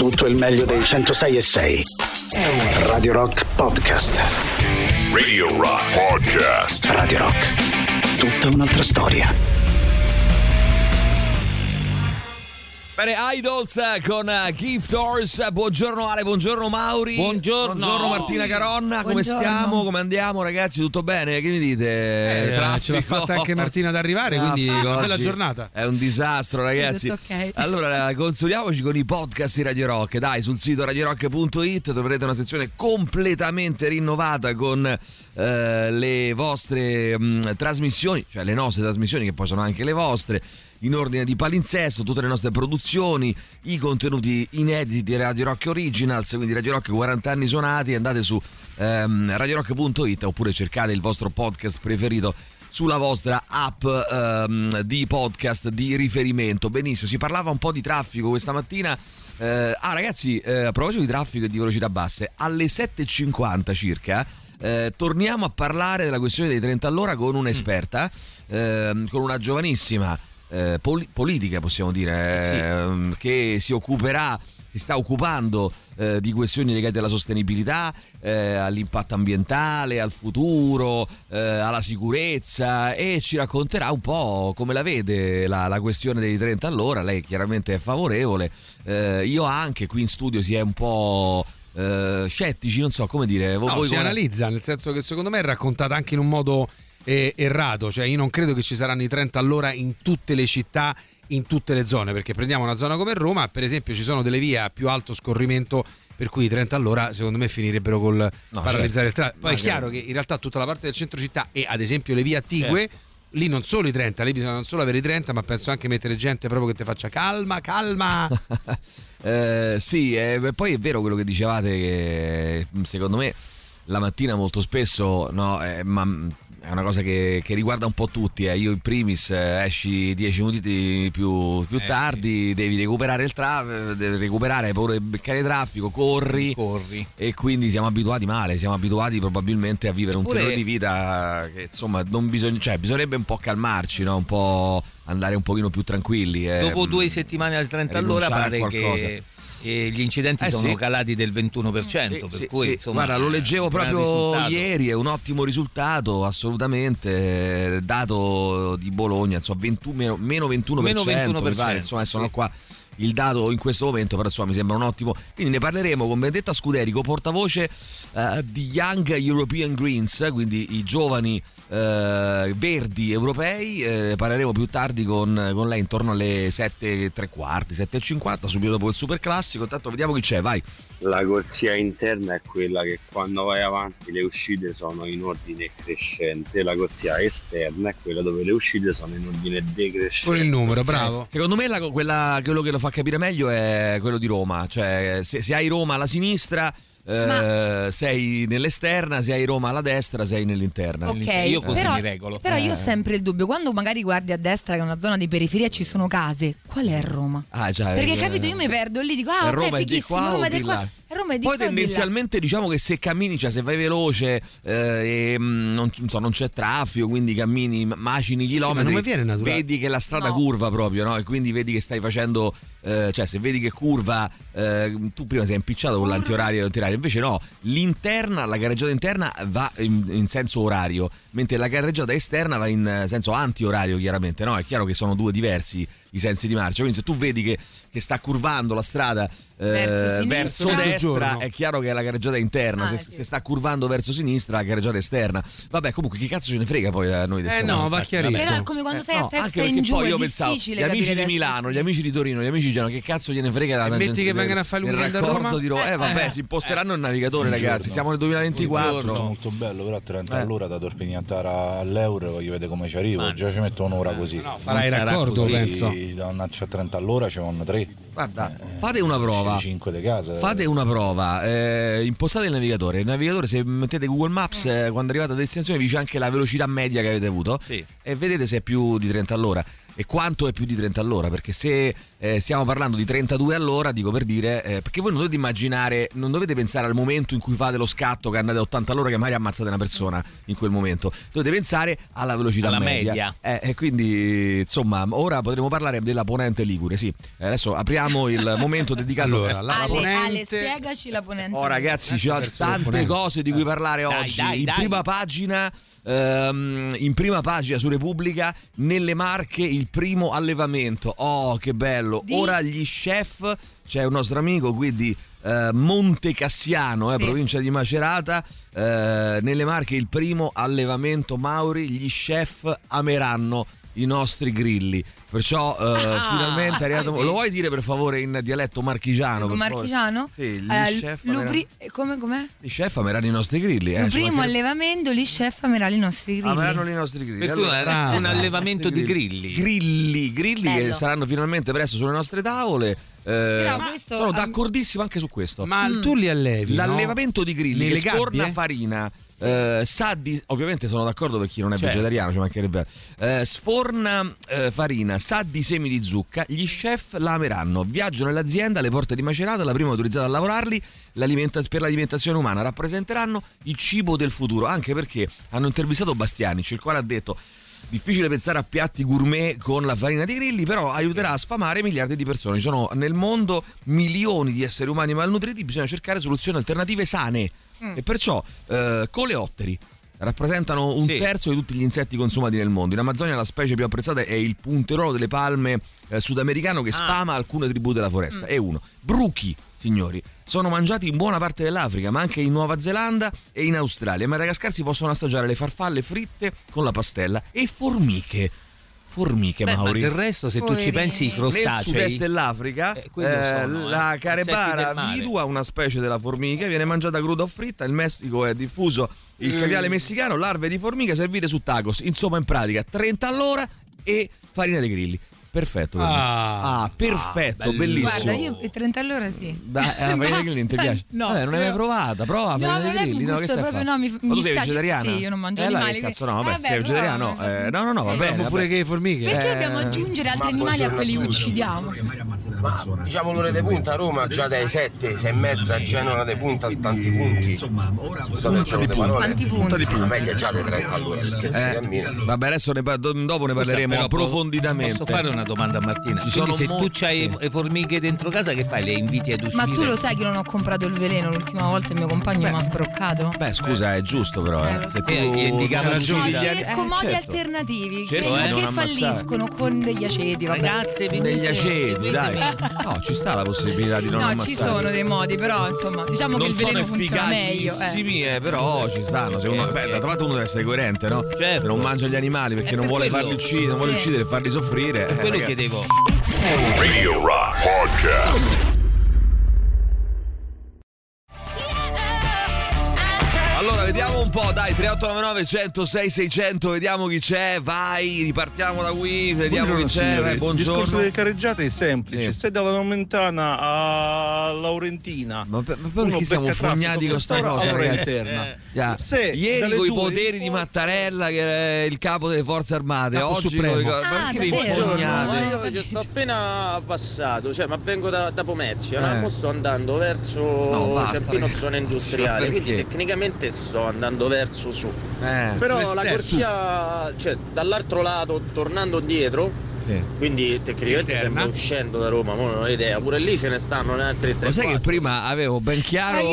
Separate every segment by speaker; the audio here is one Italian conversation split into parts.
Speaker 1: Tutto il meglio dei 106.6. Radio Rock Podcast.
Speaker 2: Radio Rock Podcast.
Speaker 1: Radio Rock. Tutta un'altra storia.
Speaker 3: Bene, Idols con Gift Horse. Buongiorno Ale, buongiorno Mauri.
Speaker 4: Buongiorno
Speaker 3: Martina Caronna. Come
Speaker 5: Buongiorno.
Speaker 3: stiamo? Come andiamo ragazzi? Tutto bene? Che mi dite?
Speaker 4: Ce l'ha fatta anche Martina ad arrivare, quindi una bella giornata.
Speaker 3: È un disastro ragazzi.
Speaker 5: Sì, tutto ok.
Speaker 3: Allora consoliamoci con i podcast di Radio Rock. Dai, sul sito radiorock.it troverete una sezione completamente rinnovata con le vostre trasmissioni, cioè le nostre trasmissioni che poi sono anche le vostre, in ordine di palinsesto, tutte le nostre produzioni, i contenuti inediti di Radio Rock Originals, quindi Radio Rock 40 anni suonati. Andate su radiorock.it oppure cercate il vostro podcast preferito sulla vostra app di podcast di riferimento. Benissimo, si parlava un po' di traffico questa mattina. Ragazzi, a proposito di traffico e di velocità basse, alle 7.50 circa torniamo a parlare della questione dei 30 all'ora con un'esperta, con una giovanissima politica, possiamo dire, che si sta occupando di questioni legate alla sostenibilità, all'impatto ambientale, al futuro, alla sicurezza, e ci racconterà un po' come la vede la questione dei 30 all'ora. Lei chiaramente è favorevole, io anche. Qui in studio si è un po' scettici, non so come dire.
Speaker 4: Si analizza, nel senso che secondo me è raccontata anche in un modo errato, cioè io non credo che ci saranno i 30 all'ora in tutte le città, in tutte le zone, perché prendiamo una zona come Roma, per esempio, ci sono delle vie a più alto scorrimento per cui i 30 all'ora secondo me finirebbero col paralizzare il traffico. Poi è chiaro che in realtà tutta la parte del centro città e ad esempio le vie attigue, lì non solo i 30, lì bisogna non solo avere i 30, ma penso anche mettere gente proprio che ti faccia calma.
Speaker 3: Sì, poi è vero quello che dicevate, che secondo me la mattina molto spesso ma è una cosa che riguarda un po' tutti, io in primis. Esci 10 minuti più tardi, devi recuperare il traffico, devi recuperare, hai paura di beccare traffico, corri, e quindi siamo abituati male, siamo abituati probabilmente a vivere un tenore di vita che insomma non bisogna, cioè bisognerebbe un po' calmarci, no? Un po' andare un pochino più tranquilli.
Speaker 6: Dopo 2 settimane al 30 all'ora pare che gli incidenti sono calati del 21%, per cui insomma,
Speaker 3: guarda, lo leggevo proprio ieri, è un ottimo risultato, assolutamente. Dato di Bologna, insomma, meno 21%, mi pare, insomma, sono qua il dato in questo momento, però insomma mi sembra un ottimo. Quindi ne parleremo con Benedetta Scuderico, portavoce di Young European Greens, quindi i giovani verdi europei. Parleremo più tardi con lei intorno alle 7:15, 7:50, subito dopo il super classico. Intanto vediamo chi c'è, vai.
Speaker 7: La corsia interna è quella che quando vai avanti le uscite sono in ordine crescente, la corsia esterna è quella dove le uscite sono in ordine decrescente.
Speaker 4: Con il numero, bravo.
Speaker 3: Secondo me quello che lo fa capire meglio è quello di Roma, cioè se hai Roma alla sinistra sei nell'esterna, se hai Roma alla destra sei nell'interna.
Speaker 5: Ok,
Speaker 6: io così mi regolo.
Speaker 5: Però io ho sempre il dubbio, quando magari guardi a destra che è una zona di periferia e ci sono case, qual è Roma?
Speaker 3: Perché
Speaker 5: capito, io mi perdo lì, dico
Speaker 3: Roma è di qua
Speaker 5: Roma
Speaker 3: o
Speaker 5: è di
Speaker 3: di
Speaker 5: qua.
Speaker 3: là?
Speaker 5: Roma è di
Speaker 3: Poi
Speaker 5: qua,
Speaker 3: tendenzialmente diciamo che se cammini, cioè se vai veloce e non c'è traffico, quindi cammini, macini chilometri,
Speaker 4: non mi viene naturale.
Speaker 3: Vedi che la strada curva proprio, no? E quindi vedi che stai facendo, cioè se vedi che curva, tu prima sei impicciato con l'antiorario, invece no, l'interna, la gareggiata interna va in senso orario, mentre la gareggiata esterna va in senso anti-orario, chiaramente, no? È chiaro che sono due diversi i sensi di marcia, quindi se tu vedi che sta curvando la strada verso destra, è chiaro che è la gareggiata interna. Se sta curvando verso sinistra, la gareggiata esterna. Vabbè, comunque chi cazzo ce ne frega poi a noi?
Speaker 4: No, va chiarito.
Speaker 5: Però è come quando sei a testa
Speaker 3: anche
Speaker 5: in giù,
Speaker 3: poi io
Speaker 5: è
Speaker 3: pensavo,
Speaker 5: difficile
Speaker 3: gli amici
Speaker 5: capire
Speaker 3: di Milano, gli amici di Torino, gli amici di Genova, che cazzo gliene frega da
Speaker 4: metti che vengano a fare il weekend a Roma?
Speaker 3: Di Roma. Vabbè, si imposteranno il navigatore, ragazzi. Siamo nel 2024.
Speaker 8: Molto bello, però 30 all'ora da Torpiniantara all'Euro, voglio vedere come ci arrivo. Già ci metto un'ora così.
Speaker 4: Farai raccordo, penso.
Speaker 8: Da andarci a 30 all'ora ci vanno 3.
Speaker 3: Guarda, fate una prova.
Speaker 8: 5 di casa.
Speaker 3: Fate una prova. Impostate il navigatore. Il navigatore, se mettete Google Maps, quando arrivate a destinazione vi dice anche la velocità media che avete avuto.
Speaker 6: Sì.
Speaker 3: E vedete se è più di 30 all'ora. e quanto è più di 30 all'ora, perché se stiamo parlando di 32 all'ora, dico per dire, perché voi non dovete immaginare, non dovete pensare al momento in cui fate lo scatto che andate a 80 all'ora che magari ammazzate una persona in quel momento, dovete pensare alla velocità media. E quindi insomma ora potremo parlare della ponente ligure, sì. Adesso apriamo il momento dedicato
Speaker 5: alla ponente. Ale, spiegaci la ponente.
Speaker 3: Oh ragazzi, ci sono tante cose di cui parlare oggi. In prima pagina su Repubblica, nelle Marche il primo allevamento. Oh, che bello. Ora gli chef, c'è un nostro amico qui di Monte Cassiano, provincia di Macerata, nelle Marche il primo allevamento Mauri, gli chef ameranno i nostri grilli. Perciò finalmente è arrivato. Lo vuoi dire per favore in dialetto marchigiano?
Speaker 5: Marchigiano?
Speaker 3: Sì, gli chef
Speaker 5: com'è?
Speaker 3: Gli chef ameranno i nostri grilli.
Speaker 5: Il primo allevamento, gli chef ameranno i nostri grilli.
Speaker 3: Ameranno i nostri grilli.
Speaker 6: Per cui era un allevamento di grilli.
Speaker 3: Grilli che saranno finalmente presto sulle nostre tavole.
Speaker 5: Questo,
Speaker 3: sono d'accordissimo anche su questo.
Speaker 4: Ma tu li allevi?
Speaker 3: L'allevamento di grilli che sforna farina. Sa di, ovviamente sono d'accordo per chi non è vegetariano, ci mancherebbe. Sforna farina, sa di semi di zucca. Gli chef la ameranno. Viaggio nell'azienda alle porte di Macerata, la prima autorizzata a lavorarli per l'alimentazione umana. Rappresenteranno il cibo del futuro, anche perché hanno intervistato Bastianic, il quale ha detto: difficile pensare a piatti gourmet con la farina di grilli, però aiuterà a sfamare miliardi di persone. Ci sono nel mondo milioni di esseri umani malnutriti, bisogna cercare soluzioni alternative sane. E perciò coleotteri rappresentano un terzo di tutti gli insetti consumati nel mondo. In Amazzonia la specie più apprezzata è il punteruolo delle palme sudamericano, che sfama alcune tribù della foresta. E bruchi, signori, sono mangiati in buona parte dell'Africa, ma anche in Nuova Zelanda e in Australia. A Madagascar si possono assaggiare le farfalle fritte con la pastella e formiche, Mauri.
Speaker 6: Ma del resto, se tu ci pensi, i crostacei
Speaker 3: nel sud-est dell'Africa la carebara vidua, una specie della formica, viene mangiata cruda o fritta. In Messico è diffuso il caviale messicano, larve di formica servite su tacos. Insomma, in pratica 30 all'ora e farina dei grilli. Perfetto. Perfetto, bellissimo.
Speaker 5: Guarda, io 30 all'ora sì.
Speaker 3: La farina di grilli non ti piace?
Speaker 5: No.
Speaker 3: Non l'hai mai provata? Prova la farina di grilli.
Speaker 5: No, che proprio no, mi
Speaker 3: tu sei vegetariana?
Speaker 5: Sì, io non mangio animali.
Speaker 3: Cazzo no, vabbè, sei vegetariana? No, va bene.
Speaker 4: Pure che le formiche.
Speaker 5: Perché dobbiamo aggiungere altri animali a quelli che uccidiamo?
Speaker 9: Diciamo l'ora di punta a Roma già dai 7, 6 e mezza, a Genova di punta a tanti punti. Scusate il gioco di parole.
Speaker 5: Quanti punti?
Speaker 9: La media già dai 30 all'ora, perché si cammina.
Speaker 3: Vabbè, adesso dopo ne parleremo approfonditamente.
Speaker 6: Posso fare una domanda a Martina? Quindi se tu c'hai le formiche dentro casa, che fai? Le inviti ad uscire?
Speaker 5: Ma tu lo sai che non ho comprato il veleno l'ultima volta e il mio compagno mi ha sbroccato?
Speaker 3: Beh, scusa, è giusto però. Se tu
Speaker 6: gli indicavo
Speaker 5: cerco modi alternativi che falliscono con degli aceti.
Speaker 6: Ragazze,
Speaker 3: degli aceti, dai. No, ci sta la possibilità di non ammazzare.
Speaker 5: Ci sono dei modi, però insomma, diciamo che il veleno funziona meglio.
Speaker 3: Però ci stanno. Se uno, da parte uno deve essere coerente, no?
Speaker 6: Certo.
Speaker 3: Se non mangia gli animali perché non vuole farli uccidere, non vuole uccidere e farli soffrire.
Speaker 6: Quello chiedevo.
Speaker 2: Radio Rock Podcast.
Speaker 3: Allora vediamo un po', dai, 3899 106 600, vediamo chi c'è, vai, ripartiamo da qui, vediamo chi c'è, buongiorno.
Speaker 10: Il discorso delle carreggiate è semplice, sei dalla Nomentana a Laurentina.
Speaker 3: Ma perché siamo fognati con sta cosa, ragazzi? Ieri con i poteri di Mattarella, che è il capo delle forze armate, oggi perché vi fognate?
Speaker 11: Io sto appena passato, ma vengo da Pomezia, mo sto andando verso Cerpino, zona industriale, quindi tecnicamente sto andando verso su, però la corsia, dall'altro lato tornando indietro, quindi tecnicamente sembra uscendo da Roma, ma non ho idea, pure lì ce ne stanno altri 3.
Speaker 3: Lo sai che prima avevo ben chiaro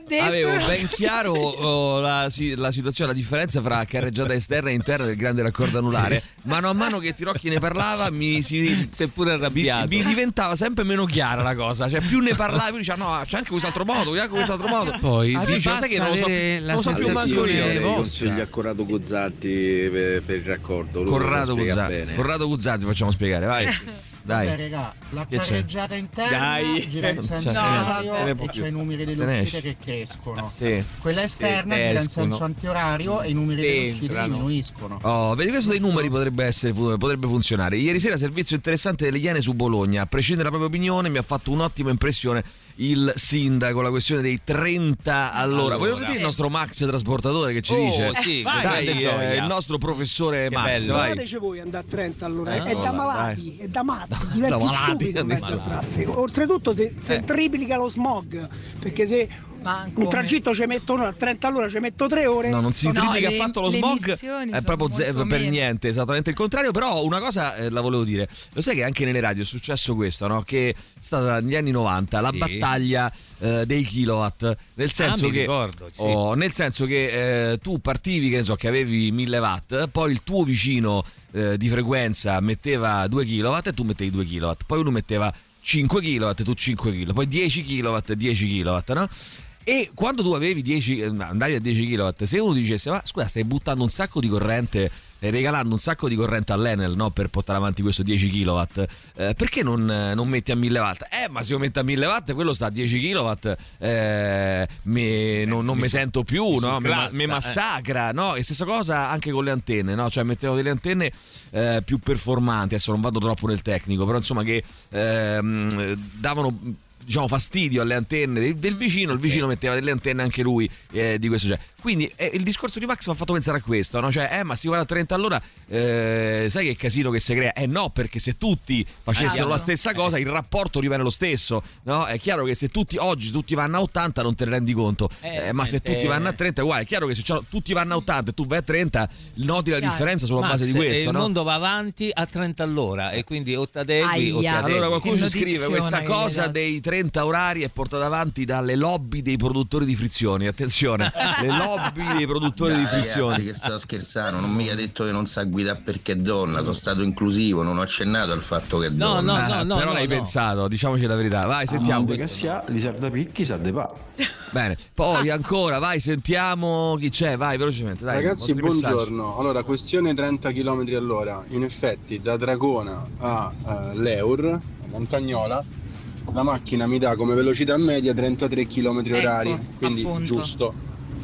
Speaker 3: la situazione, la differenza fra carreggiata esterna e interna del grande raccordo anulare. Mano a mano che Tirocchi ne parlava
Speaker 6: seppure arrabbiato,
Speaker 3: mi diventava sempre meno chiara la cosa, più ne parlavi, dice no, c'è anche quest'altro modo,
Speaker 4: poi
Speaker 3: sai che non lo so più manco io.
Speaker 7: Consigli a Corrado Guzzatti per il raccordo.
Speaker 3: Corrado Guzzatti facciamo spiegare, vai. Dai.
Speaker 12: Vabbè, raga, la carreggiata interna gira in senso orario e c'è i numeri delle uscite che crescono. Quella esterna gira in senso antiorario e i numeri delle uscite diminuiscono.
Speaker 3: Vedi, questo dei numeri potrebbe funzionare. Ieri sera servizio interessante delle Iene su Bologna. A prescindere dalla propria opinione, mi ha fatto un'ottima impressione il sindaco, la questione dei 30 all'ora. Vogliamo sentire il nostro Max trasportatore che ci dice?
Speaker 6: Sì,
Speaker 3: dai, il nostro professore Max.
Speaker 13: Guardate voi andare a 30 all'ora, è da malati, è da matti, diventi stupido in mezzo al traffico. Oltretutto se triplica lo smog, perché se un tragitto ci metto un'ora, a 30 all'ora ci metto 3 ore.
Speaker 3: No, non si triplica affatto lo smog, è proprio per niente, esattamente il contrario. Però una cosa la volevo dire, lo sai che anche nelle radio è successo questo, no? Che è stata negli anni 90 la battaglia dei kilowatt, nel senso che ricordo, nel senso che tu partivi, che ne so, che avevi 1000 watt, poi il tuo vicino di frequenza metteva 2 kW e tu mettevi 2 kW, poi uno metteva 5 kW e tu 5 kW, poi 10 kW e 10 kW, no? E quando tu avevi andavi a 10 kW, se uno dicesse ma scusa, stai buttando un sacco di corrente, regalando un sacco di corrente all'Enel, no, per portare avanti questo 10 kW, perché non metti a 1000 watt? Ma se io metto a 1000 watt quello sta a 10 kW, non mi sento più, no? Mi massacra, no? E stessa cosa anche con le antenne, no? Cioè mettevano delle antenne più performanti, adesso non vado troppo nel tecnico, però insomma che davano, diciamo, fastidio alle antenne del vicino, il vicino metteva delle antenne anche lui di questo genere. Quindi il discorso di Max mi ha fatto pensare a questo, no? Cioè, ma si va a 30 all'ora, sai che casino che si crea? No, perché se tutti facessero la stessa cosa, il rapporto rimane lo stesso, no? È chiaro che se oggi tutti vanno a 80 non te ne rendi conto, ma se tutti vanno a 30 è uguale. È chiaro che se tutti vanno a 80 e tu vai a 30, noti la differenza sulla base di questo,
Speaker 6: il
Speaker 3: no?
Speaker 6: mondo va avanti a 30 all'ora e quindi o t'adegui o ti adegui.
Speaker 3: Allora qualcuno ci scrive questa cosa dei 30 orari è portata avanti dalle lobby dei produttori di frizioni, attenzione, le lobby dei produttori di frizioni.
Speaker 14: Ragazzi, che sto scherzando, non mica detto che non sa guidare perché è donna, sono stato inclusivo, non ho accennato al fatto che è donna.
Speaker 3: No, però l'hai pensato, diciamoci la verità. Vai, sentiamo.
Speaker 15: Che sia li serve picchi, sa de pa.
Speaker 3: Bene, poi ancora, vai, sentiamo chi c'è, vai velocemente. Dai,
Speaker 16: ragazzi, buongiorno. Allora, questione 30 km all'ora. In effetti, da Dragona a Leur, a Montagnola, la macchina mi dà come velocità media 33 km orari, quindi appunto, giusto.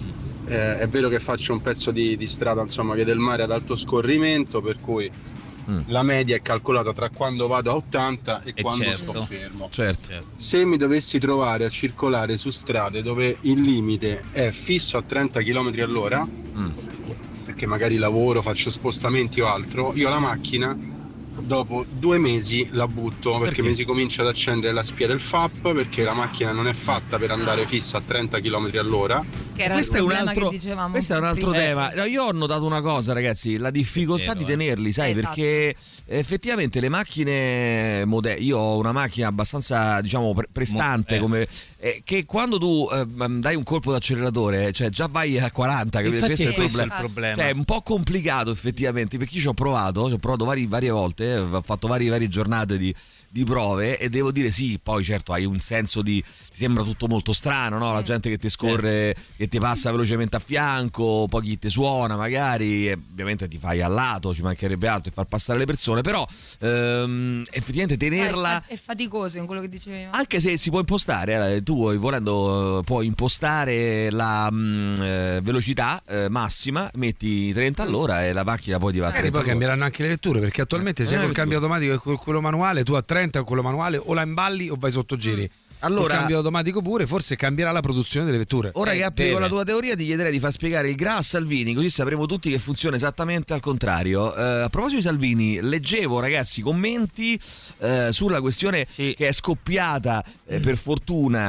Speaker 16: È vero che faccio un pezzo di strada, insomma, via del mare ad alto scorrimento, per cui la media è calcolata tra quando vado a 80 e quando sto fermo.
Speaker 3: Certo.
Speaker 16: Se mi dovessi trovare a circolare su strade dove il limite è fisso a 30 km all'ora, perché magari lavoro, faccio spostamenti o altro, io la macchina dopo 2 mesi la butto perché mi si comincia ad accendere la spia del FAP, perché la macchina non è fatta per andare fissa a 30 km all'ora.
Speaker 5: Che era questo, che dicevamo
Speaker 3: questo è un altro tema. No, io ho notato una cosa, ragazzi, la difficoltà di tenerli, sai, perché effettivamente le macchine moderne, io ho una macchina abbastanza, diciamo, prestante, come che quando tu dai un colpo d'acceleratore, cioè già vai a 40, questo è il problema. Cioè, è un po' complicato effettivamente, perché io ci ho provato varie volte, ho fatto varie giornate di prove e devo dire sì, poi certo hai un senso ti sembra tutto molto strano, no? La gente che ti scorre, che ti passa velocemente a fianco, poi chi ti suona magari, ovviamente ti fai al lato, ci mancherebbe altro, e far passare le persone, però effettivamente tenerla
Speaker 5: è faticoso, in quello che dicevi.
Speaker 3: Anche se si può impostare, tu volendo puoi impostare la velocità massima, metti 30 all'ora e la macchina poi ti va a 30.
Speaker 4: Poi cambieranno anche le vetture, perché attualmente sia col cambio automatico che quello manuale, tu a 30 con quello manuale o la imballi o vai sotto giri. Allora, il cambio automatico pure, forse cambierà la produzione delle vetture.
Speaker 3: Ora che applico la tua teoria, ti chiederei di far spiegare il GRA a Salvini, così sapremo tutti che funziona esattamente al contrario. A proposito di Salvini, leggevo, ragazzi, commenti sulla questione che è scoppiata per fortuna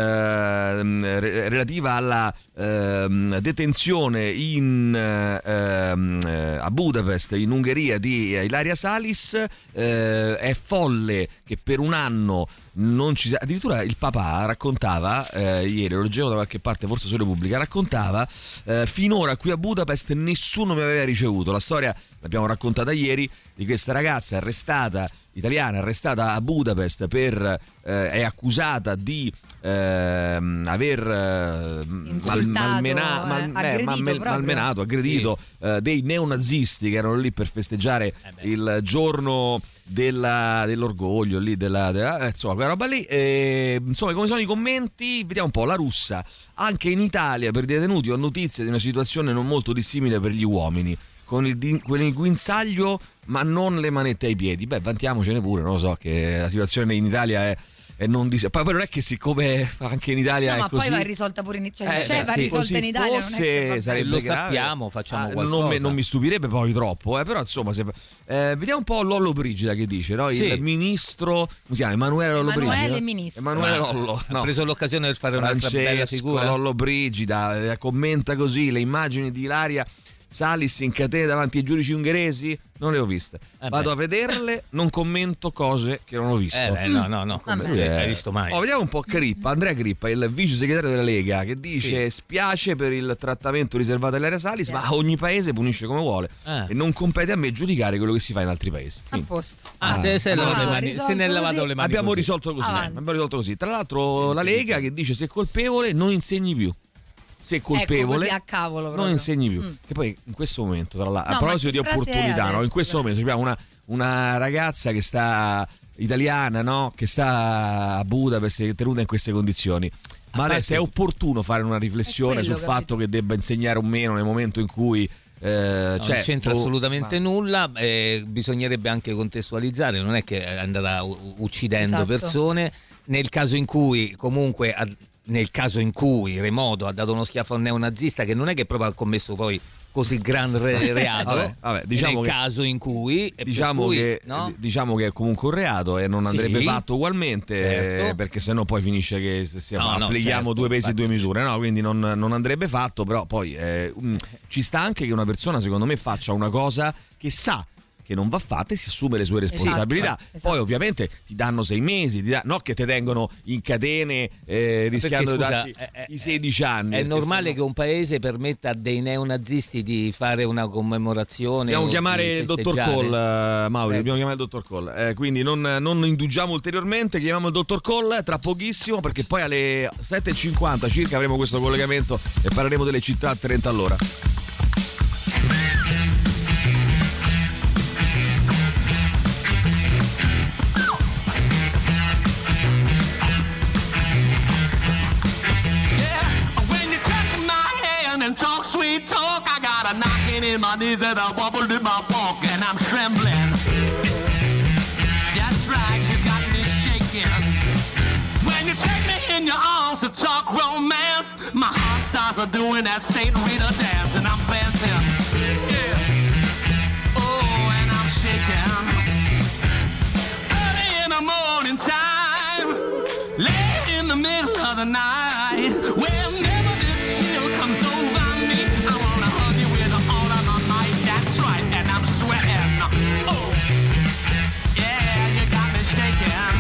Speaker 3: relativa alla detenzione a Budapest, in Ungheria, di Ilaria Salis. È folle che per un anno non ci sia. Addirittura il papà raccontava ieri, lo leggevo da qualche parte, forse su Repubblica, raccontava finora qui a Budapest nessuno mi aveva ricevuto. La storia l'abbiamo raccontata ieri di questa ragazza italiana arrestata a Budapest è accusata di aver aggredito dei neonazisti che erano lì per festeggiare il giorno dell'orgoglio lì insomma quella roba lì, insomma come sono i commenti, vediamo un po'. La Russa: anche in Italia per i detenuti ho notizie di una situazione non molto dissimile per gli uomini, con il guinzaglio ma non le manette ai piedi. Vantiamocene pure, non lo so, che la situazione in Italia poi non è che siccome anche in Italia
Speaker 5: no,
Speaker 3: è
Speaker 5: ma
Speaker 3: così,
Speaker 5: poi va risolta pure in Italia, va risolta in Italia,
Speaker 3: forse
Speaker 5: non è che
Speaker 3: sarebbe
Speaker 6: lo
Speaker 3: grave.
Speaker 6: sappiamo, facciamo qualcosa.
Speaker 3: Non mi stupirebbe poi troppo, però insomma vediamo un po' Lollo Brigida che dice, no? Il ministro, come si chiama? Emanuele Lollo
Speaker 6: ha preso l'occasione per fare un'altra bella figura.
Speaker 3: Lollo Brigida commenta così le immagini di Ilaria Salis in catena davanti ai giudici ungheresi, non le ho viste, vado a vederle, non commento cose che non ho visto.
Speaker 6: No, hai visto mai.
Speaker 3: Vediamo un po' Andrea Crippa, il vice segretario della Lega, che dice spiace per il trattamento riservato a Ilaria Salis, ma ogni paese punisce come vuole e non compete a me giudicare quello che si fa in altri paesi.
Speaker 5: A posto.
Speaker 6: Se ne è lavato le mani.
Speaker 3: Abbiamo risolto così. Tra l'altro la Lega che dice se è colpevole non insegni più. Se colpevole,
Speaker 5: così a cavolo,
Speaker 3: non insegni più. Che poi in questo momento, a proposito di opportunità, in questo momento abbiamo una ragazza che sta italiana, no? Che sta a Budapest, che è tenuta in queste condizioni. Ma adesso è opportuno fare una riflessione sul fatto che debba insegnare o meno nel momento in cui
Speaker 6: non c'entra assolutamente nulla. Bisognerebbe anche contestualizzare, non è che è andata uccidendo persone. Nel caso in cui comunque Remodo ha dato uno schiaffo a un neonazista, che non è che proprio ha commesso poi così gran reato,
Speaker 3: diciamo
Speaker 6: nel caso in cui
Speaker 3: diciamo che è comunque un reato e non andrebbe fatto ugualmente, perché sennò poi finisce che applichiamo due pesi e due misure, no? Quindi non andrebbe fatto, però poi ci sta anche che una persona secondo me faccia una cosa che sa che non va fatta e si assume le sue responsabilità.
Speaker 5: Esatto.
Speaker 3: Poi ovviamente ti danno 6 mesi, no che ti tengono in catene rischiando di darti i 16 anni.
Speaker 6: È normale che un paese permetta a dei neonazisti di fare una commemorazione.
Speaker 3: Dobbiamo chiamare il dottor Cole, Mauri, dobbiamo chiamare il dottor Cole. Quindi non indugiamo ulteriormente, chiamiamo il dottor Cole tra pochissimo, perché poi alle 7:50 circa avremo questo collegamento e parleremo delle città a 30 all'ora.
Speaker 17: Talk sweet talk, I got a knocking in my knees and a wobble in my walk, and I'm trembling. That's right, you got me shaking. When you take me in your arms to talk romance, my heart starts doing that Saint Rita dance, and I'm dancing. Yeah. Oh, and I'm shaking. Early in the morning time, late in the middle of the night, whenever this chill comes over me, I wanna hug you with all of my might. That's right, and I'm sweating. Oh, yeah, you got me shaking.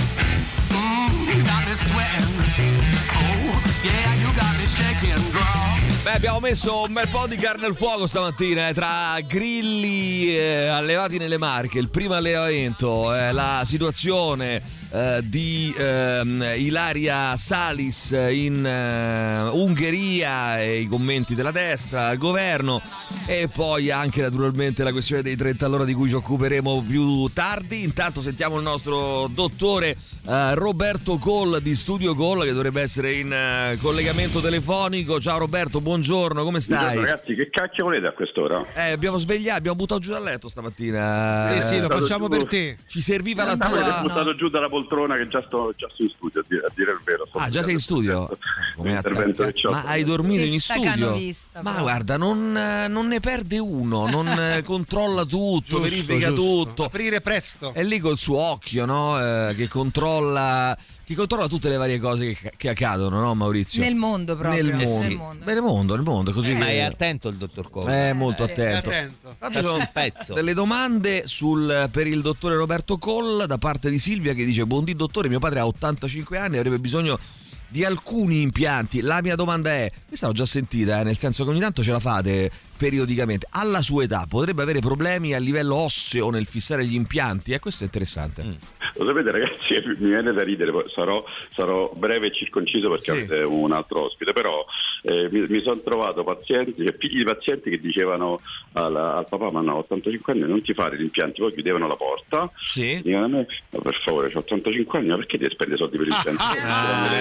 Speaker 17: You got me sweating. Oh, yeah, you got me shaking, girl.
Speaker 3: Beh, abbiamo messo un bel po' di carne al fuoco stamattina, tra grilli allevati nelle Marche, il primo allevamento, la situazione di Ilaria Salis in Ungheria e i commenti della destra al governo, e poi anche naturalmente la questione dei 30 all'ora di cui ci occuperemo più tardi. Intanto sentiamo il nostro dottore Roberto Cole di Studio Cole, che dovrebbe essere in collegamento telefonico. Ciao Roberto, buongiorno, come stai?
Speaker 18: Buongiorno, ragazzi, che cacchio volete a quest'ora?
Speaker 3: Abbiamo svegliato, abbiamo buttato giù dal letto stamattina.
Speaker 4: Sì, lo facciamo per te.
Speaker 3: Ci serviva la tua...
Speaker 18: Avete buttato giù dalla poltrona, che già sto in studio, a dire il vero.
Speaker 3: Già sei in studio? Ma hai dormito in studio? Ma guarda, non ne perde uno, non controlla tutto, verifica tutto.
Speaker 4: Aprire presto.
Speaker 3: È lì col suo occhio, no? Che controlla tutte le varie cose che accadono, no, Maurizio?
Speaker 5: Nel mondo proprio.
Speaker 3: Nel mondo, così.
Speaker 6: Ma è attento il dottor Cole.
Speaker 3: È molto attento. Sono delle domande per il dottore Roberto Cole da parte di Silvia, che dice: buondì dottore, mio padre ha 85 anni e avrebbe bisogno di alcuni impianti. La mia domanda è, questa l'ho già sentita, nel senso che ogni tanto ce la fate periodicamente, alla sua età potrebbe avere problemi a livello osseo nel fissare gli impianti? Questo è interessante.
Speaker 18: Lo sapete ragazzi, mi viene da ridere, sarò breve e circonciso perché avete un altro ospite, però mi sono trovato figli di pazienti che dicevano al papà: ma no, 85 anni, non ti fare gli impianti. Poi chiudevano la porta, dicono a me: ma per favore, ho 85 anni, ma perché devi spendere soldi per gli impianti?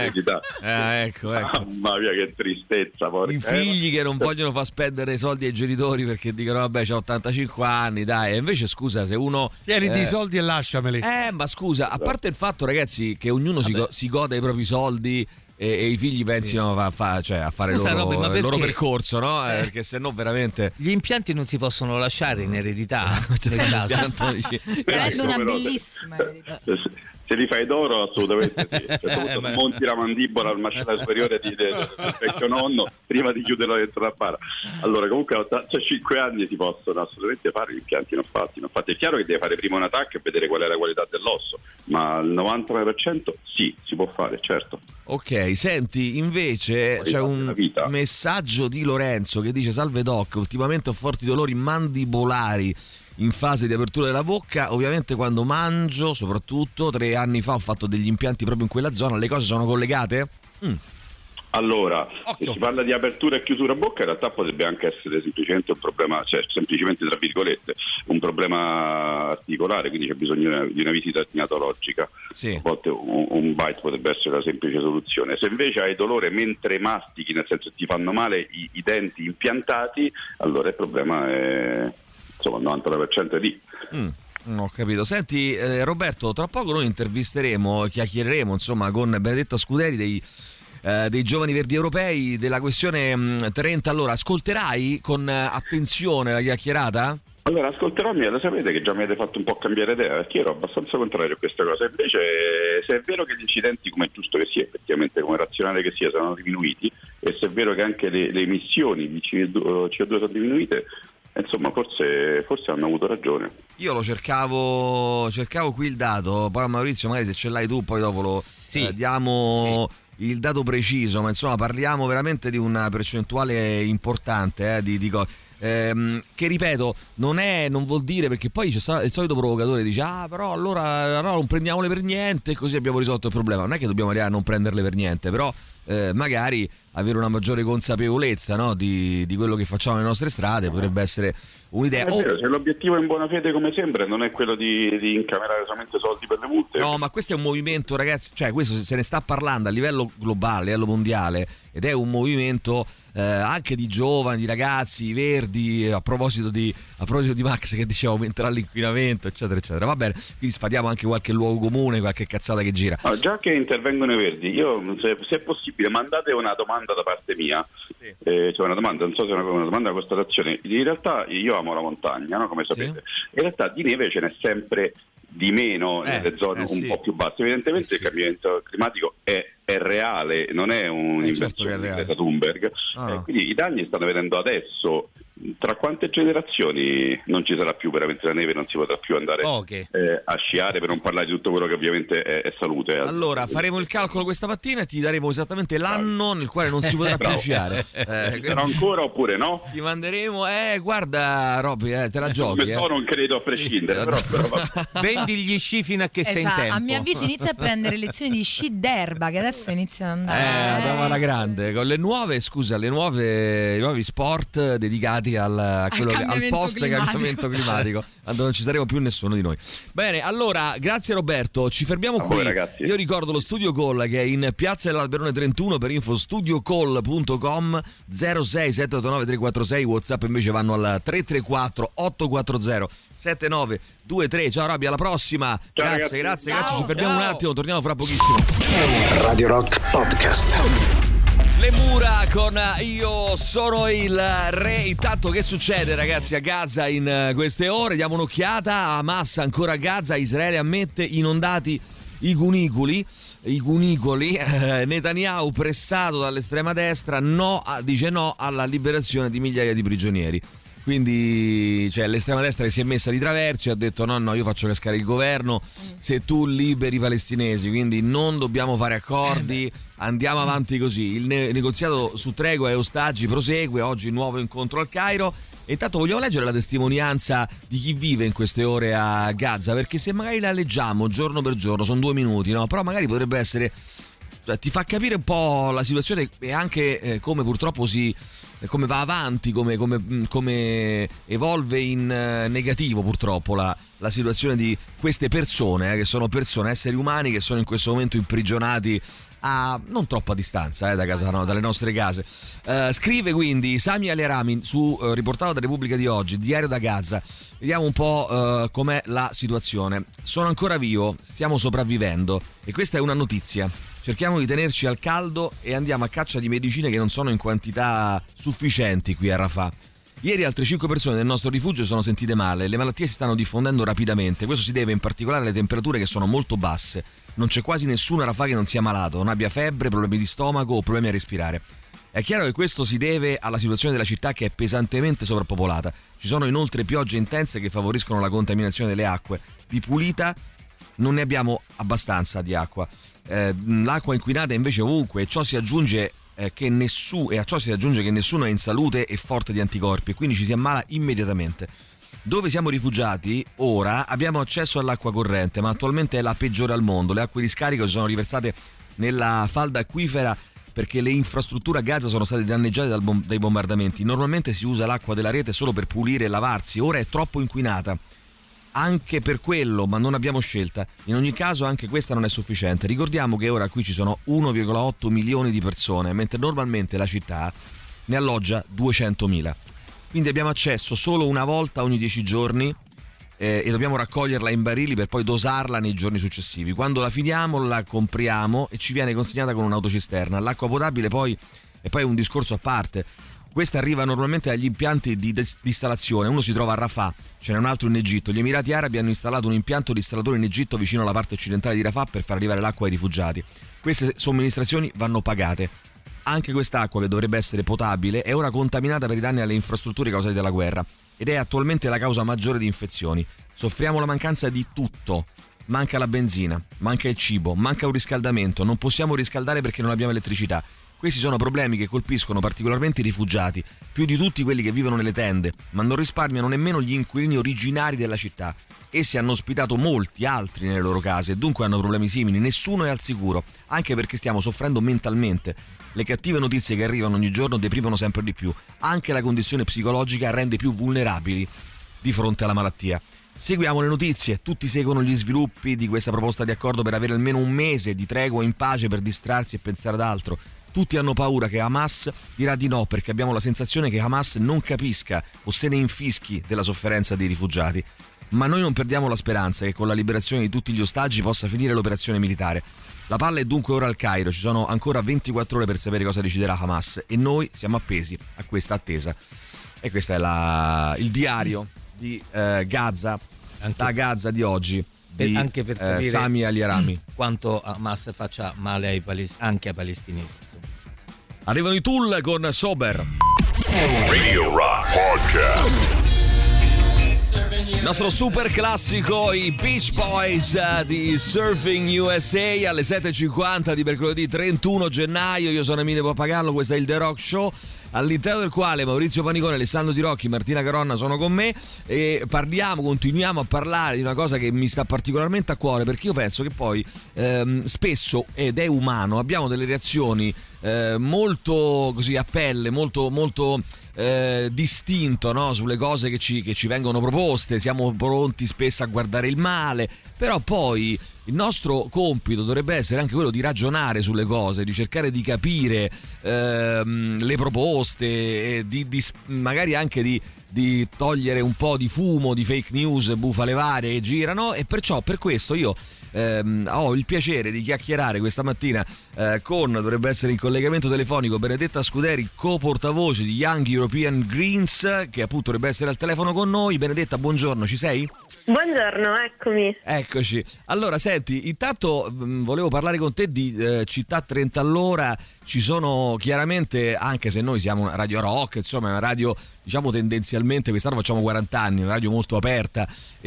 Speaker 3: Ecco.
Speaker 18: Mamma mia, che tristezza.
Speaker 3: I figli che non vogliono far spendere soldi ai genitori perché dicono vabbè, c'ho 85 anni, dai. E invece scusa, se uno
Speaker 4: tieniti i soldi e lasciameli.
Speaker 3: Ma scusa, a parte il fatto, ragazzi, che ognuno si gode i propri soldi e i figli pensino a fare il loro percorso, no? Perché se no veramente
Speaker 6: gli impianti non si possono lasciare in eredità.
Speaker 5: Sarebbe una bellissima eredità.
Speaker 18: Se li fai d'oro, assolutamente sì. Monti la mandibola al macellaio superiore del vecchio nonno prima di chiuderlo dentro la bara. Allora, comunque a 5 anni si possono assolutamente fare gli impianti non fatti. È chiaro che devi fare prima un attacco e vedere qual è la qualità dell'osso, ma al 99% sì, si può fare, certo.
Speaker 3: Ok, senti, invece c'è un messaggio di Lorenzo che dice: salve doc, ultimamente ho forti dolori mandibolari in fase di apertura della bocca, ovviamente quando mangio, soprattutto 3 anni fa ho fatto degli impianti proprio in quella zona. Le cose sono collegate?
Speaker 18: Allora, se si parla di apertura e chiusura bocca, in realtà potrebbe anche essere semplicemente un problema, cioè semplicemente tra virgolette, un problema articolare, quindi c'è bisogno di una visita ginecologica.
Speaker 3: Sì.
Speaker 18: A volte un bite potrebbe essere la semplice soluzione. Se invece hai dolore mentre mastichi, nel senso che ti fanno male i denti impiantati, allora il problema è insomma il 99% di.
Speaker 3: Ho capito. Senti Roberto, tra poco noi intervisteremo, chiacchiereremo insomma con Benedetta Scuderi dei Giovani Verdi Europei della questione Trenta. Allora, ascolterai con attenzione la chiacchierata?
Speaker 18: Allora, ascolterò, lo sapete che già mi avete fatto un po' cambiare idea, perché io ero abbastanza contrario a questa cosa. Invece, se è vero che gli incidenti, come è giusto che sia, effettivamente come razionale che sia, sono diminuiti, e se è vero che anche le emissioni di CO2 sono diminuite, insomma forse hanno avuto ragione.
Speaker 3: Io lo cercavo qui il dato, poi Maurizio magari se ce l'hai tu poi dopo lo diamo il dato preciso, ma insomma parliamo veramente di una percentuale importante di che ripeto non vuol dire, perché poi c'è il solito provocatore, dice però allora non prendiamole per niente e così abbiamo risolto il problema. Non è che dobbiamo arrivare a non prenderle per niente, però magari avere una maggiore consapevolezza, no, di quello che facciamo nelle nostre strade potrebbe essere un'idea.
Speaker 18: È vero, se l'obiettivo è in buona fede come sembra, non è quello di incamerare solamente soldi per le multe.
Speaker 3: No, ma questo è un movimento, ragazzi, cioè questo se ne sta parlando a livello globale, a livello mondiale, ed è un movimento anche di giovani, di ragazzi verdi, a proposito di Max che diceva aumenterà l'inquinamento, eccetera eccetera. Va bene, quindi sfatiamo anche qualche luogo comune, qualche cazzata che gira.
Speaker 18: Già che intervengono i verdi, io se è possibile mandate una domanda da parte mia, cioè una domanda, non so se è una domanda a constatazione. In realtà io amo la montagna, no? Come sapete, in realtà di neve ce n'è sempre di meno nelle zone un po' più basse. Evidentemente il cambiamento climatico è reale, non è un'invenzione di Greta Thunberg. Quindi i danni stanno vedendo adesso. Tra quante generazioni non ci sarà più veramente la neve, non si potrà più andare a sciare, per non parlare di tutto quello che ovviamente è salute.
Speaker 3: Allora faremo il calcolo questa mattina e ti daremo esattamente l'anno nel quale non si potrà più sciare.
Speaker 18: Però ancora oppure no?
Speaker 3: Ti manderemo, guarda Robby, te la giochi.
Speaker 18: No, non credo a prescindere. Però
Speaker 6: vendi gli sci fino a che sei in tempo.
Speaker 5: A mio avviso inizia a prendere lezioni di sci d'erba, che adesso iniziano ad andare.
Speaker 3: Andiamo alla grande con i nuovi sport dedicati al post cambiamento climatico, quando non ci saremo più nessuno di noi. Bene, allora grazie Roberto, ci fermiamo qui.
Speaker 18: Voi, ragazzi.
Speaker 3: Io ricordo lo Studio Call che è in Piazza dell'Alberone 31, per info studiocall.com 067893 346. WhatsApp invece vanno al 334 840 7923. Ciao Robby, alla prossima.
Speaker 18: Ciao,
Speaker 3: grazie, ci fermiamo un attimo, torniamo fra pochissimo.
Speaker 1: Radio Rock Podcast.
Speaker 3: Le Mura con Io sono il re. Intanto che succede, ragazzi, a Gaza in queste ore? Diamo un'occhiata. Hamas ancora a Gaza, Israele ammette inondati i cunicoli. Netanyahu pressato dall'estrema destra dice no alla liberazione di migliaia di prigionieri. Quindi l'estrema destra che si è messa di traverso e ha detto no, io faccio cascare il governo se tu liberi i palestinesi, quindi non dobbiamo fare accordi, andiamo avanti così. Il negoziato su tregua e ostaggi prosegue, oggi nuovo incontro al Cairo. E intanto vogliamo leggere la testimonianza di chi vive in queste ore a Gaza, perché se magari la leggiamo giorno per giorno, sono 2 minuti, no? Però magari potrebbe essere, ti fa capire un po' la situazione e anche come purtroppo come va avanti, come evolve in negativo purtroppo la situazione di queste persone, che sono persone, esseri umani che sono in questo momento imprigionati a non troppa distanza da casa, no, dalle nostre case. Scrive quindi Sami Al-Yarami su riportato da Repubblica di oggi, diario da Gaza. Vediamo un po' com'è la situazione. Sono ancora vivo, stiamo sopravvivendo e questa è una notizia. Cerchiamo di tenerci al caldo e andiamo a caccia di medicine che non sono in quantità sufficienti qui a Rafah. Ieri altre 5 persone del nostro rifugio sono sentite male, le malattie si stanno diffondendo rapidamente, questo si deve in particolare alle temperature che sono molto basse. Non c'è quasi nessuno a Rafah che non sia malato, non abbia febbre, problemi di stomaco o problemi a respirare. È chiaro che questo si deve alla situazione della città che è pesantemente sovrappopolata. Ci sono inoltre piogge intense che favoriscono la contaminazione delle acque. Di pulita non ne abbiamo abbastanza di acqua. L'acqua inquinata è invece ovunque e ciò si aggiunge che nessuno è in salute e forte di anticorpi e quindi ci si ammala immediatamente. Dove siamo rifugiati ora abbiamo accesso all'acqua corrente, ma attualmente è la peggiore al mondo. Le acque di scarico si sono riversate nella falda acquifera perché le infrastrutture a Gaza sono state danneggiate dai bombardamenti. Normalmente si usa l'acqua della rete solo per pulire e lavarsi, ora è troppo inquinata. Anche per quello, ma non abbiamo scelta. In ogni caso anche questa non è sufficiente. Ricordiamo che ora qui ci sono 1,8 milioni di persone, mentre normalmente la città ne alloggia 200.000. Quindi abbiamo accesso solo una volta ogni 10 giorni e dobbiamo raccoglierla in barili per poi dosarla nei giorni successivi. Quando la finiamo la compriamo e ci viene consegnata con un'autocisterna. L'acqua potabile poi è un discorso a parte. Questa arriva normalmente agli impianti di installazione. Uno si trova a Rafah, ce n'è un altro in Egitto. Gli Emirati Arabi hanno installato un impianto distallatore in Egitto vicino alla parte occidentale di Rafah per far arrivare l'acqua ai rifugiati. Queste somministrazioni vanno pagate. Anche quest'acqua, che dovrebbe essere potabile, è ora contaminata per i danni alle infrastrutture causati dalla guerra ed è attualmente la causa maggiore di infezioni. Soffriamo la mancanza di tutto. Manca la benzina, manca il cibo, manca un riscaldamento, non possiamo riscaldare perché non abbiamo elettricità. Questi sono problemi che colpiscono particolarmente i rifugiati, più di tutti quelli che vivono nelle tende, ma non risparmiano nemmeno gli inquilini originari della città. Essi hanno ospitato molti altri nelle loro case e dunque hanno problemi simili, nessuno è al sicuro, anche perché stiamo soffrendo mentalmente. Le cattive notizie che arrivano ogni giorno deprimono sempre di più, anche la condizione psicologica rende più vulnerabili di fronte alla malattia. Seguiamo le notizie, tutti seguono gli sviluppi di questa proposta di accordo per avere almeno un mese di tregua in pace per distrarsi e pensare ad altro. Tutti hanno paura che Hamas dirà di no perché abbiamo la sensazione che Hamas non capisca o se ne infischi della sofferenza dei rifugiati. Ma noi non perdiamo la speranza che con la liberazione di tutti gli ostaggi possa finire l'operazione militare. La palla è dunque ora al Cairo, ci sono ancora 24 ore per sapere cosa deciderà Hamas e noi siamo appesi a questa attesa. E questo è il diario di Gaza, da Gaza di oggi.
Speaker 6: Anche per capire
Speaker 3: Sami Al-Yarami
Speaker 6: quanto Hamas faccia male anche ai palestinesi.
Speaker 3: Arrivano i Tool con Sober.
Speaker 2: Radio Rock Podcast.
Speaker 3: Il nostro super classico, i Beach Boys di Surfing USA alle 7.50 di mercoledì 31 gennaio. Io sono Emilio Pappagallo, questo è il The Rock Show, all'interno del quale Maurizio Panicone, Alessandro Di Rocchi, Martina Caronna sono con me e continuiamo a parlare di una cosa che mi sta particolarmente a cuore, perché io penso che poi spesso, ed è umano, abbiamo delle reazioni molto così a pelle, molto distinto, no? Sulle cose che ci vengono proposte, siamo pronti spesso a guardare il male, però poi il nostro compito dovrebbe essere anche quello di ragionare sulle cose, di cercare di capire le proposte, magari anche di togliere un po' di fumo, di fake news, bufale varie che girano, e perciò per questo io ho il piacere di chiacchierare questa mattina dovrebbe essere in collegamento telefonico Benedetta Scuderi, co-portavoce di Young European Greens, che appunto dovrebbe essere al telefono con noi. Benedetta, buongiorno, ci sei?
Speaker 19: Buongiorno, eccomi.
Speaker 3: Eccoci. Allora, senti, intanto volevo parlare con te di Città 30 all'ora. Ci sono chiaramente, anche se noi siamo una radio rock, insomma una radio, diciamo, tendenzialmente quest'anno facciamo 40 anni, una radio molto aperta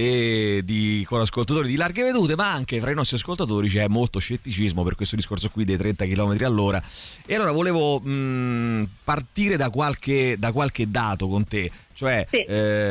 Speaker 3: e con ascoltatori di larghe vedute, ma anche fra i nostri ascoltatori c'è molto scetticismo per questo discorso qui dei 30 km all'ora. E allora volevo partire da qualche dato con te. Cioè, sì.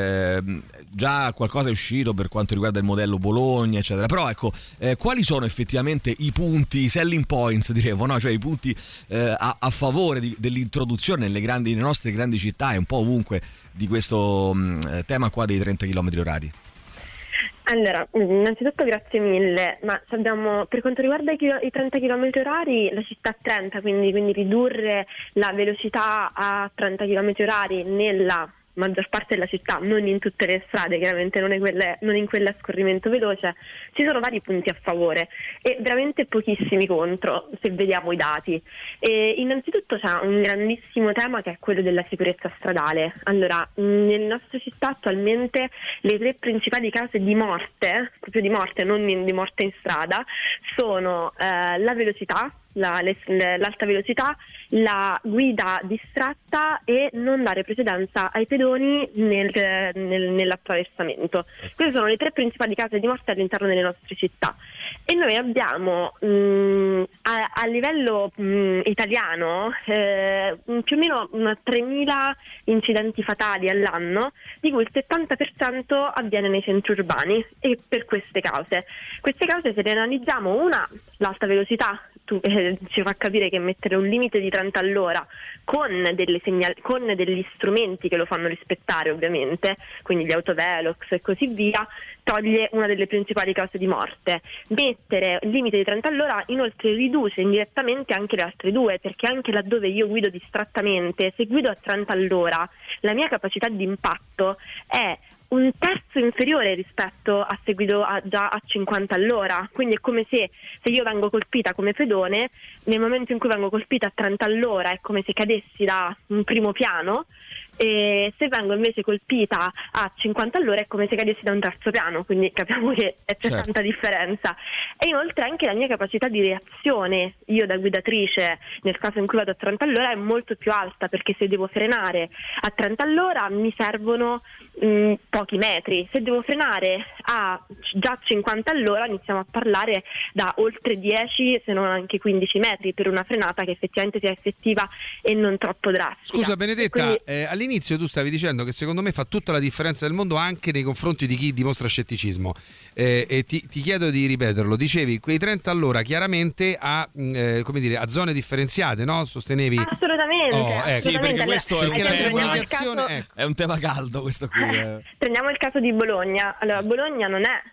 Speaker 3: Già qualcosa è uscito per quanto riguarda il modello Bologna, eccetera. Però ecco, quali sono effettivamente i punti, i selling points, diremmo, no? Cioè i punti a favore dell'introduzione nelle nostre grandi città e un po' ovunque di questo tema qua dei 30 km orari?
Speaker 19: Allora, innanzitutto grazie mille, ma abbiamo, per quanto riguarda i 30 km orari, la città a 30, quindi ridurre la velocità a 30 km orari nella maggior parte della città, non in tutte le strade, chiaramente non in quelle a scorrimento veloce. Ci sono vari punti a favore e veramente pochissimi contro, se vediamo i dati. E innanzitutto c'è un grandissimo tema che è quello della sicurezza stradale. Allora, nelle nostre città attualmente le 3 principali cause di morte, proprio di morte, non di morte in strada, sono la velocità, l'alta velocità, la guida distratta e non dare precedenza ai pedoni nell'attraversamento. Queste sono le 3 principali cause di morte all'interno delle nostre città e noi abbiamo a livello italiano più o meno 3.000 incidenti fatali all'anno, di cui il 70% avviene nei centri urbani, e per queste cause, se le analizziamo, l'alta velocità ci fa capire che mettere un limite di 30 all'ora con degli strumenti che lo fanno rispettare, ovviamente, quindi gli autovelox e così via, toglie una delle principali cause di morte. Mettere il limite di 30 all'ora inoltre riduce indirettamente anche le altre 2, perché anche laddove io guido distrattamente, se guido a 30 all'ora la mia capacità di impatto è un terzo inferiore rispetto a se guido già a 50 all'ora, quindi è come se io vengo colpita come pedone, nel momento in cui vengo colpita a 30 all'ora è come se cadessi da un primo piano, e se vengo invece colpita a 50 all'ora è come se cadessi da un terzo piano, quindi capiamo che c'è tanta differenza. E inoltre anche la mia capacità di reazione, io da guidatrice, nel caso in cui vado a 30 all'ora, è molto più alta, perché se devo frenare a 30 all'ora mi servono pochi metri, se devo frenare a già 50 all'ora iniziamo a parlare da oltre 10 se non anche 15 metri per una frenata che effettivamente sia effettiva e non troppo drastica.
Speaker 4: Scusa Benedetta, all'inizio tu stavi dicendo che secondo me fa tutta la differenza del mondo anche nei confronti di chi dimostra scetticismo, e ti chiedo di ripeterlo. Dicevi quei 30 all'ora chiaramente a zone differenziate, no? Sostenevi
Speaker 19: assolutamente,
Speaker 3: sì, perché questo
Speaker 19: è
Speaker 3: un tema caldo, questo qui.
Speaker 19: Prendiamo il caso di Bologna. Allora, Bologna non è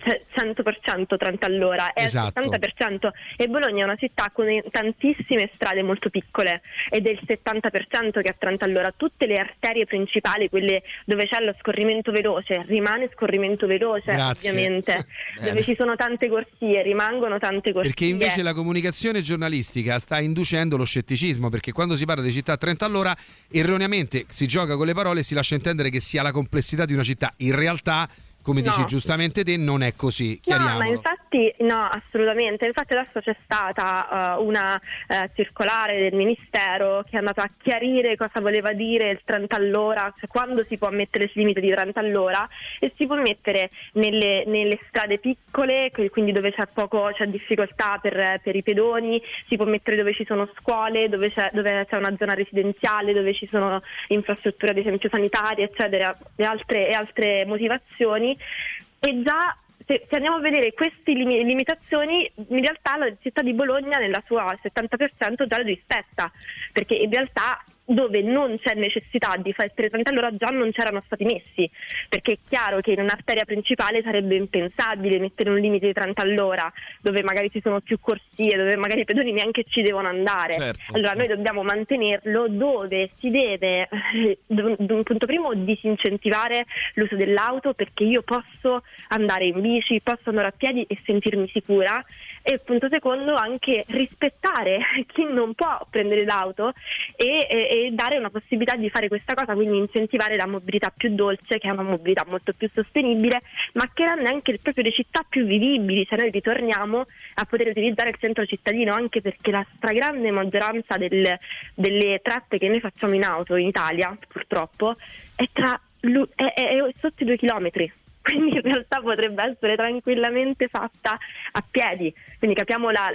Speaker 19: 100% 30 all'ora, è al 70%, e Bologna è una città con tantissime strade molto piccole ed è il 70% che è 30 all'ora. Tutte le arterie principali, quelle dove c'è lo scorrimento veloce, rimane scorrimento veloce. Grazie. Ovviamente dove ci sono tante corsie rimangono tante corsie,
Speaker 4: perché invece la comunicazione giornalistica sta inducendo lo scetticismo, perché quando si parla di città a 30 all'ora erroneamente si gioca con le parole e si lascia intendere che sia la complessità di una città. In realtà, come dici giustamente te, non è così.
Speaker 19: No, ma infatti no, assolutamente. Infatti adesso c'è stata una circolare del Ministero che è andata a chiarire cosa voleva dire il 30 all'ora, cioè quando si può mettere il limite di 30 all'ora, e si può mettere nelle strade piccole, quindi dove c'è difficoltà per i pedoni, si può mettere dove ci sono scuole, dove c'è una zona residenziale, dove ci sono infrastrutture ad esempio sanitarie, eccetera, e altre motivazioni. E già se andiamo a vedere queste limitazioni, in realtà la città di Bologna nella sua 70% già lo rispetta, perché in realtà dove non c'è necessità di fare 30 all'ora già non c'erano stati messi, perché è chiaro che in un'arteria principale sarebbe impensabile mettere un limite di 30 all'ora dove magari ci sono più corsie, dove magari i pedoni neanche ci devono andare. Allora noi dobbiamo mantenerlo dove si deve, un punto primo, disincentivare l'uso dell'auto, perché io posso andare in bici, posso andare a piedi e sentirmi sicura, e punto secondo anche rispettare chi non può prendere l'auto e dare una possibilità di fare questa cosa, quindi incentivare la mobilità più dolce, che è una mobilità molto più sostenibile, ma che rende anche proprio le città più vivibili. Cioè noi ritorniamo a poter utilizzare il centro cittadino, anche perché la stragrande maggioranza delle tratte che noi facciamo in auto in Italia, purtroppo, è sotto i 2 chilometri. Quindi in realtà potrebbe essere tranquillamente fatta a piedi, quindi capiamo la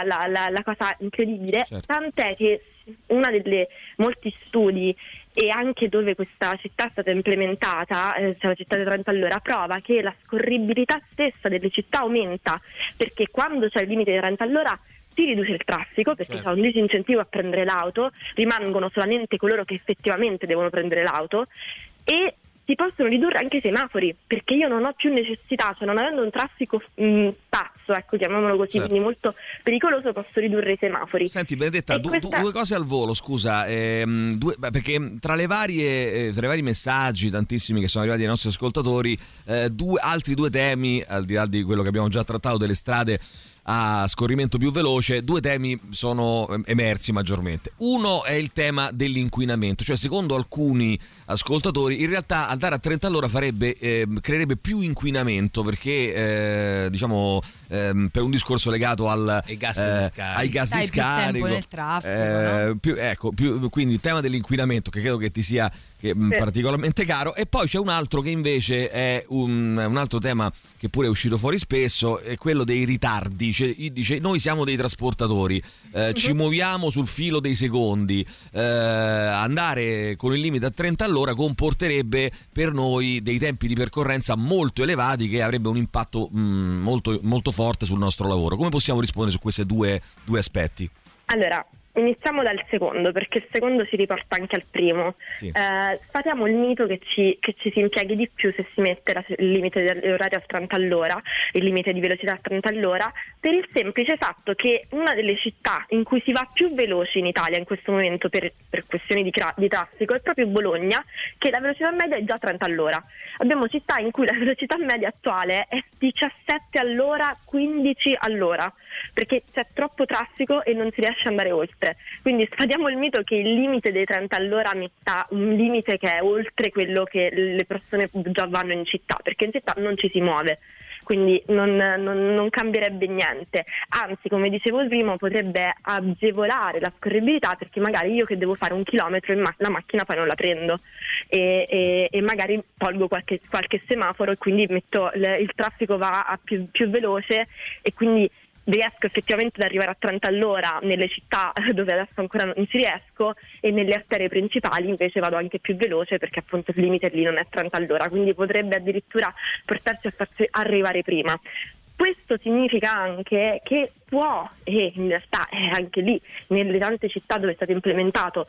Speaker 19: cosa incredibile. Tant'è che una delle molti studi, e anche dove questa città è stata implementata, cioè la città di 30 all'ora, prova che la scorribilità stessa delle città aumenta, perché quando c'è il limite di 30 all'ora si riduce il traffico, perché c'è un disincentivo a prendere l'auto, rimangono solamente coloro che effettivamente devono prendere l'auto, e si possono ridurre anche i semafori, perché io non ho più necessità, cioè non avendo un traffico pazzo, ecco, chiamiamolo così, certo, quindi molto pericoloso, posso ridurre i semafori.
Speaker 3: Senti Benedetta, due cose al volo, scusa, perché tra i vari messaggi tantissimi che sono arrivati ai nostri ascoltatori, altri due temi, al di là di quello che abbiamo già trattato delle strade a scorrimento più veloce, due temi sono emersi maggiormente. Uno è il tema dell'inquinamento, cioè secondo alcuni ascoltatori in realtà andare a 30 all'ora creerebbe più inquinamento, perché per un discorso legato ai gas di scarico,
Speaker 5: più tempo nel traffico,
Speaker 3: quindi il tema dell'inquinamento, che credo che ti sia particolarmente caro. E poi c'è un altro che invece è un altro tema che pure è uscito fuori spesso, è quello dei ritardi. Dice noi siamo dei trasportatori, ci muoviamo sul filo dei secondi, andare con il limite a 30 all'ora comporterebbe per noi dei tempi di percorrenza molto elevati, che avrebbe un impatto molto, molto forte sul nostro lavoro. Come possiamo rispondere su questi due aspetti?
Speaker 19: Allora, iniziamo dal secondo, perché il secondo si riporta anche al primo. Sì. Sfatiamo il mito che ci si impieghi di più se si mette il limite dell'orario a 30 all'ora, il limite di velocità a 30 all'ora, per il semplice fatto che una delle città in cui si va più veloci in Italia in questo momento per questioni di traffico è proprio Bologna, che la velocità media è già 30 all'ora. Abbiamo città in cui la velocità media attuale è 17 all'ora, 15 all'ora, perché c'è troppo traffico e non si riesce ad andare oltre. Quindi sfatiamo il mito che il limite dei 30 all'ora metta un limite che è oltre quello che le persone già vanno in città, perché in città non ci si muove, quindi non cambierebbe niente. Anzi, come dicevo prima, potrebbe agevolare la scorribilità, perché magari io che devo fare 1 chilometro la macchina poi non la prendo e magari tolgo qualche semaforo, e quindi il traffico va a più veloce, e quindi riesco effettivamente ad arrivare a 30 all'ora nelle città dove adesso ancora non ci riesco, e nelle arterie principali invece vado anche più veloce, perché appunto il limite lì non è 30 all'ora, quindi potrebbe addirittura portarci a farci arrivare prima. Questo significa anche che può, e in realtà è anche lì, nelle tante città dove è stato implementato,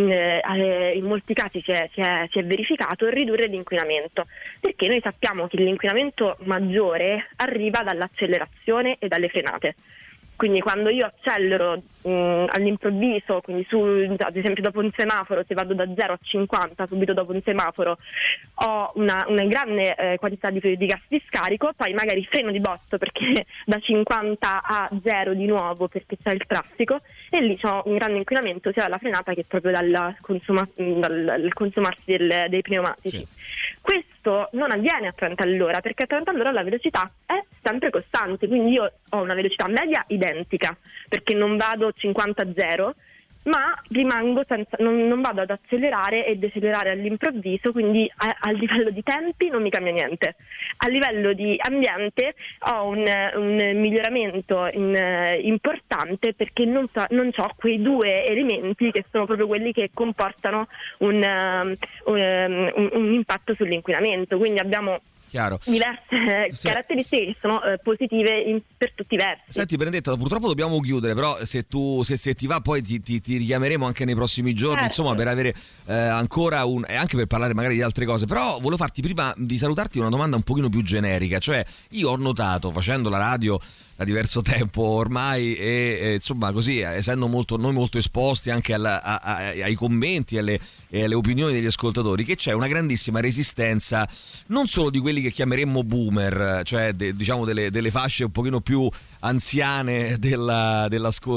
Speaker 19: in molti casi si è verificato, ridurre l'inquinamento, perché noi sappiamo che l'inquinamento maggiore arriva dall'accelerazione e dalle frenate. Quindi quando io accelero all'improvviso, quindi ad esempio dopo un semaforo, se vado da 0 a 50 subito dopo un semaforo, ho una grande quantità di gas di scarico, poi magari freno di botto perché da 50 a 0 di nuovo perché c'è il traffico, e lì c'ho un grande inquinamento sia dalla frenata che proprio dal consumarsi dei pneumatici. Sì. Questo non avviene a 30 all'ora, perché a 30 all'ora la velocità è sempre costante, quindi io ho una velocità media identica, perché non vado 50 a 0, ma rimango non vado ad accelerare e decelerare all'improvviso, quindi a livello di tempi non mi cambia niente. A livello di ambiente ho un miglioramento importante, perché non ho quei due elementi che sono proprio quelli che comportano un impatto sull'inquinamento. Quindi abbiamo diverse caratteristiche che sono positive per tutti i versi.
Speaker 3: Senti Benedetta, purtroppo dobbiamo chiudere, però se ti va poi ti richiameremo anche nei prossimi giorni, certo, insomma, per avere ancora e anche per parlare magari di altre cose. Però volevo farti, prima di salutarti, una domanda un pochino più generica. Cioè, io ho notato, facendo la radio da diverso tempo ormai, e insomma così, essendo noi molto esposti anche ai commenti e alle opinioni degli ascoltatori, che c'è una grandissima resistenza non solo di quelli che chiameremmo boomer, cioè diciamo delle fasce un pochino più anziane tra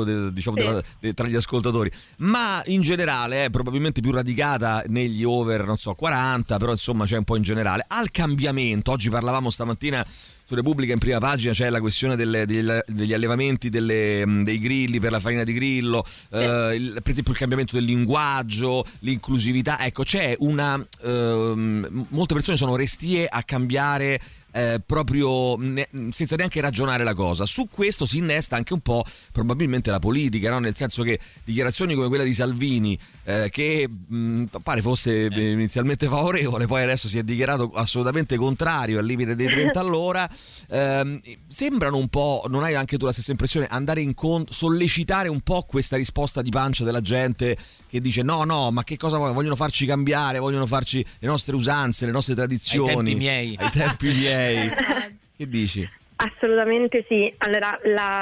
Speaker 3: gli ascoltatori, ma in generale probabilmente più radicata negli over 40, però insomma c'è un po' in generale al cambiamento. Oggi parlavamo stamattina su Repubblica in prima pagina, c'è la questione degli allevamenti dei grilli per la farina di grillo, per esempio il cambiamento del linguaggio, l'inclusività. Ecco, c'è molte persone sono restie a cambiare proprio senza neanche ragionare la cosa. Su questo si innesta anche un po' probabilmente la politica, no? Nel senso che dichiarazioni come quella di Salvini, che pare fosse inizialmente favorevole, poi adesso si è dichiarato assolutamente contrario al limite dei 30 all'ora, sembrano un po', non hai anche tu la stessa impressione, andare sollecitare un po' questa risposta di pancia della gente che dice no, ma che cosa vogliono farci cambiare, vogliono farci le nostre usanze, le nostre tradizioni ai tempi miei. Che dici?
Speaker 19: Assolutamente sì. Allora,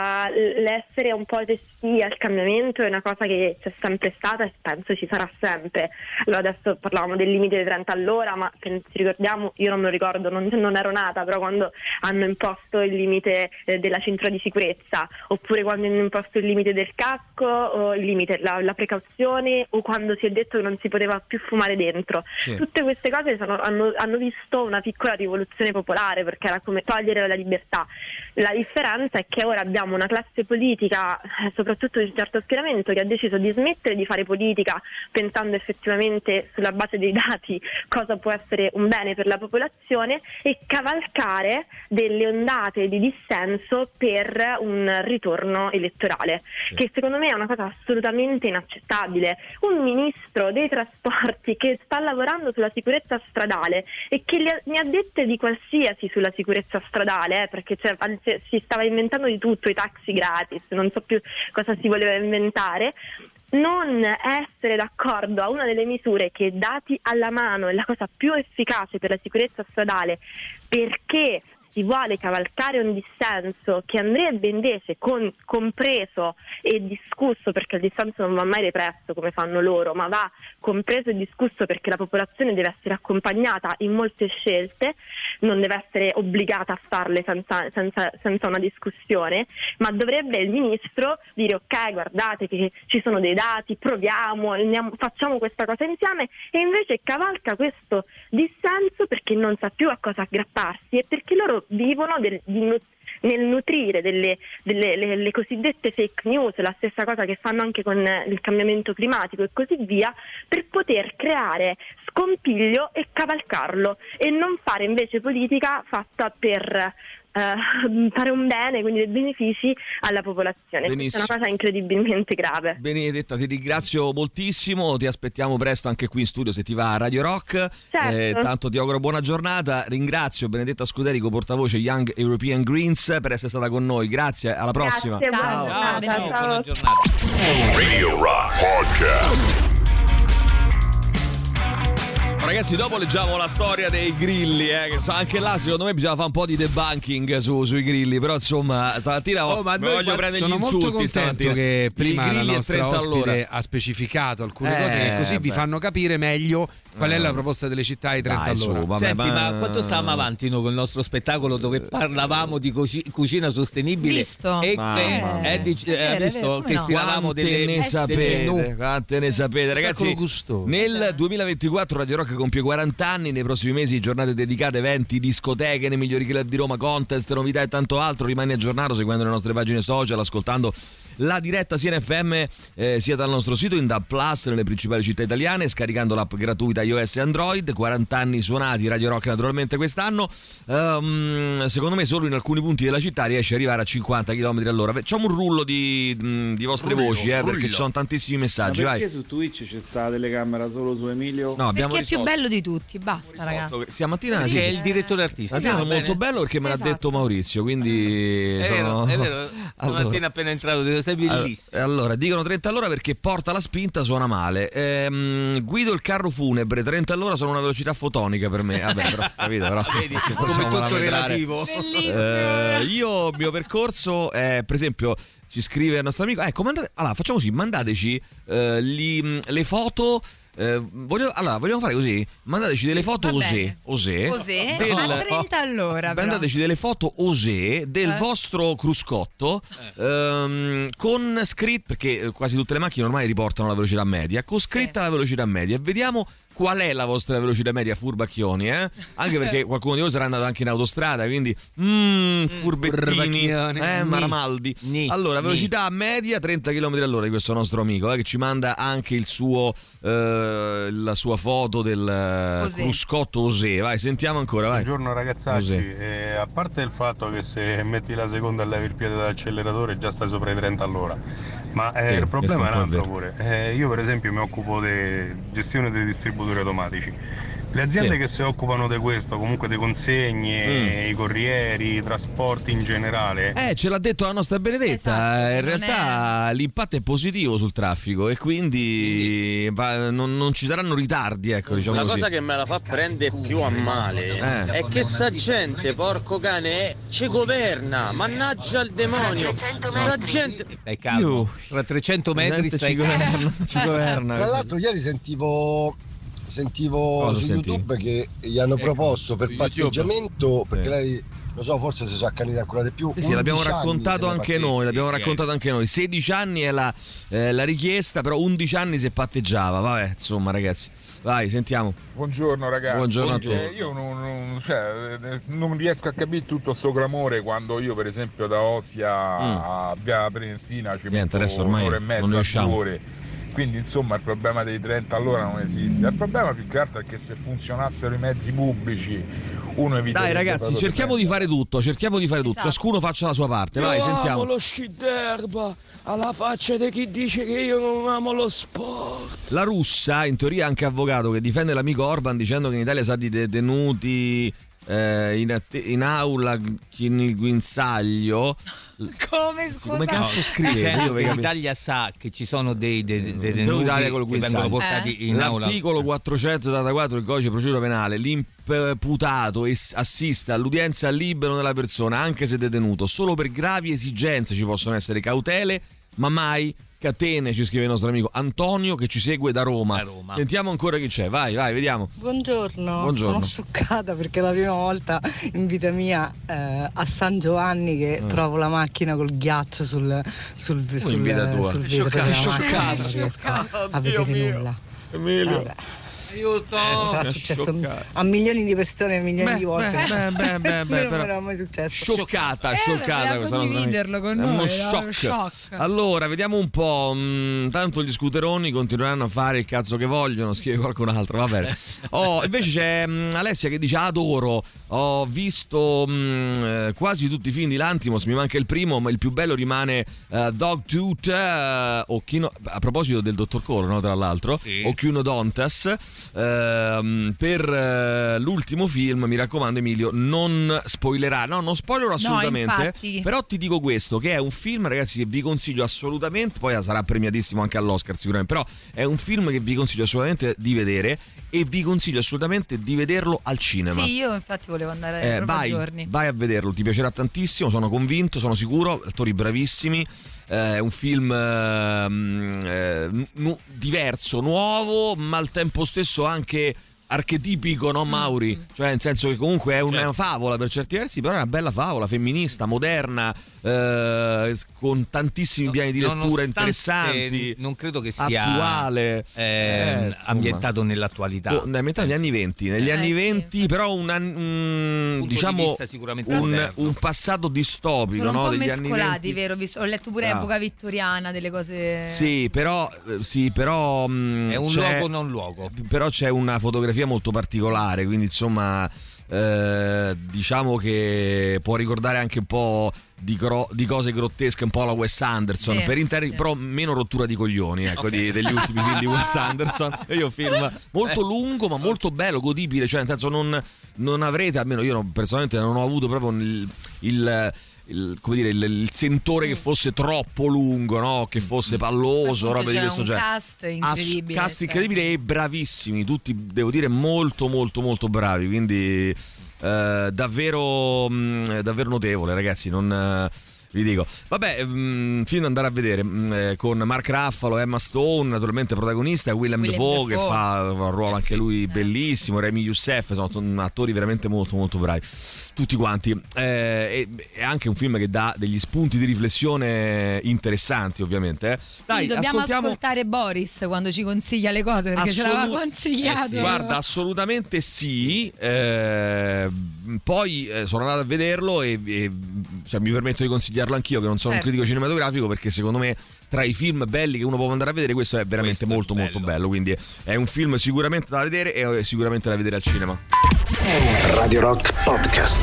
Speaker 19: l'essere un po' restii al cambiamento è una cosa che c'è sempre stata e penso ci sarà sempre. Allora, adesso parlavamo del limite dei 30 all'ora, ma se ci ricordiamo, io non me lo ricordo, non ero nata, però quando hanno imposto il limite della cintura di sicurezza, oppure quando hanno imposto il limite del casco, o il limite, la precauzione, o quando si è detto che non si poteva più fumare dentro. Sì. Tutte queste cose hanno visto una piccola rivoluzione popolare, perché era come togliere la libertà. La differenza è che ora abbiamo una classe politica, soprattutto di un certo schieramento, che ha deciso di smettere di fare politica pensando effettivamente sulla base dei dati cosa può essere un bene per la popolazione, e cavalcare delle ondate di dissenso per un ritorno elettorale, che secondo me è una cosa assolutamente inaccettabile. Un ministro dei trasporti che sta lavorando sulla sicurezza stradale e che ne ha dette di qualsiasi sulla sicurezza stradale, perché si stava inventando di tutto, i taxi gratis, non so più cosa si voleva inventare, non essere d'accordo a una delle misure che, dati alla mano, è la cosa più efficace per la sicurezza stradale, perché si vuole cavalcare un dissenso che andrebbe invece compreso e discusso, perché il dissenso non va mai represso come fanno loro, ma va compreso e discusso perché la popolazione deve essere accompagnata in molte scelte, non deve essere obbligata a farle senza una discussione, ma dovrebbe il ministro dire ok, guardate che ci sono dei dati, proviamo, facciamo questa cosa insieme, e invece cavalca questo dissenso perché non sa più a cosa aggrapparsi e perché loro vivono nel nutrire delle cosiddette fake news, la stessa cosa che fanno anche con il cambiamento climatico e così via, per poter creare scompiglio e cavalcarlo, e non fare invece politica fatta per fare un bene, quindi dei benefici alla popolazione. Benissimo. Questa è una cosa incredibilmente grave.
Speaker 3: Benedetta, ti ringrazio moltissimo, ti aspettiamo presto anche qui in studio se ti va a Radio Rock.
Speaker 19: Certo.
Speaker 3: Tanto ti auguro buona giornata. Ringrazio Benedetta Scuderico, portavoce Young European Greens, per essere stata con noi. Grazie, alla prossima.
Speaker 19: Ciao.
Speaker 6: Buona giornata.
Speaker 2: Radio Rock Podcast.
Speaker 3: Ragazzi, dopo leggiamo la storia dei grilli, che anche là secondo me bisogna fare un po' di debunking sui grilli, però insomma stamattina voglio prendere gli insulti.
Speaker 4: Sono molto contento che prima la nostra ospite ha specificato alcune cose che così vi fanno capire meglio qual è la proposta delle città ai 30 all'ora.
Speaker 6: Senti, ma quanto stavamo avanti noi con il nostro spettacolo dove parlavamo di cucina sostenibile?
Speaker 5: Visto?
Speaker 6: E visto che stiravamo
Speaker 3: quante ne sapete ragazzi. Nel 2024 Radio Rock compie 40 anni, nei prossimi mesi giornate dedicate, eventi, discoteche nei migliori club di Roma, contest, novità e tanto altro. Rimani aggiornato seguendo le nostre pagine social, ascoltando la diretta sia in FM sia dal nostro sito, in DAB+, nelle principali città italiane, scaricando l'app gratuita iOS e Android. 40 anni suonati, Radio Rock naturalmente quest'anno. Secondo me solo in alcuni punti della città riesce ad arrivare a 50 km all'ora. Facciamo un rullo di vostre voci, perché ci sono tantissimi messaggi.
Speaker 20: Ma perché
Speaker 3: vai.
Speaker 20: Su Twitch c'è sta la telecamera solo su Emilio?
Speaker 3: No, abbiamo
Speaker 5: perché è più bello di tutti, basta ragazzi.
Speaker 3: Stamattina
Speaker 6: è il direttore artistico.
Speaker 3: Stamattina è molto bello perché me l'ha detto Maurizio, quindi
Speaker 6: è vero. Stamattina appena entrato sei bellissimo.
Speaker 3: Allora, dicono 30 all'ora perché porta la spinta, suona male. Guido il carro funebre, 30 all'ora sono una velocità fotonica per me. Vabbè, però, capito, però.
Speaker 6: Vedi, come tutto relativo.
Speaker 3: Io il mio percorso è, per esempio, ci scrive il nostro amico, allora facciamo così, mandateci le foto. Vogliamo fare così? Mandateci delle foto osè
Speaker 5: a 30 all'ora.
Speaker 3: Mandateci delle foto osè del vostro cruscotto con scritto, perché quasi tutte le macchine ormai riportano la velocità media, con scritta la velocità media, e vediamo qual è la vostra velocità media, furbacchioni, anche perché qualcuno di voi sarà andato anche in autostrada, quindi furbettini, Maramaldi. Allora, velocità media 30 km all'ora di questo nostro amico, che ci manda anche il suo la sua foto del cruscotto Osé. Vai, sentiamo ancora, vai.
Speaker 16: Buongiorno ragazzacci, a parte il fatto che se metti la seconda e levi il piede dall'acceleratore già stai sopra i 30 all'ora, ma il problema è un altro pure. Io per esempio mi occupo di gestione dei distributori automatici. Le aziende che si occupano di questo, comunque di consegne, i corrieri, i trasporti in generale.
Speaker 3: Ce l'ha detto la nostra Benedetta, in realtà l'impatto è positivo sul traffico e quindi non ci saranno ritardi, ecco, diciamo
Speaker 11: la
Speaker 3: così.
Speaker 11: cosa che me la fa prendere più a male è che sta gente, porco cane, ci governa, mannaggia il demonio. Sta gente...
Speaker 6: Stai calmo, tra 300 metri stai calmo.
Speaker 3: Ci governa.
Speaker 21: Tra l'altro ieri sentivo su YouTube che gli hanno proposto per patteggiamento, perché lei, lo so, forse si sono accaniti ancora di più.
Speaker 3: Sì, l'abbiamo raccontato anche noi, 16 anni è la richiesta, però 11 anni se patteggiava. Vabbè, insomma, ragazzi, vai, sentiamo.
Speaker 22: Buongiorno ragazzi.
Speaker 3: Buongiorno a tutti.
Speaker 22: Io non riesco a capire tutto sto clamore quando io per esempio da Ostia a Via Prenestina ci metto un'ora e mezza, 2 ore. Quindi insomma il problema dei 30 all'ora non esiste. Il problema più che altro è che se funzionassero i mezzi pubblici uno evita.
Speaker 3: Dai ragazzi, cerchiamo di fare tutto, ciascuno faccia la sua parte. Vai, sentiamo.
Speaker 23: Amo lo sci d'erba, alla faccia di chi dice che io non amo lo sport.
Speaker 3: La russa, in teoria anche avvocato, che difende l'amico Orban dicendo che in Italia sa di detenuti in aula in il guinzaglio.
Speaker 5: Come
Speaker 3: cazzo scrive?
Speaker 6: L'Italia sa che ci sono dei detenuti che vengono portati in aula.
Speaker 3: L'articolo 474 del codice di procedura penale: l'imputato assiste all'udienza al libero della persona anche se detenuto. Solo per gravi esigenze ci possono essere cautele, ma mai catene, ci scrive il nostro amico Antonio che ci segue da Roma. Sentiamo ancora chi c'è, vai, vediamo.
Speaker 24: Buongiorno. Sono scioccata perché è la prima volta in vita mia a San Giovanni che trovo la macchina col ghiaccio sul vetro della macchina, non riesco a vedere nulla.
Speaker 23: Emilio.
Speaker 24: Vabbè. Aiuto! Sarà successo a milioni di persone milioni di volte. Non era mai successo.
Speaker 3: Scioccata questa
Speaker 5: condividerlo con noi.
Speaker 3: Uno shock. Allora, vediamo un po'. Tanto gli scooteroni continueranno a fare il cazzo che vogliono, scrive qualcun altro, va bene. Invece c'è Alessia che dice: adoro, ho visto quasi tutti i film di Lanthimos, mi manca il primo, ma il più bello rimane Dogtooth, a proposito del dottor Coro, no, tra l'altro, o Cuno Dontas. Per l'ultimo film, mi raccomando Emilio, non spoilerà. No, non spoilerò assolutamente, però ti dico questo, che è un film, ragazzi, che vi consiglio assolutamente, poi sarà premiatissimo anche all'Oscar sicuramente, però è un film che vi consiglio assolutamente di vedere e vi consiglio assolutamente di vederlo al cinema.
Speaker 5: Sì, io infatti volevo andare proprio giorni.
Speaker 3: Vai a vederlo, ti piacerà tantissimo, sono convinto, sono sicuro, attori bravissimi. È un film diverso, nuovo, ma al tempo stesso anche archetipico, no Mauri? Cioè nel senso che comunque è una favola per certi versi, però è una bella favola, femminista, moderna, con tantissimi piani di lettura interessanti.
Speaker 6: Non credo che sia
Speaker 3: attuale,
Speaker 6: ambientato nell'attualità.
Speaker 3: Ambientato negli anni 20. Negli anni 20, però diciamo un passato distopico.
Speaker 5: Sono un po'
Speaker 3: degli
Speaker 5: mescolati,
Speaker 3: anni 20.
Speaker 5: vero? Ho letto pure epoca vittoriana, delle cose.
Speaker 3: Sì, però è
Speaker 6: un luogo non luogo.
Speaker 3: Però c'è una fotografia molto particolare, quindi insomma diciamo che può ricordare anche un po' di cose grottesche, un po' la Wes Anderson, però meno rottura di coglioni, ecco, degli ultimi film di Wes Anderson. Io un film molto lungo ma molto bello, godibile, cioè nel senso non avrete, almeno io personalmente non ho avuto proprio il sentore che fosse troppo lungo, no? Che fosse palloso, roba di questo genere.
Speaker 5: Cast incredibile.
Speaker 3: Cast incredibile e bravissimi, tutti devo dire molto molto molto bravi, quindi davvero notevole, ragazzi. vi dico. Vabbè, film da andare a vedere, con Mark Ruffalo, Emma Stone naturalmente protagonista, Willem Dafoe che fa un ruolo anche lui bellissimo, Rami Youssef, sono attori veramente molto molto bravi tutti quanti. È anche un film che dà degli spunti di riflessione interessanti, ovviamente. Dai,
Speaker 5: quindi dobbiamo ascoltare Boris quando ci consiglia le cose, perché ce l'aveva consigliato.
Speaker 3: Guarda, assolutamente sì. Poi sono andato a vederlo e mi permetto di consigliarlo anch'io, che non sono un critico cinematografico, perché secondo me tra i film belli che uno può andare a vedere questo è veramente molto molto bello, quindi è un film sicuramente da vedere e sicuramente da vedere al cinema.
Speaker 1: Radio Rock Podcast.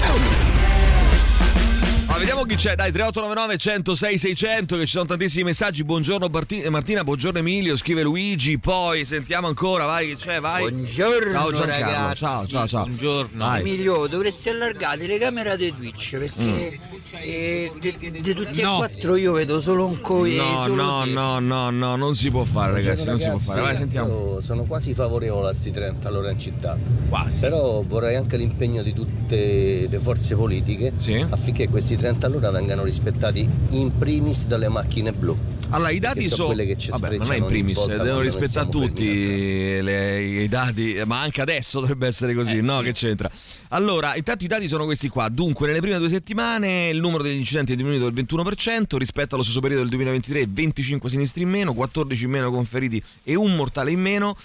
Speaker 3: Vediamo chi c'è, dai, 3899 106 600, che ci sono tantissimi messaggi. Buongiorno Martina, buongiorno Emilio, scrive Luigi. Poi sentiamo ancora, vai, chi c'è, vai.
Speaker 7: Buongiorno ragazzi.
Speaker 3: Ciao.
Speaker 7: Buongiorno. Vai. Emilio, dovresti allargare le camere di Twitch, perché di tutti e quattro io vedo solo un coe.
Speaker 3: No, non si può fare, ragazzi, non si può fare. Vai, sentiamo.
Speaker 21: Io sono quasi favorevole a sti 30 all'ora in città. Quasi. Però vorrei anche l'impegno di tutte le forze politiche affinché questi 30 all'ora vengano rispettati in primis dalle macchine blu.
Speaker 3: Allora, i dati sono quelle che ci sfrecciano. Non è in primis, devono rispettare tutti i dati, ma anche adesso dovrebbe essere così, no? Che c'entra? Allora, intanto i dati sono questi qua. Dunque, nelle prime 2 settimane il numero degli incidenti è diminuito del 21% rispetto allo stesso periodo del 2023, 25 sinistri in meno, 14 in meno con feriti e un mortale in meno.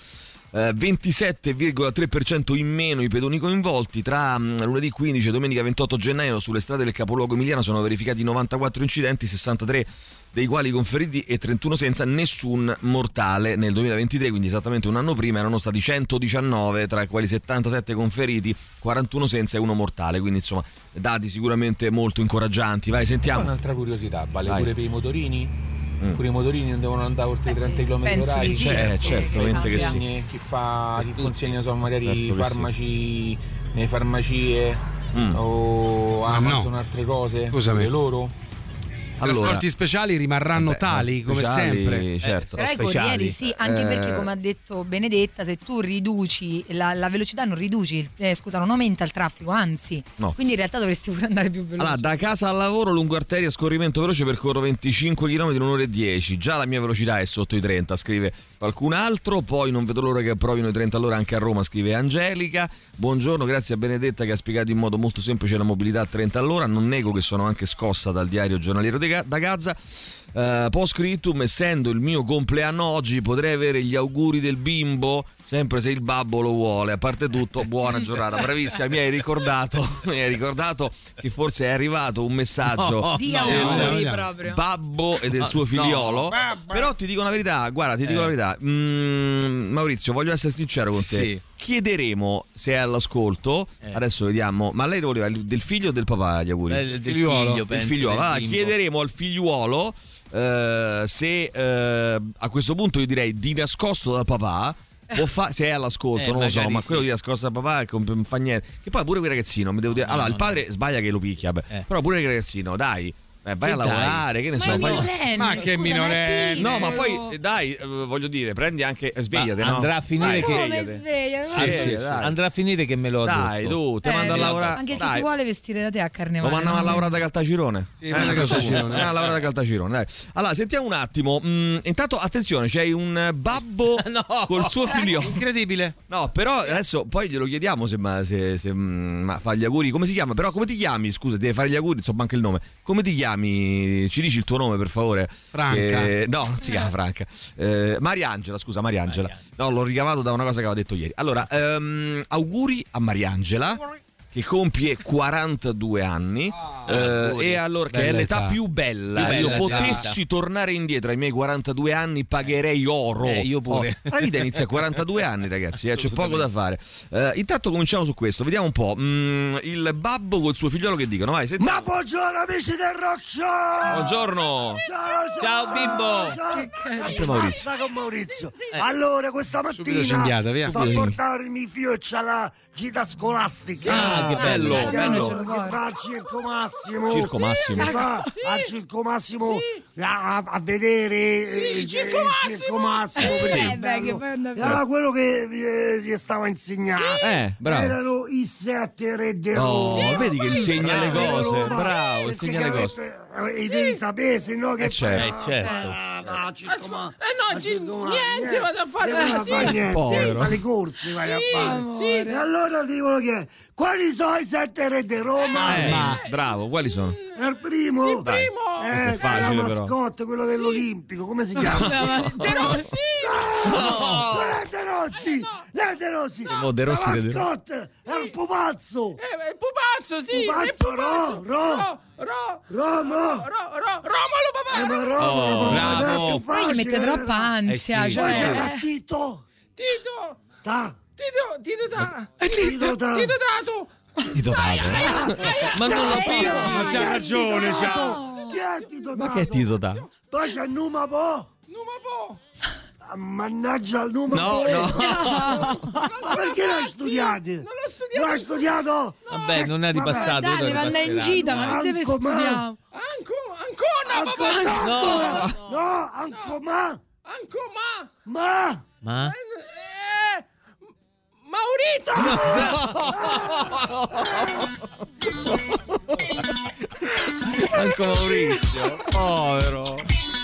Speaker 3: 27,3% in meno i pedoni coinvolti. Tra lunedì 15 e domenica 28 gennaio sulle strade del capoluogo emiliano sono verificati 94 incidenti, 63 dei quali con feriti e 31 senza, nessun mortale. Nel 2023, quindi esattamente un anno prima, erano stati 119, tra i quali 77 con feriti, 41 senza e 1 mortale, quindi insomma dati sicuramente molto incoraggianti. Vai, sentiamo.
Speaker 8: Un'altra curiosità, vale pure per i motorini? Pure i motorini non devono andare oltre i 30 km orari.
Speaker 3: Certamente che sì.
Speaker 8: Chi consegna magari farmaci nelle farmacie o Amazon, altre cose.
Speaker 4: Scusami.
Speaker 8: Loro
Speaker 4: trasporti speciali rimarranno tali come sempre.
Speaker 3: Certo.
Speaker 5: Però i corrieri anche perché, come ha detto Benedetta, se tu riduci la velocità non riduci, non aumenta il traffico, anzi. No. Quindi in realtà dovresti pure andare più veloce.
Speaker 3: Allora, da casa al lavoro lungo arteria a scorrimento veloce percorro 25 km in 1 ora e 10. Già la mia velocità è sotto i 30, scrive qualcun altro. Poi non vedo l'ora che approvino i 30 all'ora anche a Roma, scrive Angelica. Buongiorno, grazie a Benedetta che ha spiegato in modo molto semplice la mobilità a 30 all'ora. Non nego che sono anche scossa dal diario giornaliero da Gaza. Post scriptum, essendo il mio compleanno oggi, potrei avere gli auguri del bimbo, sempre se il babbo lo vuole. A parte tutto, buona giornata, bravissima. Mi hai ricordato che forse è arrivato un messaggio
Speaker 5: di auguri proprio
Speaker 3: babbo e del suo figliolo. Però ti dico la verità, guarda, la verità, Maurizio, voglio essere sincero con te.
Speaker 6: Sì.
Speaker 3: Chiederemo se è all'ascolto. Adesso vediamo. Ma lei lo voleva del figlio o del papà gli auguri?
Speaker 6: Del figlio.
Speaker 3: Allora, chiederemo al figliuolo se a questo punto io direi di nascosto dal papà. Se è all'ascolto, non lo so, ma quello di nascosto dal papà non fa niente. Che poi pure quel ragazzino, mi devo dire. Allora, il padre sbaglia che lo picchia, però pure il ragazzino, dai. Vai a lavorare, che ne so,
Speaker 4: ma che minorenne.
Speaker 3: No, ma poi dai, voglio dire, prendi anche svegliate, no?
Speaker 6: Andrà a finire andrà a finire che me lo
Speaker 3: dai, tu te mando a lavorare.
Speaker 5: Anche chi si vuole vestire da te a carnevale.
Speaker 3: Lo mandano a lavorare da Caltagirone. A lavorare da Caltagirone, dai. Allora, sentiamo un attimo. Intanto attenzione, c'hai un babbo col suo figlio.
Speaker 4: Incredibile.
Speaker 3: No, però adesso poi glielo chiediamo se fa gli auguri. Come si chiama? Però come ti chiami? Scusa, devi fare gli auguri, insomma anche il nome. Come ti chiami? Ci dici il tuo nome, per favore?
Speaker 4: Franca.
Speaker 3: No, non si chiama Franca. Mariangela, scusa, Mariangela. No, l'ho ricavato da una cosa che aveva detto ieri. Allora, auguri a Mariangela, che compie 42 anni e allora che è l'età più bella. Io potessi tornare indietro ai miei 42 anni, pagherei oro.
Speaker 6: Io pure.
Speaker 3: La vita inizia a 42 anni, ragazzi, c'è poco da fare. Intanto cominciamo su questo, vediamo un po'. Il babbo col suo figliolo che dicono, vai, senti.
Speaker 21: Ma buongiorno amici del Rock Show!
Speaker 3: Buongiorno!
Speaker 6: Ciao bimbo!
Speaker 3: Sempre Maurizio.
Speaker 21: Basta con Maurizio. Allora, questa mattina sto a portare mio figlio e c'ha la gita scolastica.
Speaker 6: Che bello,
Speaker 21: che va al Circo Massimo, che va al Circo Massimo a vedere il Circo Massimo, perché era quello che gli stava insegnando.
Speaker 3: Bravo.
Speaker 21: Erano i 7 re di Roma.
Speaker 3: Vedi che insegna le cose, bravo, insegna le cose.
Speaker 21: devi sapere, se no che
Speaker 3: certo.
Speaker 21: Niente, vado a fare niente, fa le corse, vai a fare. E allora dicono che quali sono i 7 re di Roma?
Speaker 3: Bravo, quali sono?
Speaker 21: Il primo
Speaker 3: è facile,
Speaker 21: la mascotte, quello dell'Olimpico, come si chiama?
Speaker 23: De Rossi!
Speaker 21: De Rossi!
Speaker 3: De Rossi,
Speaker 21: la mascotte è il pupazzo!
Speaker 23: Il pupazzo, sì! Romolo papà!
Speaker 21: Ma Romolo papà è più facile!
Speaker 5: Poi gli mette troppa ansia,
Speaker 21: Poi c'era Tito
Speaker 3: ma non lo capisco,
Speaker 4: ma c'ha ragione,
Speaker 21: ma
Speaker 3: che è Tito Da?
Speaker 21: Poi c'è Numa Po. Mannaggia il numero.
Speaker 3: No.
Speaker 21: Ma perché non studiate? Non l'ho studiato.
Speaker 6: Vabbè, non è ripassato.
Speaker 5: Dai, deve andare in gita, ma che deve studiare?
Speaker 21: Ma
Speaker 3: Anche Maurizio, povero.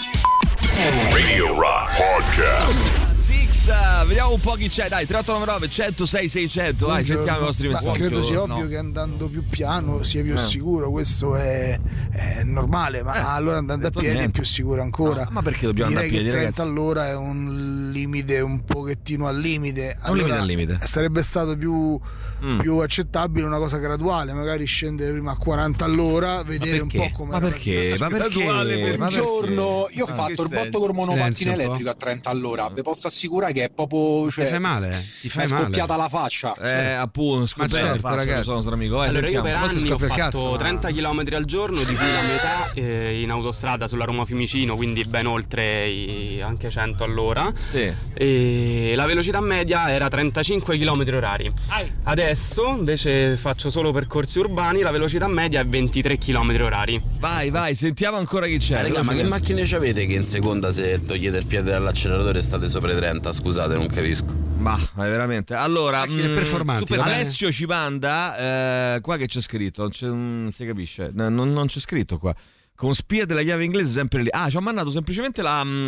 Speaker 2: Radio Rock Podcast.
Speaker 3: Vediamo un po' chi c'è, dai, 3899 106 600, vai, sentiamo i vostri messaggi.
Speaker 21: Credo sia ovvio che andando più piano sia più sicuro, questo è normale, ma allora andando a piedi è più sicuro ancora.
Speaker 3: No, ma perché dobbiamo andare a piedi?
Speaker 21: Direi che 30 all'ora è un limite un pochettino al limite.
Speaker 3: Un limite al limite.
Speaker 21: Sarebbe stato più accettabile una cosa graduale, magari scendere prima a 40 all'ora, vedere un po' come.
Speaker 3: Ma perché?
Speaker 9: Un giorno io ho fatto il botto col monopattino elettrico a 30 all'ora, vi posso assicurare che è proprio, cioè,
Speaker 4: ti fai male,
Speaker 9: è scoppiata la faccia.
Speaker 3: Appunto, scoppiata la faccia, sono nostro amico.
Speaker 10: Allora io per anni ho fatto 30 km al giorno, di cui la metà in autostrada sulla Roma Fiumicino, quindi ben oltre anche 100 all'ora.
Speaker 3: Sì.
Speaker 10: E la velocità media era 35 km orari. Adesso invece faccio solo percorsi urbani, la velocità media è 23 km orari.
Speaker 3: Vai, sentiamo ancora chi c'è.
Speaker 12: Raga, ma che macchine c'avete che in seconda, se togliete il piede dall'acceleratore, state sopra i 30? Scusate, non capisco.
Speaker 3: Ma veramente. Allora,
Speaker 4: performanti,
Speaker 3: Alessio ci manda qua che c'è scritto, non si capisce, non c'è scritto qua. Con spia della chiave inglese sempre lì. Ci ho mandato semplicemente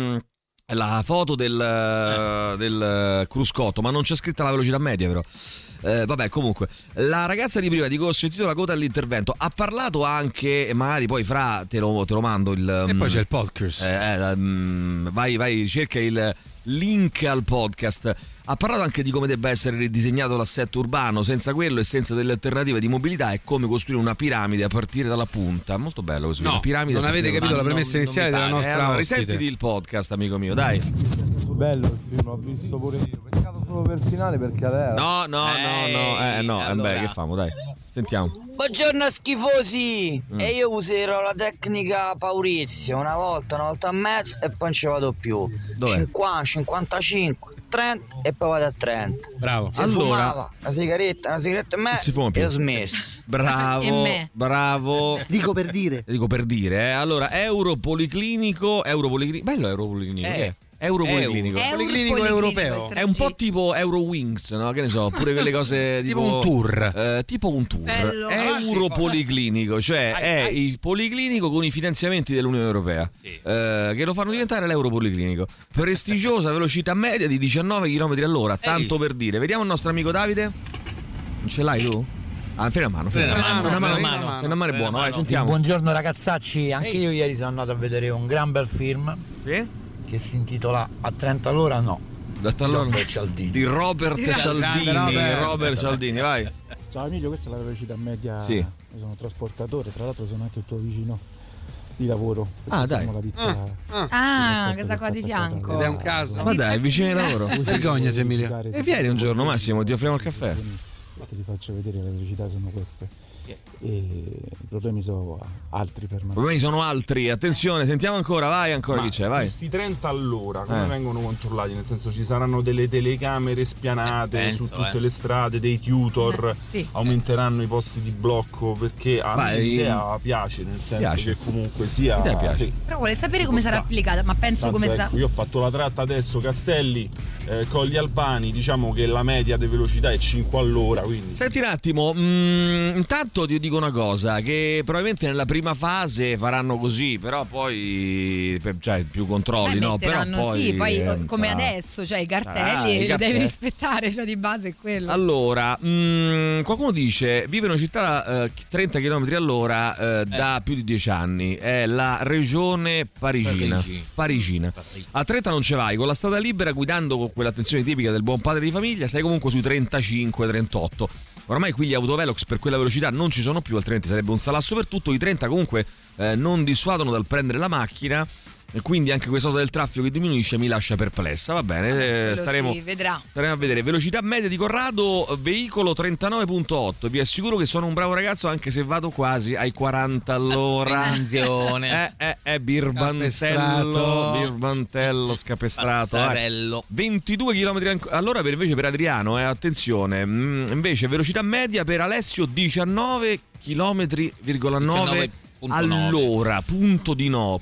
Speaker 3: la foto del cruscotto, ma non c'è scritta la velocità media, però. Vabbè, comunque, la ragazza di prima, dico, ho sentito la coda all'intervento, ha parlato anche, magari poi Fra te lo mando
Speaker 4: e poi c'è il podcast,
Speaker 3: vai, cerca il link al podcast. Ha parlato anche di come debba essere ridisegnato l'assetto urbano, senza quello e senza delle alternative di mobilità, e come costruire una piramide a partire dalla punta. Molto bello così.
Speaker 4: No,
Speaker 3: una piramide.
Speaker 4: Non avete capito la premessa iniziale della nostra
Speaker 3: allora, risentiti il podcast, amico mio, dai.
Speaker 13: Bello il film, l'ho visto pure io. Peccato solo per il finale, perché era.
Speaker 3: No, beh, che famo, dai. Sentiamo.
Speaker 25: Buongiorno schifosi! E io userò la tecnica Paurizio, una volta e mezza, e poi non ci vado più.
Speaker 3: Dov'è?
Speaker 25: 50, 55, 30 e poi vado a 30.
Speaker 3: Bravo.
Speaker 25: Si fumava una sigaretta e mezza, e ho smesso.
Speaker 3: Bravo.
Speaker 21: Dico per dire.
Speaker 3: Allora, Europoliclinico. Bello Europoliclinico, che è? Europoliclinico.
Speaker 4: Policlinico europeo.
Speaker 3: È un po' tipo Eurowings, no? Che ne so, pure quelle cose
Speaker 4: tipo un tour.
Speaker 3: Tipo un tour.
Speaker 5: Bello.
Speaker 3: Europoliclinico, cioè è il policlinico con i finanziamenti dell'Unione Europea, che lo fanno diventare l'Europoliclinico. Prestigiosa velocità media di 19 km all'ora, tanto per dire. Vediamo il nostro amico Davide. Non ce l'hai tu? Frena mano è buono, vai, sentiamo.
Speaker 26: Buongiorno ragazzacci, anche io ieri sono andato a vedere un gran bel film che si intitola A 30 all'ora no.
Speaker 3: Di Robert Cialdini, vai.
Speaker 13: Ciao Emilio, questa è la velocità media.
Speaker 3: Sì.
Speaker 13: Io sono trasportatore, tra l'altro sono anche il tuo vicino di lavoro.
Speaker 3: Dai.
Speaker 13: La ditta
Speaker 5: questa qua di fianco.
Speaker 4: Ed è un caso.
Speaker 3: Ma dai, vicino di lavoro.
Speaker 4: Vergognati, Emilio.
Speaker 3: E vieni un giorno, Massimo, ti offriamo il caffè.
Speaker 13: Te li faccio vedere, le velocità sono queste. E i problemi sono altri per me.
Speaker 3: I problemi sono altri, attenzione, sentiamo ancora, vai ancora. Chi c'è, vai.
Speaker 22: Questi 30 all'ora come vengono controllati? Nel senso, ci saranno delle telecamere spianate su tutte le strade, dei tutor, aumenteranno i posti di blocco, perché a me l'idea piace, nel senso che comunque sia
Speaker 5: Però vuole sapere come sarà applicata, ma penso come sta.
Speaker 22: Io ho fatto la tratta adesso Castelli Colli Albani, diciamo che la media di velocità è 5 all'ora,
Speaker 8: quindi.
Speaker 3: Senti un attimo, intanto ti dico una cosa, che probabilmente nella prima fase faranno così, però poi cioè più controlli, no? Però
Speaker 5: poi come adesso, cioè i cartelli li devi rispettare, cioè di base è quello.
Speaker 3: Allora, qualcuno dice vive in una città 30 km all'ora da più di 10 anni, è la regione parigina. A 30 non ce vai, con la strada libera, guidando con quell'attenzione tipica del buon padre di famiglia, sei comunque sui 35-38. Oramai qui gli autovelox per quella velocità non ci sono più, altrimenti sarebbe un salasso per tutto. I 30 comunque non dissuadono dal prendere la macchina, e quindi anche questa cosa del traffico che diminuisce mi lascia perplessa. Va bene, staremo a vedere. Velocità media di Corrado, veicolo 39.8. Vi assicuro che sono un bravo ragazzo anche se vado quasi ai 40 all'ora. Birbantello scapestrato. 22 km all'ora invece per Adriano, attenzione. Invece velocità media per Alessio 19 km,9 all'ora, punto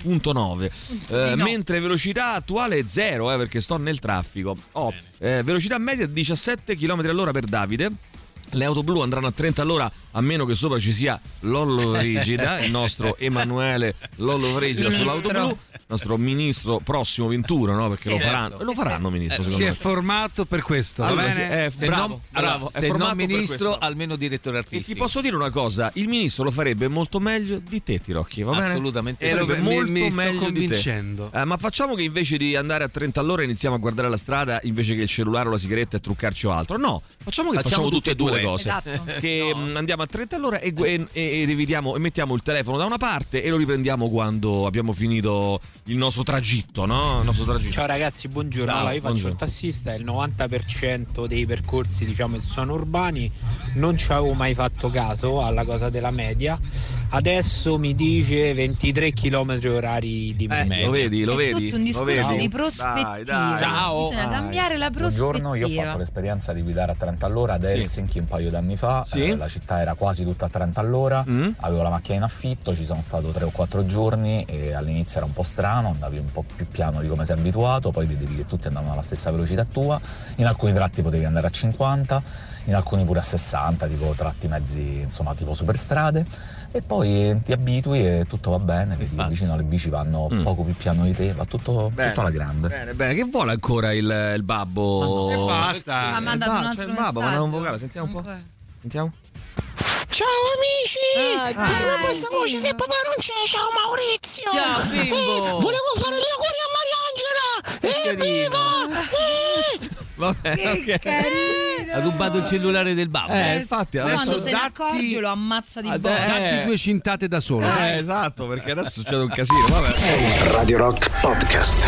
Speaker 3: 9. Mentre velocità attuale è 0, perché sto nel traffico. Velocità media 17 km all'ora per Davide. Le auto blu andranno a 30 all'ora a meno che sopra ci sia Lollo Rigida, il nostro Emanuele Lollo Rigida sull'auto blu, il nostro ministro prossimo Venturo, no? Perché lo faranno ministro, secondo me.
Speaker 4: Si è formato per questo.
Speaker 3: Allora, bravo.
Speaker 6: Se non ministro, almeno direttore artistico.
Speaker 3: E ti posso dire una cosa, il ministro lo farebbe molto meglio di te, Tirocchi, va bene?
Speaker 6: Assolutamente.
Speaker 3: Molto
Speaker 4: mi sto
Speaker 3: meglio
Speaker 4: convincendo.
Speaker 3: Di te. Ma facciamo che invece di andare a 30 all'ora iniziamo a guardare la strada invece che il cellulare o la sigaretta e truccarci o altro. No, facciamo tutte e due le cose.
Speaker 5: Esatto.
Speaker 3: Che andiamo a 30 all'ora e mettiamo il telefono da una parte e lo riprendiamo quando abbiamo finito il nostro tragitto, no?
Speaker 14: Ciao ragazzi, buongiorno. Allora, io faccio il tassista e il 90% dei percorsi, diciamo, sono urbani. Non ci avevo mai fatto caso alla cosa della media. Adesso mi dice 23 km orari di media.
Speaker 3: Lo vedi?
Speaker 5: È tutto un discorso di prospettiva.
Speaker 3: Dai.
Speaker 14: Ciao.
Speaker 5: Bisogna cambiare la prospettiva.
Speaker 15: Buongiorno, io ho fatto l'esperienza di guidare a 30 all'ora ad Helsinki un paio d'anni fa. La città era quasi tutta a 30 all'ora. Avevo la macchina in affitto, ci sono stato 3 o 4 giorni e all'inizio era un po' strano, andavi un po' più piano di come sei abituato, poi vedevi che tutti andavano alla stessa velocità tua. In alcuni tratti potevi andare a 50, in alcuni pure a 60, tipo tratti mezzi, insomma, tipo superstrade, e poi ti abitui e tutto va bene, vedi che vicino alle bici vanno poco più piano di te, va tutto alla grande.
Speaker 3: Bene, che vuole ancora il babbo?
Speaker 4: E basta.
Speaker 5: Ha mandato un altro
Speaker 3: il babbo, ma un vocale, sentiamo un po'. Sentiamo.
Speaker 23: Ciao amici! Parla questa voce che papà non c'è, ciao Maurizio!
Speaker 6: Ciao bimbo!
Speaker 23: Volevo fare gli auguri a Mariangela! Evviva!
Speaker 3: Vabbè,
Speaker 5: che carino!
Speaker 6: Ha rubato il cellulare del babbo.
Speaker 3: Infatti adesso
Speaker 5: quando se ne accorge lo ammazza di botte.
Speaker 4: Datti 2 cintate da solo.
Speaker 3: Esatto, perché adesso succede un casino. Vabbè.
Speaker 1: Radio Rock Podcast.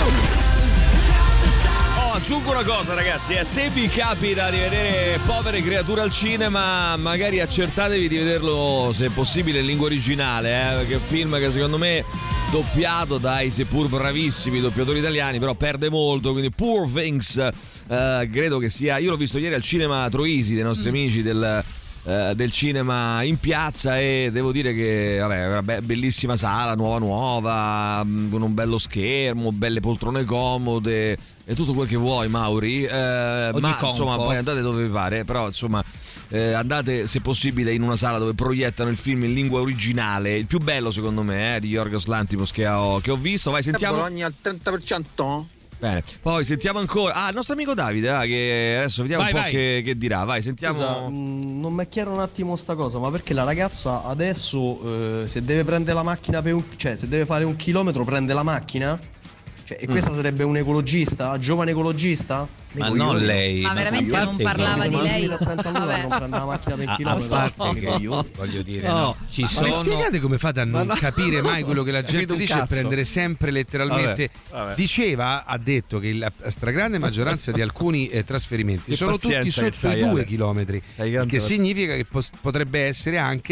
Speaker 3: Aggiungo una cosa, ragazzi, se vi capita di vedere Povere creature al cinema, magari accertatevi di vederlo, se possibile, in lingua originale, perché è un film che secondo me, doppiato dai seppur bravissimi doppiatori italiani, però perde molto, quindi Poor Things, credo che sia, io l'ho visto ieri al cinema Troisi, dei nostri amici del cinema in piazza, e devo dire che vabbè, bellissima sala, nuova, con un bello schermo, belle poltrone comode e tutto quel che vuoi, Mauri, ma insomma poi andate dove vi pare, però insomma andate se possibile in una sala dove proiettano il film in lingua originale, il più bello secondo me di Yorgos Lanthimos che ho visto. Vai, sentiamo.
Speaker 9: Bologna al 30%?
Speaker 3: Bene, poi sentiamo ancora il nostro amico Davide, che adesso vediamo un po' che dirà. Vai, sentiamo.
Speaker 17: Scusa, non mi è chiaro un attimo sta cosa, ma perché la ragazza adesso se deve prendere la macchina se deve fare 1 chilometro prende la macchina? E questa sarebbe un ecologista? Giovane ecologista?
Speaker 6: Ma non lei.
Speaker 5: Ma veramente non parlava di lei?
Speaker 17: A 30 all'ora non prende la macchina per chilometro.
Speaker 6: A parte che io voglio dire, ci sono.
Speaker 4: Mi spiegate come fate a non capire mai quello che la gente dice e prendere sempre letteralmente?
Speaker 3: Vabbè.
Speaker 4: Ha detto che la stragrande maggioranza di alcuni trasferimenti sono tutti sotto i 2 chilometri, che significa che potrebbe essere anche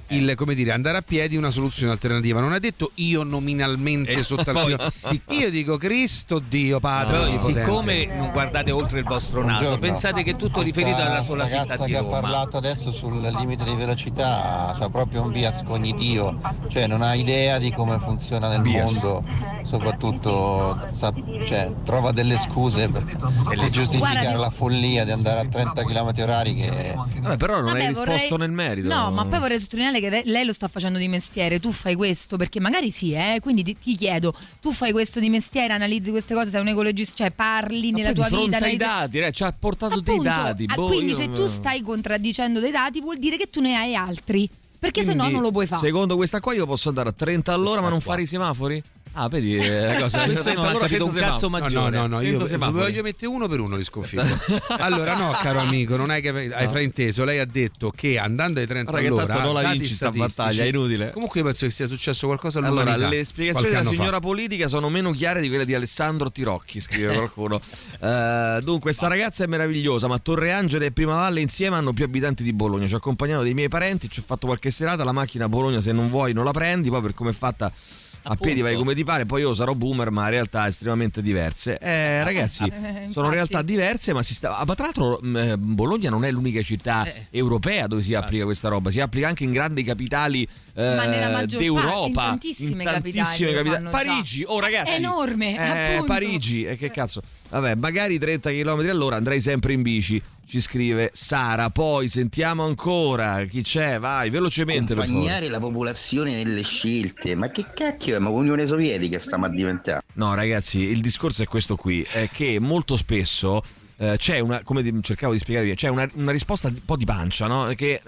Speaker 4: il, come dire, andare a piedi è una soluzione alternativa. Non ha detto io nominalmente sotto al io dico Cristo Dio Padre.
Speaker 6: Siccome non guardate oltre il vostro naso, pensate che è tutto riferito alla sola città di Roma.
Speaker 11: Che ha parlato adesso sul limite di velocità c'ha proprio un bias cognitivo, cioè non ha idea di come funziona nel mondo, soprattutto trova delle scuse per giustificare la follia di andare a 30 km/h che
Speaker 3: però non hai risposto nel merito.
Speaker 5: No, ma poi vorrei sottolineare che lei lo sta facendo di mestiere, tu fai questo perché magari quindi ti chiedo, tu fai questo di mestiere, analizzi queste cose, sei un ecologista, cioè parli nella tua vita,
Speaker 3: ai dati, ci ha portato dei dati.
Speaker 5: Quindi se tu stai contraddicendo dei dati vuol dire che tu ne hai altri, perché se no non lo puoi fare.
Speaker 3: Secondo questa qua io posso andare a 30 all'ora ma non fare i semafori? Ah, vedi la cosa.
Speaker 6: Questo non ha capito un cazzo maggiore.
Speaker 4: No, io voglio mettere uno per uno li sconfiggo. Allora no, caro amico, non hai frainteso. Lei ha detto che andando ai 30 all'ora,
Speaker 3: che tanto non la vinci sta battaglia, è inutile.
Speaker 4: Comunque io penso che sia successo qualcosa all'umanità.
Speaker 3: Allora, le spiegazioni della signora politica sono meno chiare di quelle di Alessandro Tirocchi, scrive qualcuno. Dunque, sta ragazza è meravigliosa, ma Torreangelo e Primavalle insieme hanno più abitanti di Bologna. Ci ho accompagnato dei miei parenti, ci ho fatto qualche serata, la macchina a Bologna se non vuoi non la prendi, poi per come è fatta a piedi vai come ti pare. Poi io sarò boomer, ma in realtà estremamente diverse. Ragazzi, sono realtà diverse, ma ma tra l'altro Bologna non è l'unica città europea dove si applica questa roba, si applica anche in grandi capitali d'Europa,
Speaker 5: in tantissime capitali.
Speaker 3: Parigi, ragazzi,
Speaker 5: è enorme,
Speaker 3: Parigi, che cazzo. Vabbè, magari 30 km/h andrei sempre in bici. Ci scrive Sara. Poi sentiamo ancora chi c'è, vai velocemente.
Speaker 16: Accompagnare la popolazione nelle scelte, ma che cacchio è? Ma Unione Sovietica stiamo a diventare?
Speaker 3: No ragazzi, il discorso è questo qui, è che molto spesso c'è una, come cercavo di spiegare, c'è una risposta un po' di pancia, no? Che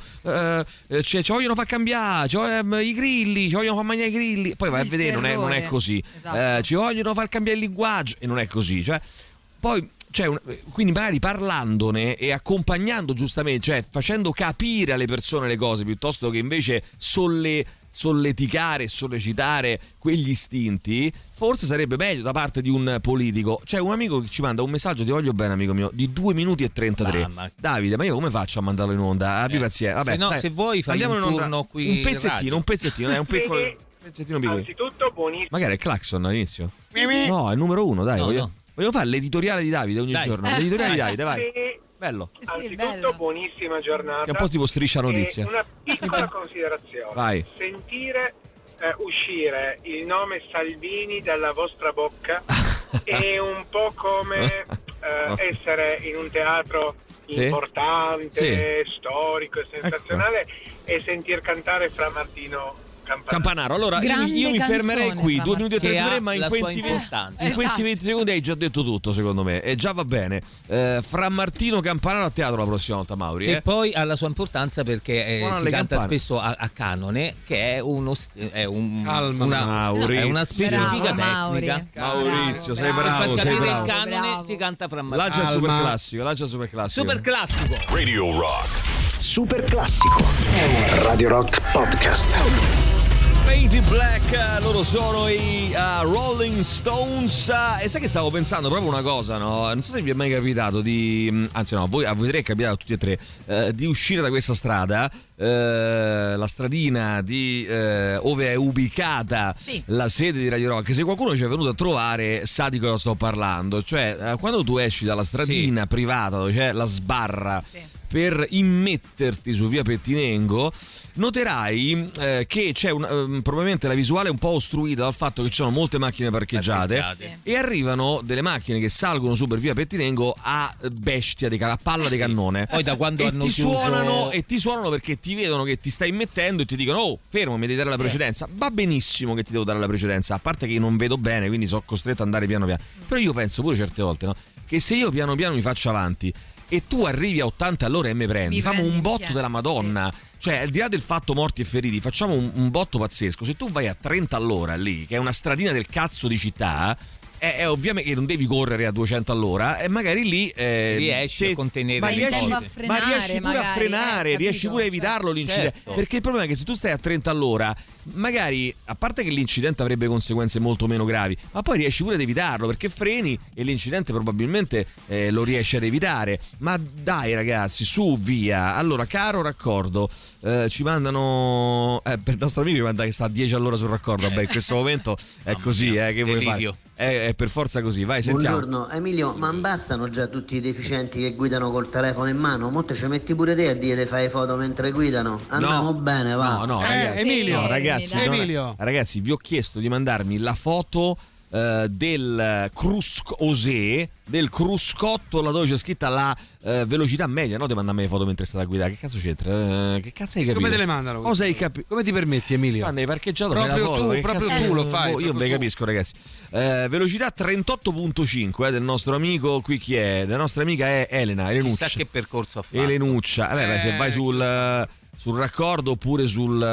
Speaker 3: ci vogliono far cambiare, i grilli, ci vogliono far mangiare i grilli, poi vai a vedere, non è così. Esatto. Ci vogliono far cambiare il linguaggio e non è così, cioè poi quindi magari parlandone e accompagnando giustamente, cioè facendo capire alle persone le cose piuttosto che invece solleticare e sollecitare quegli istinti, forse sarebbe meglio da parte di un politico. C'è un amico che ci manda un messaggio, ti voglio bene amico mio, di 2 minuti e 33. Davide, ma io come faccio a mandarlo in onda? Abbi pazienza. Vabbè,
Speaker 6: se vuoi fai un turno qui
Speaker 3: un pezzettino, un piccolo pezzettino piccolo.
Speaker 18: Anzitutto buonissimo.
Speaker 3: Magari è il clacson all'inizio. No, è il numero 1, dai. Voglio fare l'editoriale di Davide ogni giorno. L'editoriale di Davide, vai. Bello.
Speaker 18: Anzitutto buonissima giornata.
Speaker 3: Che è un po' tipo Striscia Notizia.
Speaker 18: Una piccola considerazione.
Speaker 3: Vai.
Speaker 18: Sentire uscire il nome Salvini dalla vostra bocca è un po' come essere in un teatro importante, storico e sensazionale, e sentir cantare Fra Martino
Speaker 3: Campanaro. Allora io mi fermerei qui, 2 minuti e 33, ma in questi 20 secondi hai già detto tutto, secondo me, e già va bene. Fra Martino Campanaro a teatro la prossima volta, Mauri.
Speaker 6: E poi ha la sua importanza perché si canta spesso a canone, che è una specifica tecnica.
Speaker 3: Maurizio, sei bravo.
Speaker 6: Per capire il canone si canta Fra Martino.
Speaker 3: Lancia il super classico.
Speaker 6: Super classico.
Speaker 2: Radio Rock.
Speaker 1: Super classico. Radio Rock Podcast.
Speaker 3: Painted Black, loro sono i Rolling Stones. E sai che stavo pensando proprio una cosa, no? Non so se vi è mai capitato anzi no, a voi tre è capitato, tutti e tre, di uscire da questa strada, la stradina di dove è ubicata la sede di Radio Rock. Se qualcuno ci è venuto a trovare sa di cosa sto parlando. Cioè quando tu esci dalla stradina privata dove c'è la sbarra per immetterti su via Pettinengo, noterai che c'è probabilmente la visuale è un po' ostruita dal fatto che ci sono molte macchine parcheggiate. E arrivano delle macchine che salgono su per via Pettinengo a bestia a palla di cannone.
Speaker 6: Poi da quando hanno
Speaker 3: ti suonano perché ti vedono che ti stai immettendo e ti dicono: oh, fermo, mi devi dare la precedenza. Va benissimo che ti devo dare la precedenza, a parte che io non vedo bene, quindi sono costretto ad andare piano piano. Però io penso pure certe volte, no, che se io piano piano mi faccio avanti e tu arrivi a 80 all'ora e mi prendi, facciamo un botto della Madonna. Cioè, al di là del fatto morti e feriti, facciamo un botto pazzesco. Se tu vai a 30 all'ora lì, che è una stradina del cazzo di città, ovviamente che non devi correre a 200 all'ora e magari lì
Speaker 6: riesci a contenere
Speaker 3: ma riesci pure a frenare, riesci pure a evitarlo l'incidente,
Speaker 6: certo.
Speaker 3: perché il problema è che se tu stai a 30 all'ora magari, a parte che l'incidente avrebbe conseguenze molto meno gravi, ma poi riesci pure ad evitarlo perché freni e l'incidente probabilmente lo riesci ad evitare. Ma dai ragazzi, su, via. Allora, caro raccordo, ci mandano per il nostro amico, manda che sta a 10 all'ora sul raccordo. Vabbè, in questo momento è così, che vuoi fare? È per forza così, vai, sentiamo.
Speaker 7: Buongiorno Emilio, ma bastano già tutti i deficienti che guidano col telefono in mano? Mo te ci metti pure te a dire fai foto mentre guidano? Andiamo bene, va.
Speaker 3: No, ragazzi,
Speaker 4: Emilio,
Speaker 3: ragazzi, vi ho chiesto di mandarmi la foto del cruscotto, laddove c'è scritta la velocità media, no? Ti manda a me le foto mentre state a guidare. Che cazzo c'entra? Che cazzo hai capito?
Speaker 4: Come te le mandano?
Speaker 3: Cosa hai capito?
Speaker 4: Come ti permetti, Emilio?
Speaker 3: Quando hai parcheggiato
Speaker 4: proprio tu lo fai.
Speaker 3: Io non capisco, ragazzi. Velocità 38.5 del nostro amico, qui chi è? La nostra amica è Elenuccia.
Speaker 6: Chissà che percorso ha fatto.
Speaker 3: Elenuccia. Se vai sul raccordo oppure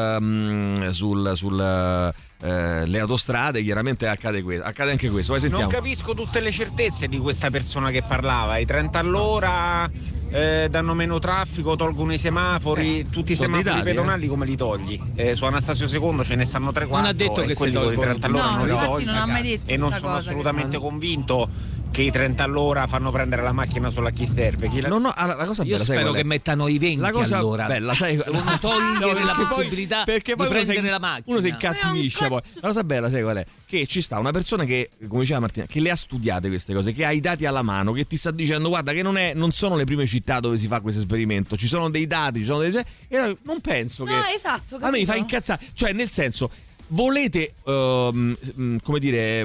Speaker 3: le autostrade, chiaramente accade anche questo. Vai, sentiamo.
Speaker 14: Non capisco tutte le certezze di questa persona che parlava. I 30 all'ora danno meno traffico, tolgono i semafori, tutti i semafori pedonali come li togli? Su Anastasio II ce ne stanno 3-4.
Speaker 6: Non ha detto che se
Speaker 14: quelli di 30 all'ora non li togli.
Speaker 5: Non ha mai detto
Speaker 14: e non sono assolutamente convinto che i 30 all'ora fanno prendere la macchina solo a chi serve.
Speaker 3: La cosa bella,
Speaker 6: io spero che mettano i 20
Speaker 3: la cosa
Speaker 6: all'ora.
Speaker 3: Bella, sai,
Speaker 6: devono togliere la possibilità di prendere la macchina.
Speaker 3: Uno si incattivisce poi. La cosa bella, sai qual è? Che ci sta una persona che, come diceva Martina, che le ha studiate queste cose, che ha i dati alla mano, che ti sta dicendo guarda che non sono le prime città dove si fa questo esperimento, ci sono dei dati, e non penso che
Speaker 5: esatto,
Speaker 3: a me mi fa incazzare, cioè nel senso volete come dire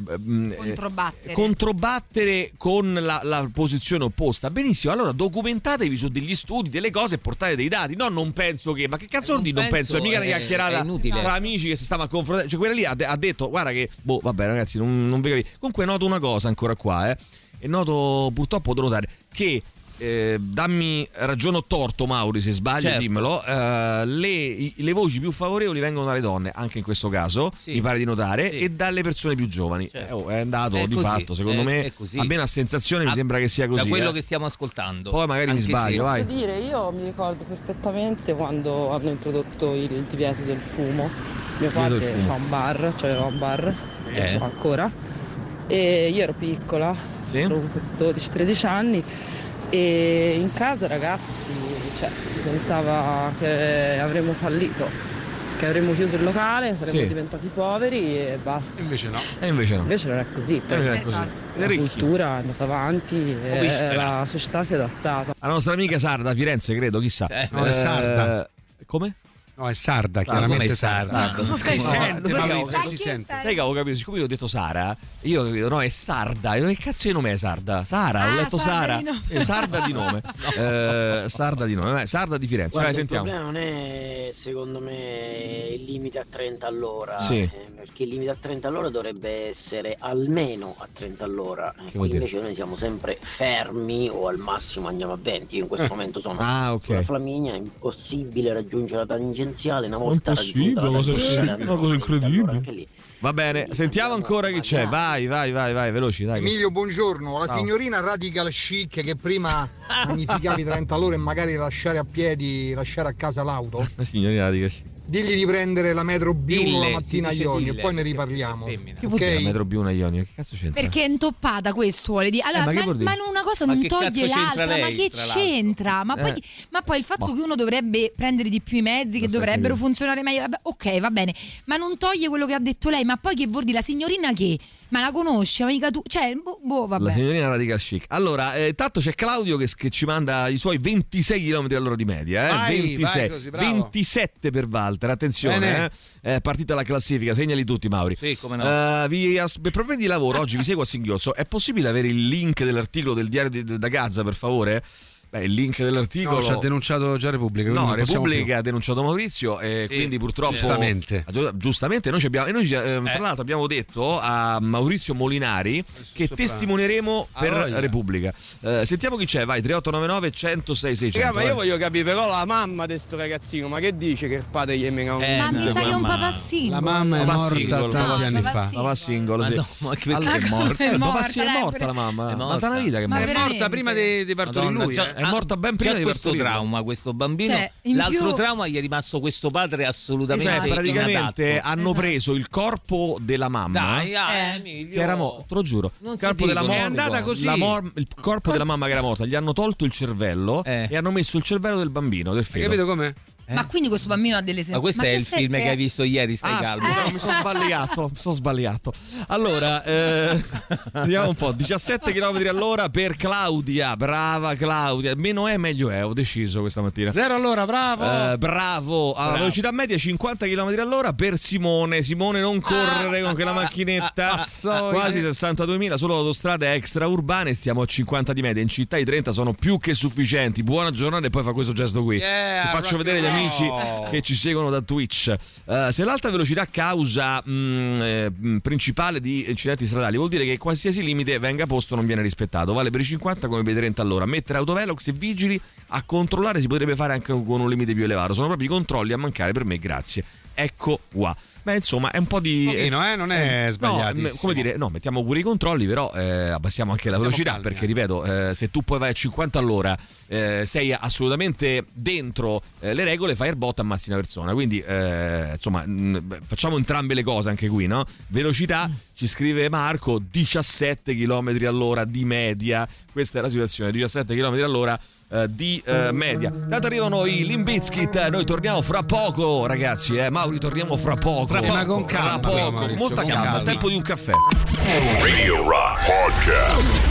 Speaker 3: controbattere con la posizione opposta, benissimo, allora documentatevi su degli studi, delle cose e portate dei dati. No, non penso che, ma che cazzo vuol dire non penso, è mica una chiacchierata tra amici che si stavano a confrontare, cioè quella lì ha detto guarda che vabbè ragazzi, non vi capisco. Comunque noto una cosa ancora qua e noto, purtroppo devo notare che dammi ragione o torto, Mauri, se sbaglio, certo. Dimmelo. Le voci più favorevoli vengono dalle donne, anche in questo caso, mi pare di notare, e dalle persone più giovani. Certo. È andato di fatto, secondo me, almeno a sensazione mi sembra che sia così.
Speaker 6: Da quello che stiamo ascoltando.
Speaker 3: Poi magari anche mi sbaglio, vai.
Speaker 10: Devo dire, io mi ricordo perfettamente quando hanno introdotto il divieto del fumo. Mio padre c'ha un bar, c'aveva un bar, ce l'ha ancora, e io ero piccola, avevo 12-13 anni. E in casa, ragazzi, si pensava che avremmo fallito, che avremmo chiuso il locale, saremmo diventati poveri e basta.
Speaker 3: Invece no.
Speaker 10: Invece non è così, perché la cultura è andata avanti e la società si è adattata.
Speaker 3: La nostra amica Sara da Firenze, credo, chissà.
Speaker 4: No, è sarda.
Speaker 3: Come?
Speaker 4: No, è sarda, chiaramente sarda.
Speaker 3: Si sente. Sai che avevo capito, siccome io ho detto Sara, io no, è sarda. Che cazzo di nome è sarda? Sara, ho letto Sara. Sarda di nome. Sarda di nome, sarda di Firenze.
Speaker 12: Guarda,
Speaker 3: vai, sentiamo.
Speaker 12: Il problema non è, secondo me, il limite a 30 all'ora. Perché il limite a 30 all'ora dovrebbe essere almeno a 30 all'ora. Invece noi siamo sempre fermi o al massimo andiamo a 20. Io in questo momento sono sulla Flaminia, è impossibile raggiungere la tangenziale. Una volta raggiunta la tangenziale,
Speaker 3: una cosa incredibile. Va bene, sentiamo ancora chi c'è. Vai, veloci, dai.
Speaker 19: Emilio, buongiorno. La signorina Radical Chic che prima magnificavi 30 all'ora e magari lasciare a casa l'auto.
Speaker 3: La signorina Radical Chic.
Speaker 19: Digli di prendere la metro B1 la mattina a Ionio e poi ne riparliamo.
Speaker 3: Che vuol dire la metro B1 a Ionio? Che cazzo c'entra?
Speaker 5: Perché è intoppata, questo vuole dire. Allora, ma una cosa non toglie l'altra, ma che c'entra? Ma poi il fatto che uno dovrebbe prendere di più i mezzi, che dovrebbero funzionare meglio, vabbè, ok, va bene, ma non toglie quello che ha detto lei. Ma poi che vuol dire la signorina che? Ma la conosce? Ma mica tu? Cioè, vabbè.
Speaker 3: La signorina Radical Chic. Allora, intanto c'è Claudio che ci manda i suoi 26 km all'ora di media.
Speaker 4: Vai,
Speaker 3: 26.
Speaker 4: vai così, bravo.
Speaker 3: 27 per Walter, attenzione. È partita la classifica, segnali tutti, Mauri.
Speaker 6: Sì, come no.
Speaker 3: Per problemi di lavoro, oggi vi seguo a singhiozzo. È possibile avere il link dell'articolo del diario da Gaza, per favore? il link dell'articolo.
Speaker 4: No, ci ha denunciato già Repubblica.
Speaker 3: No, Repubblica ha denunciato Maurizio e quindi purtroppo giustamente noi tra l'altro abbiamo detto a Maurizio Molinari che testimonieremo per Repubblica. Sentiamo chi c'è, vai, 3899 106 600.
Speaker 23: Ma io voglio capire però la mamma di sto ragazzino, ma che dice che il padre gli è
Speaker 5: ma mi sa che è un papà singolo.
Speaker 4: La mamma è morta tanti anni fa.
Speaker 3: Papà singolo, sì.
Speaker 6: Ma che è morta?
Speaker 3: Il papà è morta la mamma. È morta una vita che è morta.
Speaker 4: È morta prima di partorire lui.
Speaker 3: È morta ben prima di
Speaker 6: questo trauma, questo bambino. L'altro trauma gli è rimasto questo padre assolutamente
Speaker 3: praticamente hanno preso il corpo della mamma.
Speaker 6: Emilio.
Speaker 3: Che era morto, te lo giuro. Il corpo della mamma è andata così. Il corpo della mamma che era morta, gli hanno tolto il cervello e hanno messo il cervello del bambino, del feto.
Speaker 4: Hai capito com'è?
Speaker 5: Ma quindi questo bambino ha delle
Speaker 6: Ma questo è il film che hai visto ieri, stai calmo.
Speaker 3: Mi sono sbagliato. Allora, vediamo un po'. 17 km all'ora per Claudia. Brava Claudia. Meno è meglio è, ho deciso questa mattina.
Speaker 4: 0 all'ora, bravo.
Speaker 3: Bravo. Alla velocità media 50 km all'ora per Simone. Simone, non correre con quella macchinetta. Quasi 62.000 solo autostrade extraurbane. Stiamo a 50 di media. In città i 30 sono più che sufficienti. Buona giornata e poi fa questo gesto qui. Ti faccio vedere gli amici che ci seguono da Twitch. Se l'alta velocità causa principale di incidenti stradali, vuol dire che qualsiasi limite venga posto non viene rispettato. Vale per i 50 come per i 30 all'ora. Mettere autovelox e vigili a controllare si potrebbe fare anche con un limite più elevato. Sono proprio i controlli a mancare per me, grazie. Ecco qua. Beh, insomma, è un po' di.
Speaker 4: Non è sbagliato.
Speaker 3: Come dire, no, mettiamo pure i controlli, però abbassiamo anche la velocità. Calmi, perché, ripeto, se tu poi vai a 50 all'ora, sei assolutamente dentro le regole, fai airbot, ammazzi una persona. Quindi, insomma, facciamo entrambe le cose anche qui, no? Velocità, ci scrive Marco, 17 km all'ora di media. Questa è la situazione, 17 km all'ora di media. Tanto arrivano i Limp Bizkit, noi torniamo fra poco, ragazzi. Mauri, torniamo fra poco.
Speaker 4: Ma con calma, Maurizio,
Speaker 3: molta calma, il tempo di un caffè.
Speaker 2: Radio Rock Podcast.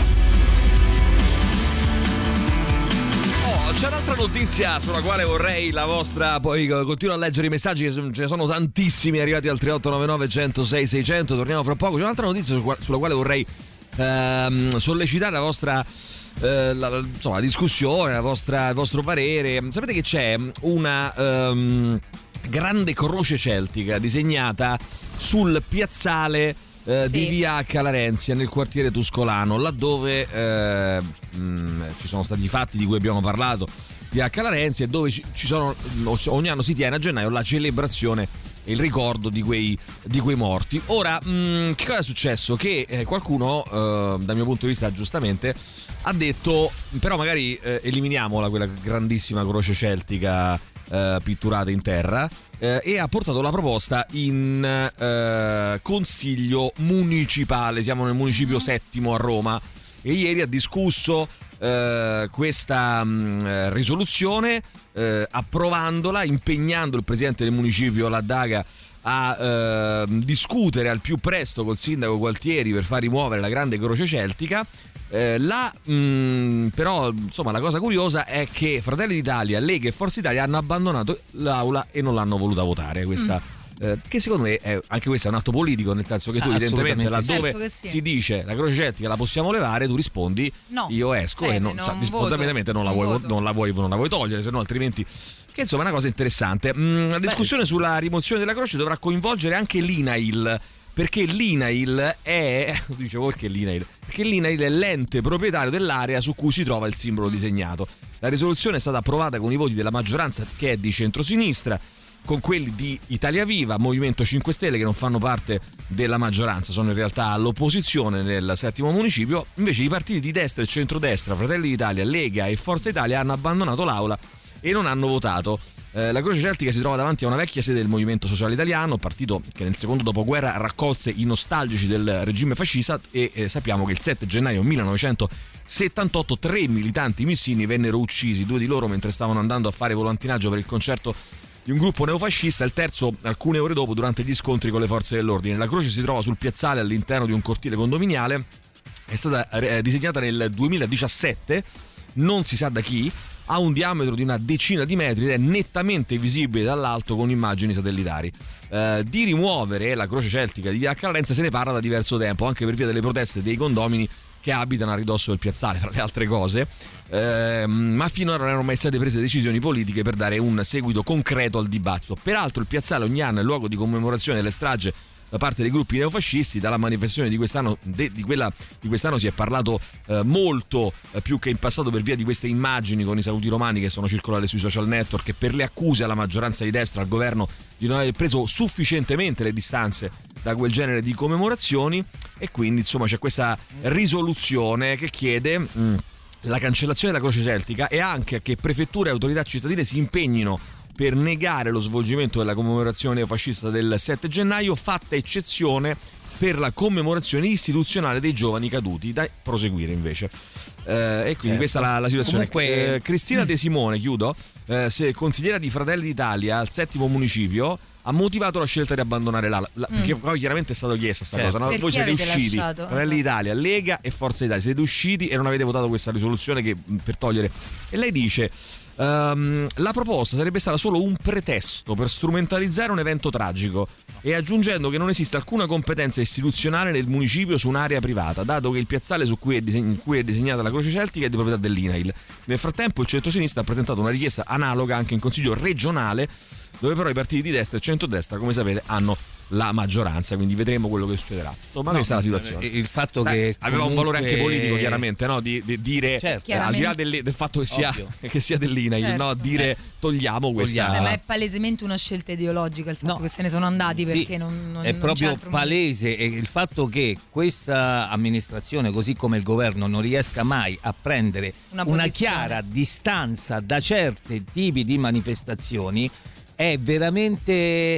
Speaker 3: C'è un'altra notizia sulla quale vorrei la vostra. Poi continuo a leggere i messaggi, ce ne sono tantissimi arrivati al 3899 106 600. Torniamo fra poco. C'è un'altra notizia sulla quale vorrei sollecitare la vostra la discussione, il vostro parere. Sapete che c'è una grande croce celtica disegnata sul piazzale di via Calarenzia nel quartiere tuscolano, laddove ci sono stati i fatti di cui abbiamo parlato di Calarenzia, dove ci sono, ogni anno si tiene a gennaio la celebrazione e il ricordo di quei morti. Ora, che cosa è successo? Che qualcuno, dal mio punto di vista giustamente, ha detto però magari eliminiamola quella grandissima croce celtica pitturata in terra, e ha portato la proposta in consiglio municipale. Siamo nel municipio settimo a Roma e ieri ha discusso questa risoluzione, approvandola, impegnando il presidente del municipio Laddaga a discutere al più presto col sindaco Gualtieri per far rimuovere la grande croce celtica. Però insomma la cosa curiosa è che Fratelli d'Italia, Lega e Forza Italia hanno abbandonato l'aula e non l'hanno voluta votare questa. Che secondo me anche questo è un atto politico, nel senso che tu evidentemente laddove si dice la croce celtica la possiamo levare, tu rispondi no, io esco e spontaneamente non la vuoi togliere, se no altrimenti. Che insomma è una cosa interessante. La discussione sulla rimozione della croce dovrà coinvolgere anche l'INAIL, perché l'INAIL è perché l'INAIL è l'ente proprietario dell'area su cui si trova il simbolo disegnato. La risoluzione è stata approvata con i voti della maggioranza, che è di centrosinistra, con quelli di Italia Viva, Movimento 5 Stelle, che non fanno parte della maggioranza, sono in realtà all'opposizione nel settimo municipio. Invece i partiti di destra e centrodestra, Fratelli d'Italia, Lega e Forza Italia, hanno abbandonato l'aula e non hanno votato. La croce celtica si trova davanti a una vecchia sede del Movimento Sociale Italiano, partito che nel secondo dopoguerra raccolse i nostalgici del regime fascista, e sappiamo che il 7 gennaio 1978 3 militanti missini vennero uccisi, 2 di loro mentre stavano andando a fare volantinaggio per il concerto di un gruppo neofascista, il terzo alcune ore dopo durante gli scontri con le forze dell'ordine. La croce si trova sul piazzale all'interno di un cortile condominiale, è stata disegnata nel 2017, non si sa da chi, ha un diametro di una decina di metri ed è nettamente visibile dall'alto con immagini satellitari. Di rimuovere la croce celtica di via Calarenzia se ne parla da diverso tempo, anche per via delle proteste dei condomini che abitano a ridosso del piazzale, tra le altre cose. Ma finora non erano mai state prese decisioni politiche per dare un seguito concreto al dibattito. Peraltro il piazzale ogni anno è luogo di commemorazione delle stragi da parte dei gruppi neofascisti. Dalla manifestazione di quest'anno, quella di quest'anno si è parlato molto più che in passato per via di queste immagini con i saluti romani che sono circolate sui social network e per le accuse alla maggioranza di destra, al governo, di non aver preso sufficientemente le distanze da quel genere di commemorazioni. E quindi insomma c'è questa risoluzione che chiede la cancellazione della Croce Celtica e anche che prefetture e autorità cittadine si impegnino per negare lo svolgimento della commemorazione neofascista del 7 gennaio, fatta eccezione per la commemorazione istituzionale dei giovani caduti, da proseguire invece. E quindi questa è la situazione. Comunque... Cristina De Simone, chiudo, se consigliera di Fratelli d'Italia al 7° municipio, ha motivato la scelta di abbandonare l'ala, perché poi chiaramente è stato chiesta questa cosa, no? Voi siete usciti, Fratelli d'Italia, Lega e Forza Italia, siete usciti e non avete votato questa risoluzione per togliere. E lei dice: la proposta sarebbe stata solo un pretesto per strumentalizzare un evento tragico, e aggiungendo che non esiste alcuna competenza istituzionale nel municipio su un'area privata, dato che il piazzale in cui è disegnata la Croce Celtica è di proprietà dell'INAIL. Nel frattempo il centro-sinistra ha presentato una richiesta analoga anche in Consiglio regionale, dove però i partiti di destra e centrodestra, come sapete, hanno la maggioranza, quindi vedremo quello che succederà. Insomma, questa è la situazione.
Speaker 6: Il fatto che
Speaker 3: aveva un valore anche politico, chiaramente, no? Di dire, al di là del fatto che sia dell'INAIL, no? Dire togliamo questa.
Speaker 5: Ma è palesemente una scelta ideologica il fatto che se ne sono andati, perché non
Speaker 6: è proprio
Speaker 5: c'è
Speaker 6: palese, e il fatto che questa amministrazione, così come il governo, non riesca mai a prendere una chiara distanza da certi tipi di manifestazioni è veramente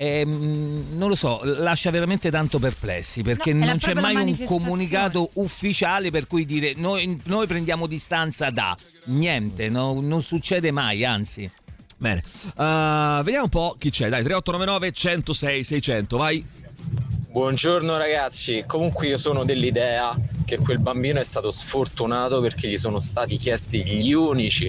Speaker 6: non lo so, lascia veramente tanto perplessi, perché non c'è mai un comunicato ufficiale per cui dire noi prendiamo distanza da niente, non succede mai, anzi.
Speaker 3: Bene, vediamo un po' chi c'è, dai. 3899 106 600, vai.
Speaker 13: Buongiorno ragazzi, comunque io sono dell'idea che quel bambino è stato sfortunato perché gli sono stati chiesti gli unici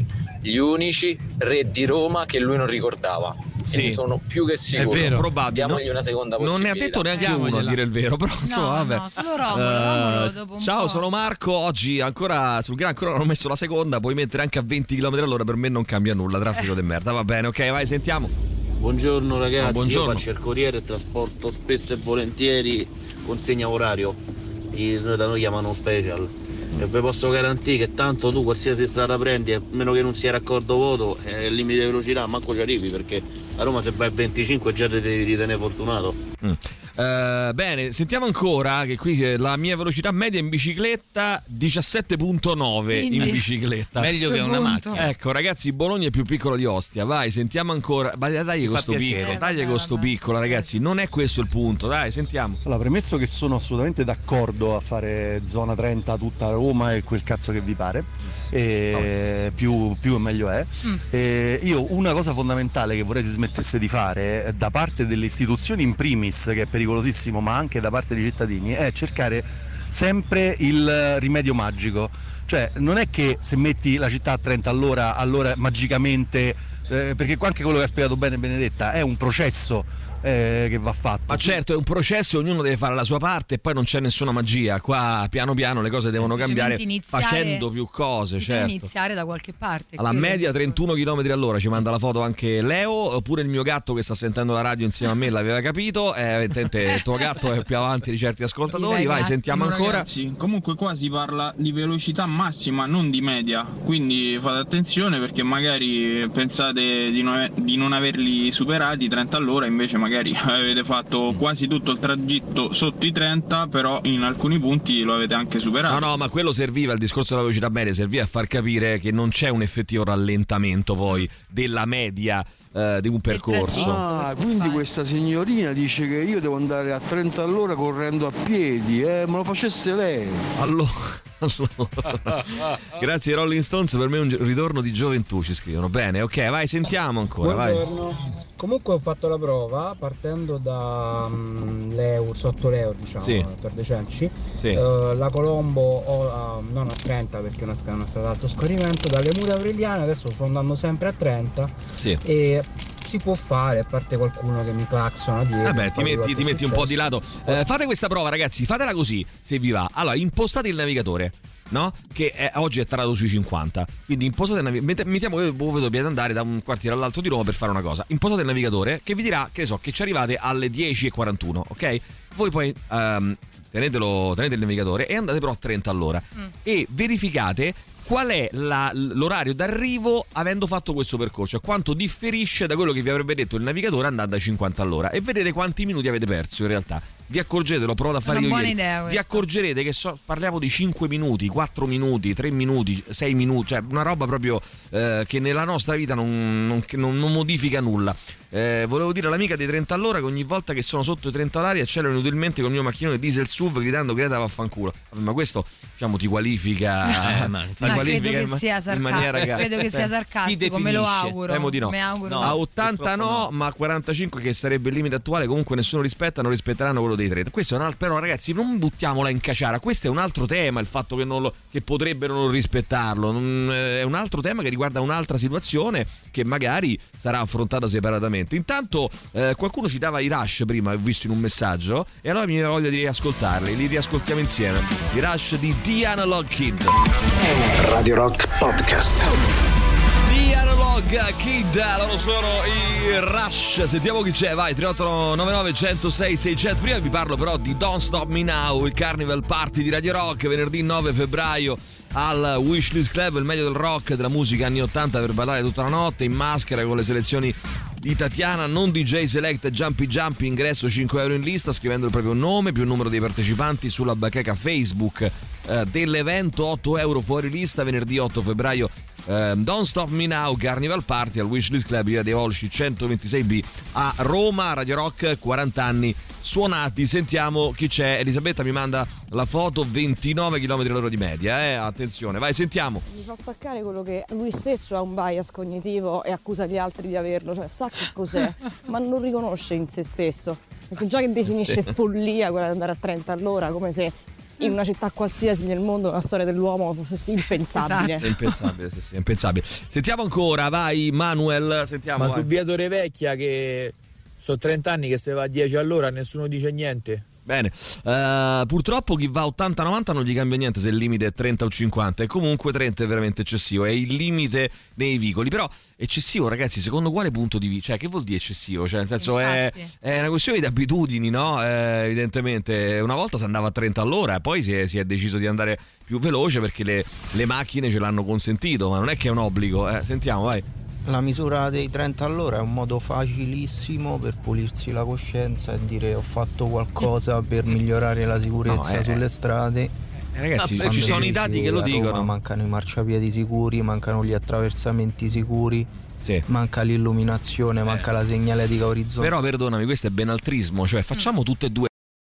Speaker 13: re di Roma che lui non ricordava. Sì. E ne sono più che sicuro.
Speaker 3: È vero, probabile.
Speaker 13: Diamogli una seconda possibilità.
Speaker 3: Non ne ha detto neanche uno, a dire il vero, però insomma, vabbè.
Speaker 5: No, solo Romolo dopo un
Speaker 3: ciao,
Speaker 5: po'.
Speaker 3: Sono Marco, oggi ancora sul Gran ancora non ho messo la seconda, puoi mettere anche a 20 km/h, per me non cambia nulla, traffico di merda, va bene, ok, vai, sentiamo.
Speaker 20: Buongiorno ragazzi,
Speaker 3: buongiorno.
Speaker 20: Io faccio il corriere e trasporto spesso e volentieri consegna orario, da noi chiamano special, e vi posso garantire che tanto tu qualsiasi strada prendi, a meno che non sia raccordo voto, il limite di velocità manco ci arrivi, perché a Roma se vai a 25 già ti devi ritenere fortunato.
Speaker 3: Bene, sentiamo ancora che qui la mia velocità media in bicicletta 17.9 in bicicletta.
Speaker 6: Meglio che una macchina.
Speaker 3: Ecco ragazzi, Bologna è più piccolo di Ostia. Vai, sentiamo ancora. Dai questo piccolo, tagli questo piccolo ragazzi, non è questo il punto. Dai, sentiamo.
Speaker 21: Allora, premesso che sono assolutamente d'accordo a fare zona 30 tutta Roma e quel cazzo che vi pare, più e meglio è. Io una cosa fondamentale che vorrei si smettesse di fare da parte delle istituzioni in primis, che è pericolosissimo, ma anche da parte dei cittadini, è cercare sempre il rimedio magico. Cioè non è che se metti la città a 30 all'ora magicamente, perché anche quello che ha spiegato bene Benedetta è un processo che va fatto.
Speaker 3: Ma certo, è un processo, ognuno deve fare la sua parte e poi non c'è nessuna magia. Qua piano piano le cose devono cambiare facendo più cose. Certo.
Speaker 5: Iniziare da qualche parte.
Speaker 3: Alla media 31 km/h, ci manda la foto anche Leo, oppure il mio gatto che sta sentendo la radio insieme a me l'aveva capito. Il tuo gatto è più avanti di certi ascoltatori. Vai, sentiamo ancora.
Speaker 24: Ragazzi, comunque qua si parla di velocità massima, non di media, quindi fate attenzione, perché magari pensate di non averli superati 30 all'ora, invece magari avete fatto quasi tutto il tragitto sotto i 30, però in alcuni punti lo avete anche superato.
Speaker 3: No, ma quello serviva, il discorso della velocità media serviva a far capire che non c'è un effettivo rallentamento poi della media di un percorso.
Speaker 20: Quindi questa signorina dice che io devo andare a 30 all'ora correndo a piedi, me lo facesse lei.
Speaker 3: Allora. Grazie Rolling Stones, per me è un ritorno di gioventù, ci scrivono. Bene, ok, vai, sentiamo ancora.
Speaker 25: Buongiorno.
Speaker 3: Vai.
Speaker 25: Comunque ho fatto la prova partendo da sotto l'Eur, diciamo,
Speaker 3: sì.
Speaker 25: per De Cenci.
Speaker 3: Sì.
Speaker 25: La Colombo non a 30 perché è una strada ad alto scorrimento, dalle Mura Aureliane adesso sto andando sempre a 30.
Speaker 3: Sì.
Speaker 25: E si può fare, a parte qualcuno che mi claxona dietro.
Speaker 3: Vabbè, ti metti un po' di lato. Fate questa prova, ragazzi, fatela così, se vi va. Allora, impostate il navigatore, no? Che oggi è tarato sui 50. Quindi impostate il navigatore. Mettiamo che voi dobbiate andare da un quartiere all'altro di Roma per fare una cosa. Impostate il navigatore che vi dirà, che ne so, che ci arrivate alle 10:41, ok? Voi poi tenete il navigatore e andate però a 30 all'ora e verificate qual è l'orario d'arrivo avendo fatto questo percorso, quanto differisce da quello che vi avrebbe detto il navigatore andando a 50 all'ora, e vedete quanti minuti avete perso in realtà. Vi accorgete, l'ho provato a fare io ieri,
Speaker 5: idea
Speaker 3: vi accorgerete che parliamo di 5 minuti, 4 minuti, 3 minuti, 6 minuti, cioè una roba proprio che nella nostra vita non modifica nulla. Volevo dire all'amica dei 30 all'ora che ogni volta che sono sotto i 30 all'ora accelero inutilmente con il mio macchinone diesel SUV gridando Greta vaffanculo. Ma questo, diciamo, ti qualifica
Speaker 5: credo che sia sarcastico, me lo auguro.
Speaker 3: Temo di no.
Speaker 5: No,
Speaker 3: a 80 no, ma a 45, che sarebbe il limite attuale, comunque nessuno rispetta, non rispetteranno quello dei 30. Questo è un altro, però ragazzi, non buttiamola in caciara, questo è un altro tema, il fatto che potrebbero non rispettarlo, è un altro tema che riguarda un'altra situazione che magari sarà affrontata separatamente. Intanto qualcuno citava i Rush prima, ho visto in un messaggio, e allora mi voglio di riascoltarli, li riascoltiamo insieme. I Rush di The Analog Kid.
Speaker 1: Radio Rock Podcast.
Speaker 3: The Analog Kid, loro sono i Rush. Sentiamo chi c'è, vai, 3899 106 600. Prima vi parlo però di Don't Stop Me Now, il Carnival Party di Radio Rock, venerdì 9 febbraio al Wishlist Club, il meglio del rock, della musica anni 80 per ballare tutta la notte in maschera con le selezioni di Tatiana, non DJ Select, Jumpy, ingresso 5 euro in lista scrivendo il proprio nome più il numero dei partecipanti sulla bacheca Facebook dell'evento, 8 euro fuori lista, venerdì 8 febbraio. Don't Stop Me Now, Carnival Party al Wishlist Club, via dei Volsci 126B a Roma. Radio Rock, 40 anni suonati. Sentiamo chi c'è. Elisabetta mi manda la foto, 29 km all'ora di media, attenzione, vai, sentiamo.
Speaker 8: Mi fa spaccare quello che lui stesso ha un bias cognitivo e accusa gli altri di averlo, cioè sa che cos'è ma non riconosce in se stesso, perché già che definisce follia quella di andare a 30 all'ora, come se in una città qualsiasi nel mondo la storia dell'uomo fosse impensabile.
Speaker 3: Esatto. È impensabile, sì, è impensabile. Sentiamo ancora, vai Manuel, sentiamo.
Speaker 9: Ma vai. Su Via Torre Vecchia, che sono 30 anni che se va a 10 all'ora nessuno dice niente.
Speaker 3: Bene, purtroppo chi va a 80-90 non gli cambia niente se il limite è 30 o 50, e comunque 30 è veramente eccessivo, è il limite nei vicoli. Però eccessivo, ragazzi, secondo quale punto di vista? Cioè, che vuol dire eccessivo? Cioè, nel senso, è una questione di abitudini, no? Evidentemente una volta si andava a 30 all'ora, poi si è deciso di andare più veloce perché le macchine ce l'hanno consentito, ma non è che è un obbligo. Sentiamo, vai.
Speaker 25: La misura dei 30 all'ora è un modo facilissimo per pulirsi la coscienza e dire ho fatto qualcosa per migliorare la sicurezza sulle strade.
Speaker 3: Ragazzi, ci sono i dati che lo dicono.
Speaker 25: Roma mancano i marciapiedi sicuri, mancano gli attraversamenti sicuri, manca l'illuminazione, manca la segnaletica orizzontale.
Speaker 3: Però perdonami, questo è benaltrismo, cioè facciamo tutte e due.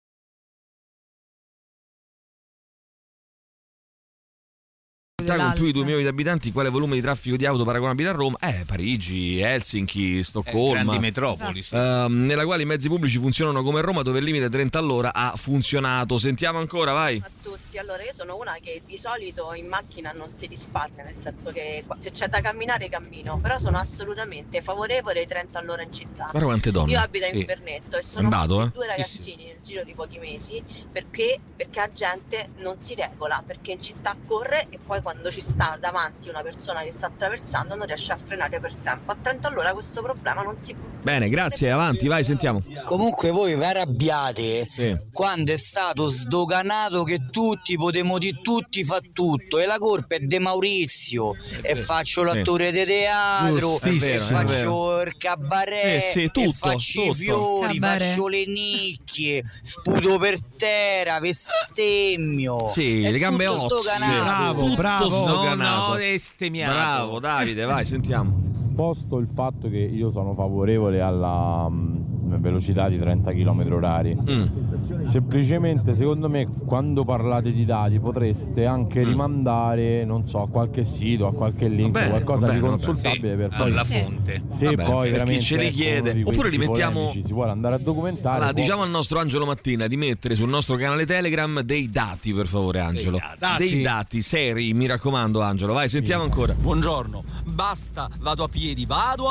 Speaker 3: Con più di 2 milioni di abitanti, quale volume di traffico di auto paragonabile a Roma? Parigi, Helsinki, Stoccolma,
Speaker 6: grandi metropoli, sì.
Speaker 3: Nella quale i mezzi pubblici funzionano come a Roma, dove il limite 30 all'ora ha funzionato. Sentiamo ancora, vai.
Speaker 15: A tutti, allora io sono una che di solito in macchina non si risparmia, nel senso che se c'è da camminare cammino, però sono assolutamente favorevole ai 30 all'ora in città.
Speaker 3: Guarda quante donne.
Speaker 15: Io abito a Invernetto e sono
Speaker 3: andato,
Speaker 15: 2 ragazzini nel giro di pochi mesi perché la gente non si regola, perché in città corre e poi quando ci sta davanti una persona che sta attraversando non riesce a frenare per tempo. A 30 all'ora questo problema non si può.
Speaker 3: Bene, grazie, avanti, vai, sentiamo.
Speaker 17: Comunque voi vi arrabbiate quando è stato sdoganato che tutti potremmo di tutti fa tutto, e la colpa è De Maurizio, e faccio l'attore di teatro, e faccio il cabaret, e faccio i fiori, faccio le nicchie, sputo per terra, bestemmio,
Speaker 3: le gambe osse. Bravo,
Speaker 6: no, estemmiato.
Speaker 3: Bravo Davide, vai, sentiamo.
Speaker 22: Posto il fatto che io sono favorevole alla
Speaker 7: velocità di 30 km/h. Semplicemente secondo me quando parlate di dati potreste anche rimandare, non so, a qualche sito, a qualche link, qualcosa di consultabile per poi
Speaker 6: la fonte.
Speaker 7: Se poi veramente
Speaker 3: ce li chiede, oppure li mettiamo,
Speaker 7: si vuole andare a documentare.
Speaker 3: Allora, diciamo al nostro Angelo Mattina di mettere sul nostro canale Telegram dei dati, per favore, Angelo. Dei dati seri, mi raccomando, Angelo. Vai, sentiamo ancora.
Speaker 11: Buongiorno, basta, vado a piedi.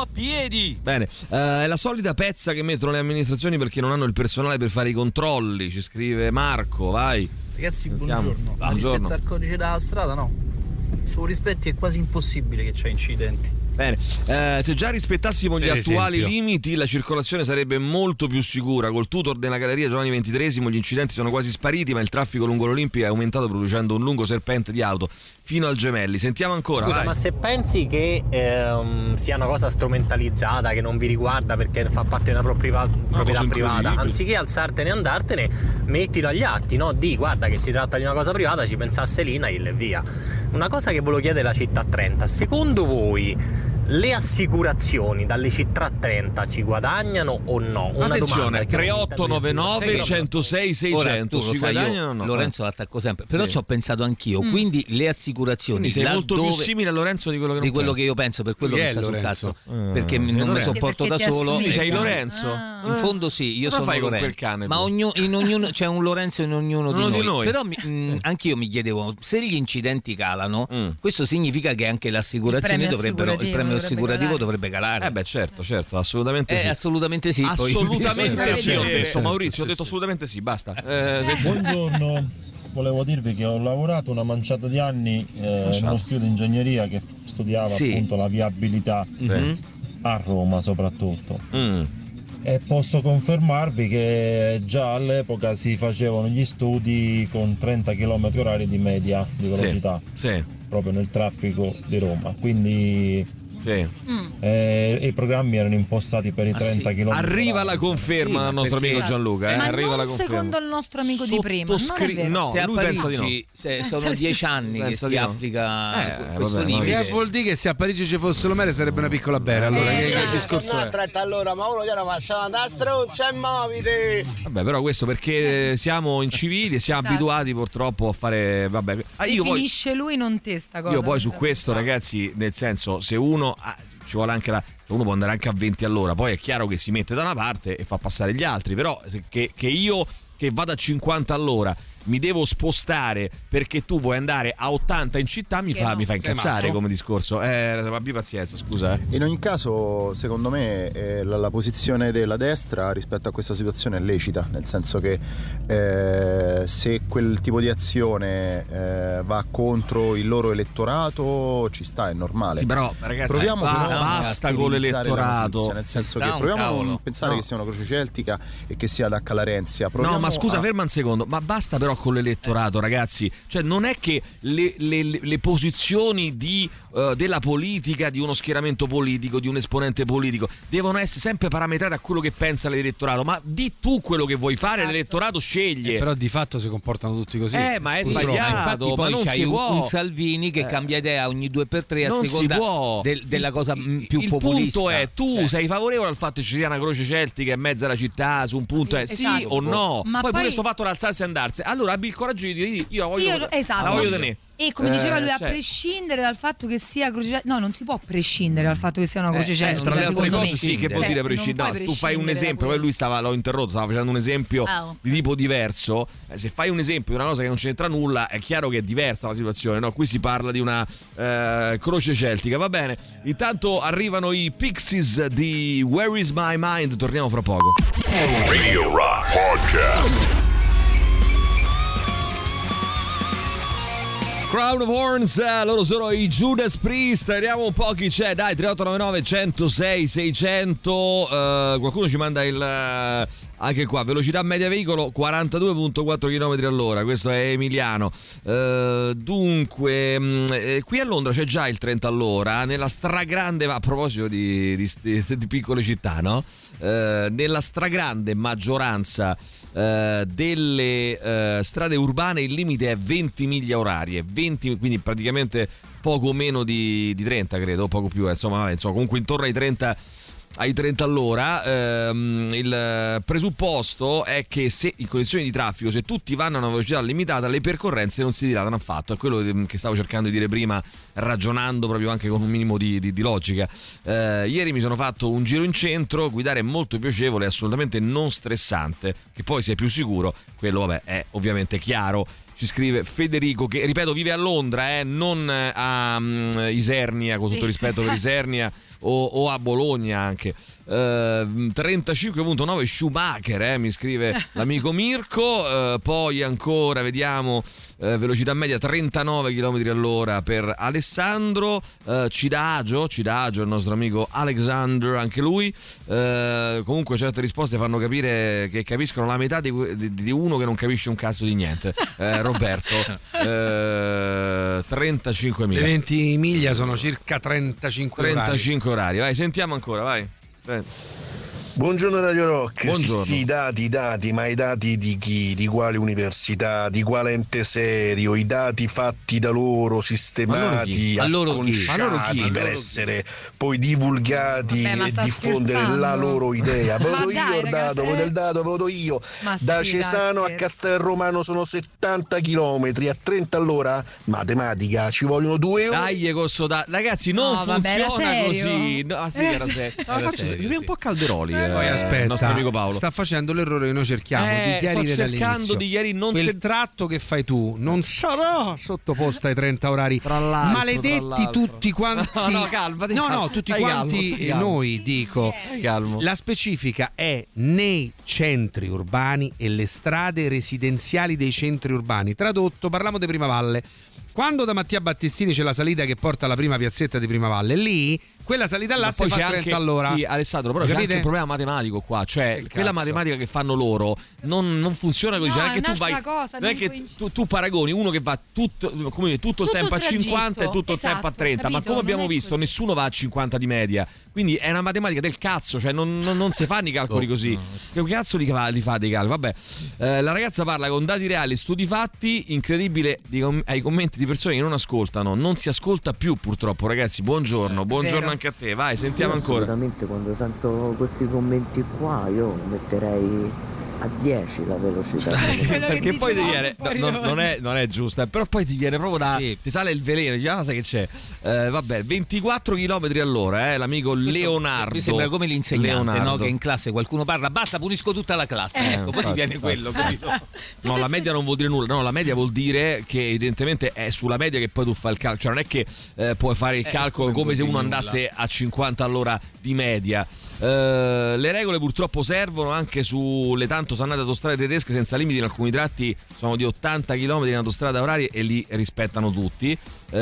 Speaker 11: Bene,
Speaker 3: è la solita pezza che mettono le amministrazioni perché non hanno il personale per fare i controlli, ci scrive Marco, vai.
Speaker 16: Ragazzi, buongiorno. Rispetto al codice della strada, no. Su rispetti è quasi impossibile che c'è incidenti.
Speaker 3: Bene, se già rispettassimo gli attuali limiti, la circolazione sarebbe molto più sicura. Col tutor della galleria Giovanni XXIII gli incidenti sono quasi spariti, ma il traffico lungo l'Olimpia è aumentato producendo un lungo serpente di auto fino al Gemelli. Sentiamo ancora.
Speaker 18: Scusa, ma se pensi che sia una cosa strumentalizzata, che non vi riguarda perché fa parte di una proprietà privata, anziché alzartene e andartene, mettilo agli atti, no? Guarda che si tratta di una cosa privata, ci pensasse l'INAIL e via. Una cosa che volevo chiedere alla città 30, secondo voi le assicurazioni dalle città 30 ci guadagnano o no? Una
Speaker 3: attenzione, 3899 106 600 ci guadagnano o no?
Speaker 6: Lorenzo l'attacco sempre, però ci ho pensato anch'io, quindi le assicurazioni.
Speaker 3: Quindi sei molto più simile a Lorenzo di quello che
Speaker 6: che io penso, per quello che sta sul cazzo, perché non mi sopporto da solo.
Speaker 3: Sei Lorenzo?
Speaker 6: In fondo sì, io sono Lorenzo, ma in ognuno c'è un Lorenzo in ognuno di noi. Però anch'io mi chiedevo, se gli incidenti calano, questo significa che anche le assicurazioni dovrebbero, il premio assicurativo dovrebbe calare.
Speaker 3: Certo, assolutamente sì.
Speaker 6: Assolutamente sì.
Speaker 3: Assolutamente sì, ho detto, Maurizio, ho detto assolutamente sì, basta.
Speaker 22: Buongiorno. Volevo dirvi che ho lavorato una manciata di anni in uno studio di ingegneria che studiava appunto la viabilità a Roma soprattutto. E posso confermarvi che già all'epoca si facevano gli studi con 30 km/h di media di velocità proprio nel traffico di Roma, quindi i programmi erano impostati per i 30 km.
Speaker 3: Arriva la conferma dal nostro amico Gianluca.
Speaker 5: Ma
Speaker 3: arriva
Speaker 5: non secondo il nostro amico di prima. Non è vero.
Speaker 3: No,
Speaker 6: se
Speaker 3: lui pensa di no.
Speaker 6: Se sono 10 anni che si applica questo limite.
Speaker 4: Che vuol dire che se a Parigi ci fosse l'Omere sarebbe una piccola bera. Allora che discorso è?
Speaker 17: 30 all'ora, ma uno gliela passa da struzza e muoviti.
Speaker 3: Vabbè, però questo perché siamo incivili e siamo abituati purtroppo a fare
Speaker 5: finisce lui, non te sta cosa.
Speaker 3: Io poi su questo, ragazzi, nel senso, se uno ci vuole anche uno può andare anche a 20 all'ora, poi è chiaro che si mette da una parte e fa passare gli altri, però che io che vado a 50 all'ora mi devo spostare perché tu vuoi andare a 80 in città mi fa incazzare come discorso. Abbi pazienza, scusa.
Speaker 26: In ogni caso, secondo me la posizione della destra rispetto a questa situazione è lecita, nel senso che se quel tipo di azione va contro il loro elettorato ci sta, è normale.
Speaker 3: Sì, però ragazzi,
Speaker 26: proviamo
Speaker 3: basta con l'elettorato,
Speaker 26: notizia, nel senso che proviamo a non pensare che sia una croce celtica e che sia da Calarenzia.
Speaker 3: No, ma scusa, ferma un secondo, ma basta però con l'elettorato, ragazzi, cioè non è che le posizioni della politica, di uno schieramento politico, di un esponente politico devono essere sempre parametrate a quello che pensa l'elettorato, ma di tu quello che vuoi fare, l'elettorato sceglie.
Speaker 4: Però di fatto si comportano tutti così.
Speaker 3: Ma è sbagliato.
Speaker 6: Infatti poi c'hai un Salvini che cambia idea ogni 2x3 a seconda della cosa più populista.
Speaker 3: Il punto è, tu sei favorevole al fatto che ci sia una croce celtica in mezzo alla città, su un punto è sì o no, ma poi pure sto fatto alzarsi e andarsi, allora abbi il coraggio di dire io la voglio tenere.
Speaker 5: E come diceva lui, a prescindere dal fatto che sia croce celtica, no, non si può prescindere dal fatto che sia una croce celtica, secondo me.
Speaker 3: Sì, che vuol dire prescindere? No, tu fai un esempio, poi lui l'ho interrotto, stava facendo un esempio di tipo diverso. Se fai un esempio di una cosa che non c'entra nulla, è chiaro che è diversa la situazione, no? Qui si parla di una croce celtica, va bene. Intanto arrivano i Pixies di Where Is My Mind, torniamo fra poco.
Speaker 2: Radio Rock Podcast.
Speaker 3: Crown of Horns, loro sono i Judas Priest. Vediamo un po' chi c'è. Dai, 3899 106 600. Qualcuno ci manda anche qua, velocità media veicolo 42.4 km all'ora. Questo è Emiliano. Dunque, qui a Londra c'è già il 30 all'ora. Nella stragrande, a proposito di piccole città, no? Nella stragrande maggioranza delle strade urbane il limite è 20 miglia orarie, 20, quindi praticamente poco meno di 30, credo, poco più, insomma, comunque intorno ai 30 ai 30 all'ora. Il presupposto è che se in condizioni di traffico, se tutti vanno a una velocità limitata, le percorrenze non si dilatano affatto. È quello che stavo cercando di dire prima, ragionando proprio anche con un minimo di logica. Ieri mi sono fatto un giro in centro, guidare è molto piacevole, assolutamente non stressante, che poi sei più sicuro, quello vabbè è ovviamente chiaro. Ci scrive Federico, che ripeto vive a Londra, non a Isernia, con tutto rispetto per Isernia, o a Bologna anche. 35.9 Schumacher, mi scrive l'amico Mirko. Poi ancora vediamo velocità media 39 km all'ora per Alessandro. Cidagio il nostro amico Alexander, anche lui. Comunque certe risposte fanno capire che capiscono la metà di uno che non capisce un cazzo di niente. Roberto, 35.000.
Speaker 4: 20 miglia sono circa 35
Speaker 3: orari. Vai, sentiamo ancora, vai.
Speaker 10: Buongiorno Radio Rock.
Speaker 3: Buongiorno.
Speaker 10: Sì, dati, ma i dati di chi? Di quale università? Di quale ente serio? I dati fatti da loro, sistemati, acconciati per essere poi divulgati e diffondere la loro idea. Ve lo do io il dato, voi del dato ve lo do io. Da Cesano a Castelromano sono 70 km a 30 all'ora. Matematica, ci vogliono 2 ore.
Speaker 3: Dai, ragazzi, non funziona così. No, sì, era serio. Un po' Calderoli.
Speaker 4: Poi aspetta,
Speaker 3: il nostro amico Paolo
Speaker 4: sta facendo l'errore che noi cerchiamo di chiarire dall'inizio.
Speaker 3: Quel
Speaker 4: tratto che fai tu non sarà sottoposto ai 30 orari. Maledetti tutti quanti.
Speaker 3: No, calmati.
Speaker 4: No, tutti quanti calmo. Noi dico. La specifica è nei centri urbani e le strade residenziali dei centri urbani. Tradotto, parliamo di Primavalle. Quando da Mattia Battistini c'è la salita che porta alla prima piazzetta di Primavalle, lì quella salita là si fa 30 all'ora.
Speaker 3: Sì, Alessandro, però c'è anche un problema matematico qua, cioè quella matematica che fanno loro non funziona così.
Speaker 5: No,
Speaker 3: non è che tu vai, non è che tu paragoni uno che va tutto il tempo a 50 e tutto il tempo a 30,
Speaker 5: capito,
Speaker 3: ma come abbiamo visto nessuno va a 50 di media, quindi è una matematica del cazzo, cioè non si fanno i calcoli così. Che cazzo li fa dei calcoli? Vabbè, la ragazza parla con dati reali, studi fatti, incredibile ai commenti di persone che non ascoltano, non si ascolta più purtroppo, ragazzi. Buongiorno anche a te, vai, sentiamo ancora.
Speaker 12: Assolutamente, quando sento questi commenti qua io metterei a 10 la velocità.
Speaker 3: Perché poi ti viene non è giusta, però poi ti viene proprio ti sale il veleno, sai che c'è. Vabbè, 24 km all'ora, l'amico Leonardo.
Speaker 6: Mi sembra come l'insegnante, no? Che in classe qualcuno parla, basta, punisco tutta la classe. Poi ti viene quello, capito?
Speaker 3: No, la media non vuol dire nulla. No, la media vuol dire che evidentemente è sulla media che poi tu fai il calcolo. Cioè non è che puoi fare il calcolo come se uno andasse a 50 all'ora di media. Le regole purtroppo servono anche sulle tanto sannate autostrade tedesche senza limiti. In alcuni tratti sono di 80 km in autostrada orarie e li rispettano tutti.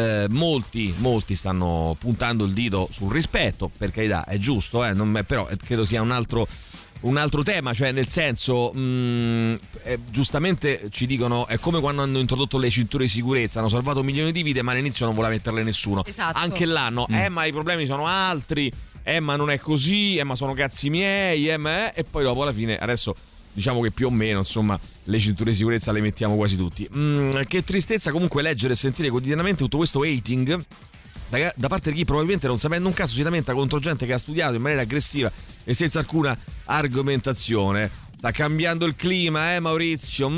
Speaker 3: Molti stanno puntando il dito sul rispetto, per carità, è giusto, però credo sia un altro tema, cioè nel senso giustamente ci dicono è come quando hanno introdotto le cinture di sicurezza, hanno salvato milioni di vite ma all'inizio non voleva metterle nessuno.
Speaker 5: Esatto.
Speaker 3: Anche l'anno ma i problemi sono altri, ma non è così, ma sono cazzi miei, e poi dopo alla fine adesso diciamo che più o meno insomma le cinture di sicurezza le mettiamo quasi tutti. Che tristezza comunque leggere e sentire quotidianamente tutto questo hating da parte di chi probabilmente non sapendo un cazzo si lamenta contro gente che ha studiato in maniera aggressiva e senza alcuna argomentazione. Sta cambiando il clima, Maurizio?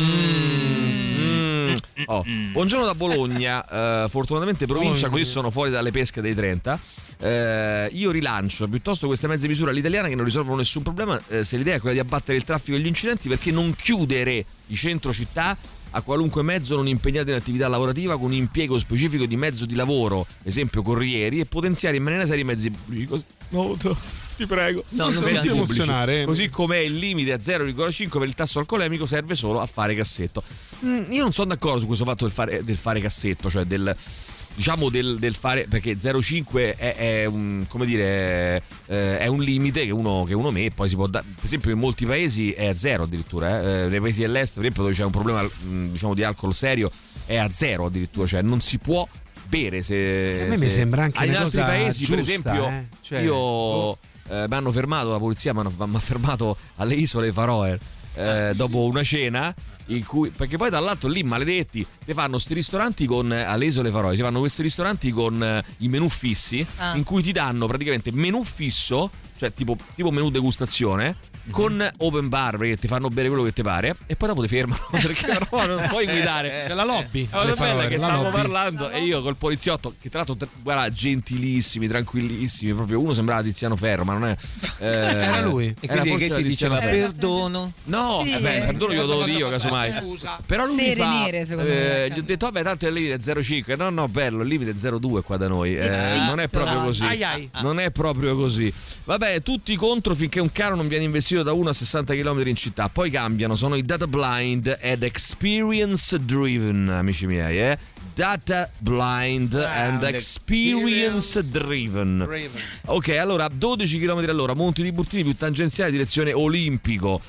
Speaker 3: Buongiorno da Bologna, fortunatamente provincia, così sono fuori dalle pesche dei 30. Io rilancio piuttosto queste mezze misure all'italiana che non risolvono nessun problema, se l'idea è quella di abbattere il traffico e gli incidenti, perché non chiudere i centro città a qualunque mezzo non impegnato in attività lavorativa con impiego specifico di mezzo di lavoro, esempio corrieri, e potenziare in maniera seria i mezzi pubblici. Ti prego,
Speaker 4: non ti emozionare.
Speaker 3: Così come il limite a 0,5 per il tasso alcolemico serve solo a fare cassetto. Io non sono d'accordo su questo fatto del fare cassetto, cioè del fare, perché 0,5 è un, come dire, è un limite che uno mette, poi si può dare, per esempio in molti paesi è a 0 addirittura, nei paesi dell'est per esempio dove c'è un problema di alcol serio è a 0 addittura, cioè non si può bere
Speaker 4: mi sembra anche
Speaker 3: in
Speaker 4: una
Speaker 3: altri
Speaker 4: cosa
Speaker 3: paesi
Speaker 4: giusta,
Speaker 3: per esempio
Speaker 4: cioè,
Speaker 3: io mi hanno fermato, la polizia mi ha fermato alle isole Faroe dopo una cena in cui, perché poi dall'altro lì maledetti ti fanno sti ristoranti alle isole Faroe, si fanno questi ristoranti con i menù fissi in cui ti danno praticamente menù fisso cioè tipo menù degustazione con open bar, perché ti fanno bere quello che ti pare e poi dopo ti fermano perché no, non puoi guidare.
Speaker 4: C'è la lobby.
Speaker 3: La bella è che stavamo parlando e io col poliziotto, che tra l'altro guarda, gentilissimi, tranquillissimi, proprio uno sembrava Tiziano Ferro, ma non è
Speaker 4: era lui.
Speaker 6: E quindi che ti diceva perdono?
Speaker 3: No,
Speaker 5: sì,
Speaker 3: perdono glielo do io casomai.
Speaker 4: Scusa.
Speaker 3: Però lui mi fa
Speaker 5: nere, secondo me.
Speaker 3: gli ho detto vabbè, tanto il limite è 0,5. No, bello, il limite è 0,2 qua da noi. Non è proprio così. Non è proprio così. Vabbè, tutti contro finché un carro non viene investito da 1 a 60 km in città. Poi cambiano, sono i data blind ed experience driven, amici miei, Data blind and experience driven. Ok, allora 12 km all'ora, Monti di Burtini più tangenziale direzione Olimpico.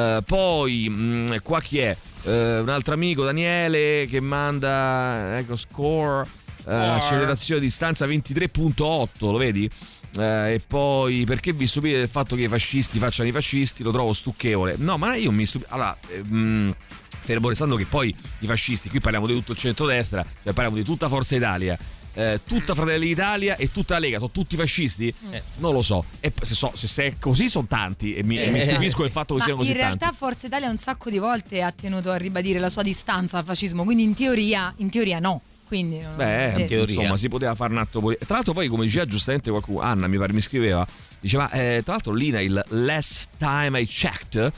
Speaker 3: Poi qua chi è? Un altro amico, Daniele, che manda score, accelerazione di distanza 23.8, lo vedi? E poi perché vi stupite del fatto che i fascisti facciano i fascisti? Lo trovo stucchevole. No, ma io mi stupisco. Allora, fermo restando che poi i fascisti, qui parliamo di tutto il centrodestra, cioè parliamo di tutta Forza Italia, tutta Fratelli d'Italia e tutta la Lega, sono tutti fascisti? Non lo so. E se è così sono tanti e mi stupisco del fatto che siano così tanti.
Speaker 5: In realtà Forza Italia un sacco di volte ha tenuto a ribadire la sua distanza al fascismo, quindi in teoria no. Quindi in
Speaker 3: teoria, insomma, si poteva fare un atto politico. Tra l'altro poi, come diceva giustamente qualcuno, Anna mi pare mi scriveva, diceva tra l'altro l'INAIL last time I checked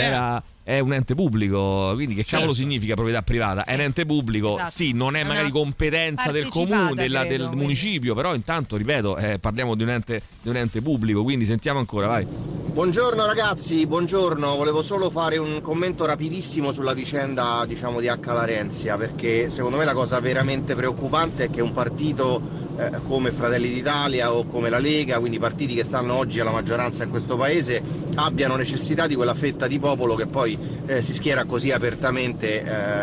Speaker 3: è un ente pubblico, quindi che cavolo significa proprietà privata? È un ente pubblico, esatto. Sì, non è magari competenza del comune, del municipio, però intanto, ripeto, parliamo di un ente pubblico, quindi sentiamo ancora, vai.
Speaker 13: Buongiorno ragazzi, buongiorno, volevo solo fare un commento rapidissimo sulla vicenda, diciamo, di H. Larenzia, perché secondo me la cosa veramente preoccupante è che un partito come Fratelli d'Italia o come la Lega, quindi partiti che stanno oggi alla maggioranza in questo paese, abbiano necessità di quella fetta di popolo che poi si schiera così apertamente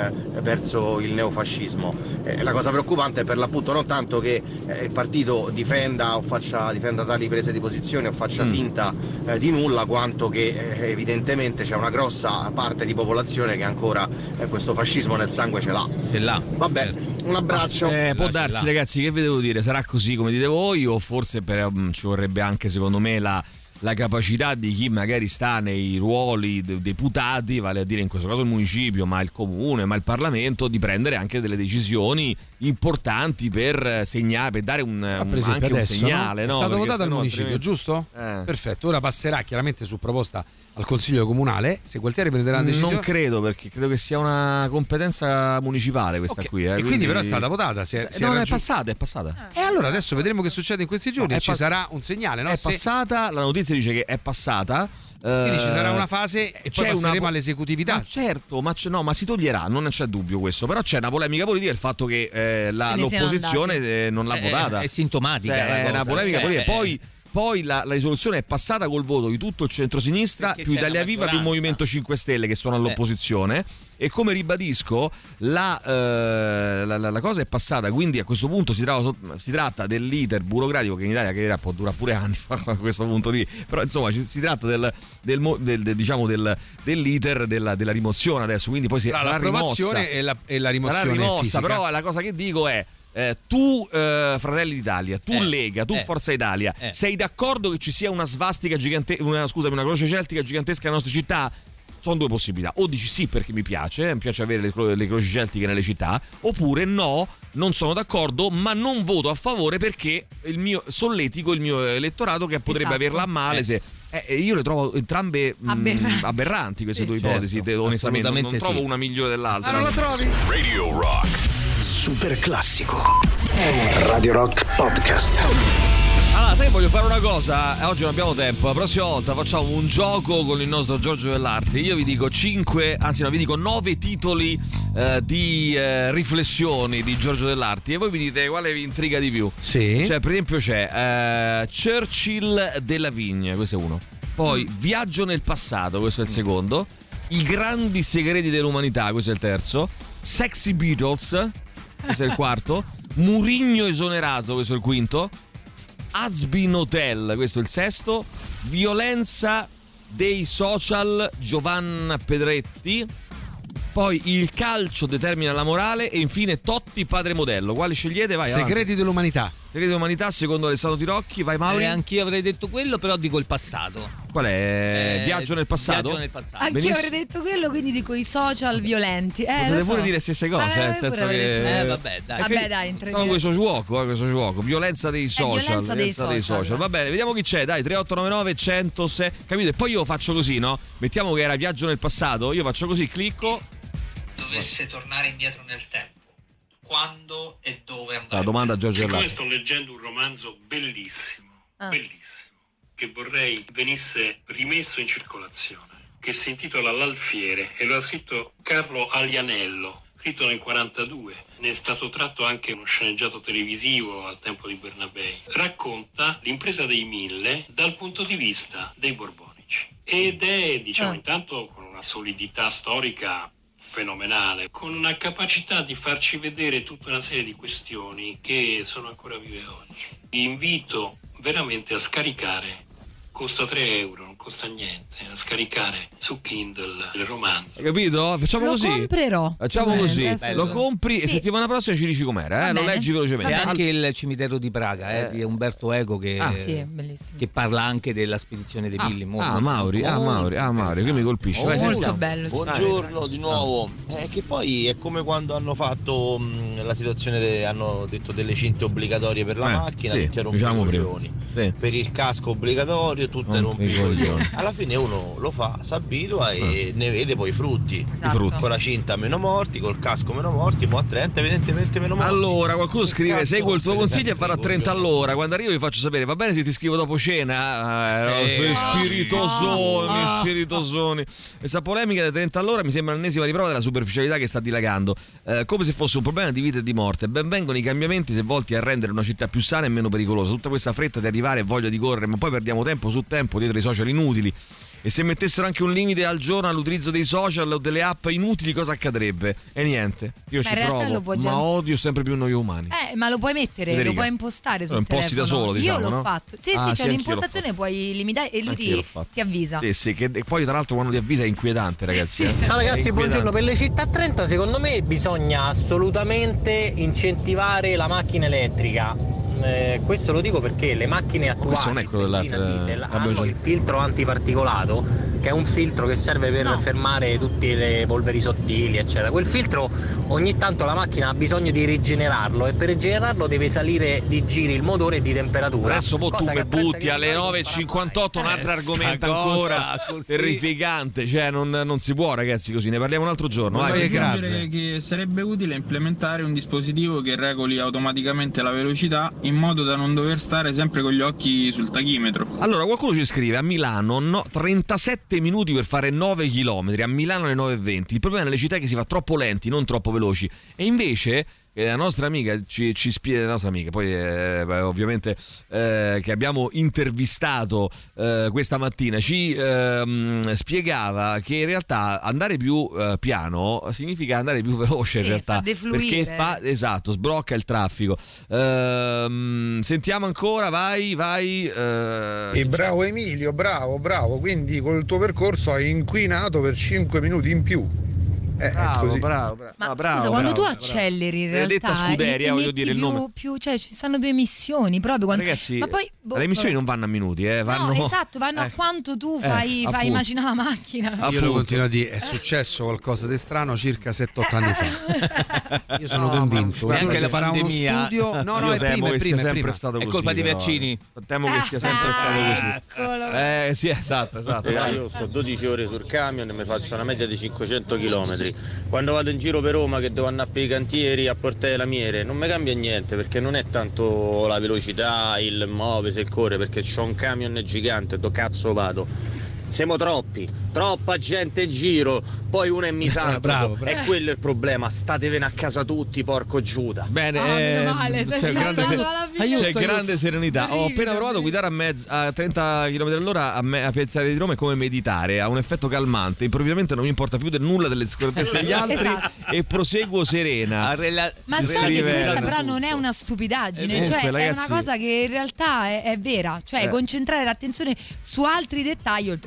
Speaker 13: verso il neofascismo. La cosa preoccupante è per l'appunto non tanto che il partito difenda tali prese di posizione o faccia finta di nulla, quanto che evidentemente c'è una grossa parte di popolazione che ancora questo fascismo nel sangue ce l'ha. Vabbè, un abbraccio.
Speaker 3: Può darsi, ragazzi, che vi devo dire, sarà così come dite voi, o forse ci vorrebbe anche, secondo me, la capacità di chi magari sta nei ruoli deputati, vale a dire in questo caso il municipio, ma il comune, ma il Parlamento, di prendere anche delle decisioni importanti per segnare, per dare anche un segnale.
Speaker 4: No? È stato votato al municipio, giusto? Perfetto, ora passerà chiaramente su proposta al Consiglio Comunale. Se Gualtieri prenderà una decisione,
Speaker 3: non credo, perché credo che sia una competenza municipale questa qui.
Speaker 4: E quindi però è stata votata.
Speaker 3: È passata.
Speaker 4: E allora adesso vedremo che succede in questi giorni. Ci sarà un segnale, no?
Speaker 3: È passata, la notizia dice che è passata.
Speaker 4: Quindi ci sarà una fase e poi passeremo all'esecutività.
Speaker 3: Ma certo, ma si toglierà, non c'è dubbio questo. Però c'è una polemica politica il fatto che l'opposizione non l'ha votata.
Speaker 6: È sintomatica.
Speaker 3: È una polemica politica. Poi la risoluzione è passata col voto di tutto il centrosinistra, più Italia Viva, più Movimento 5 Stelle, che sono all'opposizione. E come ribadisco, la cosa è passata, quindi a questo punto si tratta dell'iter burocratico che in Italia può durare pure anni a questo punto lì, però insomma si tratta dell'iter della rimozione adesso, quindi poi sarà rimossa
Speaker 4: e la rimozione fisica.
Speaker 3: Però la cosa che dico è tu Fratelli d'Italia, tu Lega, tu Forza Italia, sei d'accordo che ci sia una svastica una croce celtica gigantesca nelle nostre città? Sono due possibilità: o dici sì perché mi piace avere le croci celtiche nelle città, oppure no, non sono d'accordo, ma non voto a favore perché solletico il mio elettorato che potrebbe averla a male se... io le trovo entrambe aberranti queste due ipotesi, onestamente non trovo una migliore dell'altra.
Speaker 4: Non la trovi?
Speaker 2: Radio Rock
Speaker 1: Super classico. Radio Rock Podcast.
Speaker 3: Allora, sai, voglio fare una cosa. Oggi non abbiamo tempo. La prossima volta facciamo un gioco con il nostro Giorgio Dell'Arti. Io vi dico 9 titoli di riflessioni di Giorgio Dell'Arti e voi mi dite quale vi intriga di più.
Speaker 4: Sì.
Speaker 3: Cioè, per esempio, c'è Churchill della Vigna, questo è uno. Poi Viaggio nel passato, questo è il secondo. I grandi segreti dell'umanità, questo è il terzo. Sexy Beatles, questo è il quarto. Mourinho esonerato, questo è il quinto. Has-Been Hotel, questo è il sesto. Violenza dei social, Giovanna Pedretti. Poi il calcio determina la morale. E infine Totti padre modello. Quali scegliete? Vai,
Speaker 4: Segreti dell'umanità.
Speaker 3: Segreti dell'umanità secondo Alessandro Tirocchi. Vai Mauri.
Speaker 6: Anch'io avrei detto quello, però dico il passato.
Speaker 3: Qual è? Viaggio nel passato?
Speaker 6: Viaggio nel passato.
Speaker 5: Anch'io avrei detto quello, quindi dico i social violenti.
Speaker 3: Potete pure dire le stesse cose, nel senso che
Speaker 6: vabbè, dai.
Speaker 3: No, questo gioco, violenza dei social. Violenza dei social. Va bene, vediamo chi c'è. Dai, 3899 106. Capite? Poi io faccio così, no? Mettiamo che era viaggio nel passato, io faccio così, clicco.
Speaker 14: Dovesse tornare indietro nel tempo, quando e dove andare?
Speaker 3: La domanda a Giorgio
Speaker 19: Siccome sto leggendo un romanzo bellissimo, che vorrei venisse rimesso in circolazione, che si intitola L'Alfiere e lo ha scritto Carlo Alianello, scritto nel 1942, ne è stato tratto anche uno sceneggiato televisivo al tempo di Bernabei. Racconta l'impresa dei 1000 dal punto di vista dei borbonici ed è, intanto con una solidità storica fenomenale, con una capacità di farci vedere tutta una serie di questioni che sono ancora vive oggi. Vi invito veramente a scaricare, costa 3 euro, non costa niente, a scaricare su Kindle il romanzo.
Speaker 3: Hai capito? Facciamo così.
Speaker 5: Lo comprerò.
Speaker 3: Facciamo così. Lo compri e settimana prossima ci dici com'era, lo leggi velocemente.
Speaker 6: C'è anche il cimitero di Praga di Umberto Eco che parla anche della spedizione dei Pilli.
Speaker 3: Mauri, che mi colpisce.
Speaker 5: Molto bello.
Speaker 20: Buongiorno di nuovo. Che poi è come quando hanno fatto la situazione, hanno detto delle cinte obbligatorie per la macchina, tutti a rompicoglioni. Per il casco obbligatorio, tutte rompicoglioni. Alla fine uno lo fa, si abitua e ne vede poi i frutti. Con la cinta meno morti, col casco meno morti, poi a 30 evidentemente meno morti.
Speaker 3: Allora qualcuno scrive: seguo il tuo consiglio e farò a 30 all'ora. Quando arrivo vi faccio sapere, va bene se ti scrivo dopo cena? Spiritosoni. Questa polemica da 30 all'ora mi sembra l'ennesima riprova della superficialità che sta dilagando, come se fosse un problema di vita e di morte. Ben vengono i cambiamenti se volti a rendere una città più sana e meno pericolosa. Tutta questa fretta di arrivare e voglia di correre, ma poi perdiamo tempo su tempo dietro i social inutili. E se mettessero anche un limite al giorno all'utilizzo dei social o delle app inutili, cosa accadrebbe? E niente, io ci provo, ma odio sempre più noi umani.
Speaker 5: Ma lo puoi mettere, Federica, lo puoi impostare sul telefono.
Speaker 3: Da solo, diciamo,
Speaker 5: io l'ho
Speaker 3: no?
Speaker 5: fatto. Sì, c'è un'impostazione, puoi limitare e lui ti avvisa.
Speaker 3: Sì, che poi tra l'altro quando ti avvisa è inquietante, ragazzi.
Speaker 18: Ciao ragazzi, buongiorno. Per le città 30 secondo me bisogna assolutamente incentivare la macchina elettrica. Questo lo dico perché le macchine attuali benzina diesel hanno il filtro antiparticolato, che è un filtro che serve per fermare tutte le polveri sottili eccetera. Quel filtro ogni tanto la macchina ha bisogno di rigenerarlo e per rigenerarlo deve salire di giri il motore e di temperatura.
Speaker 3: Adesso tu mi butti alle 9.58 un altro argomento ancora terrificante, cioè non si può, ragazzi, così ne parliamo un altro giorno.
Speaker 21: Aggiungere che sarebbe utile implementare un dispositivo che regoli automaticamente la velocità in modo da non dover stare sempre con gli occhi sul tachimetro.
Speaker 3: Allora qualcuno ci scrive: a Milano 37 minuti per fare 9 km, a Milano alle 9.20. Il problema nelle città è che si va troppo lenti, non troppo veloci, e invece la nostra amica ci spiega, la nostra amica poi ovviamente che abbiamo intervistato questa mattina, ci spiegava che in realtà andare più piano significa andare più veloce, in realtà, perché sblocca il traffico. Sentiamo ancora, vai.
Speaker 23: E bravo Emilio, bravo, quindi col tuo percorso hai inquinato per 5 minuti in più.
Speaker 3: Bravo.
Speaker 5: Ma scusa, quando tu acceleri in realtà
Speaker 3: Scuderia, voglio dire il nome.
Speaker 5: Cioè ci stanno più emissioni proprio quando...
Speaker 3: Ragazzi,
Speaker 5: ma poi,
Speaker 3: le emissioni non vanno a minuti, vanno...
Speaker 5: No, esatto, vanno a quanto tu fai immaginare la macchina.
Speaker 4: Io lo continuo a dire, è successo qualcosa di strano circa 7-8 anni fa. Io sono convinto.
Speaker 6: Anche la
Speaker 4: farà uno studio. No, è prima.
Speaker 3: Stato
Speaker 6: è
Speaker 3: così,
Speaker 6: colpa dei vaccini.
Speaker 3: Temo che sia sempre stato così. Sì, esatto.
Speaker 20: Io sto 12 ore sul camion e mi faccio una media di 500 km. Quando vado in giro per Roma che devo andare per i cantieri a Porta Lamiere non mi cambia niente, perché non è tanto la velocità, il muoversi, il correre, perché c'ho un camion gigante, do cazzo vado. Siamo troppa gente in giro, poi uno è misantropo, è quello il problema, statevene a casa tutti, porco Giuda.
Speaker 3: Bene, c'è grande serenità. Ho appena provato a guidare a 30 km all'ora a Piazzale di Roma, è come meditare, ha un effetto calmante, improvvisamente non mi importa più del nulla delle scorrettezze degli altri e proseguo serena.
Speaker 5: Ma sai che questa però non è una stupidaggine, cioè è una cosa che in realtà è vera, cioè concentrare l'attenzione su altri dettagli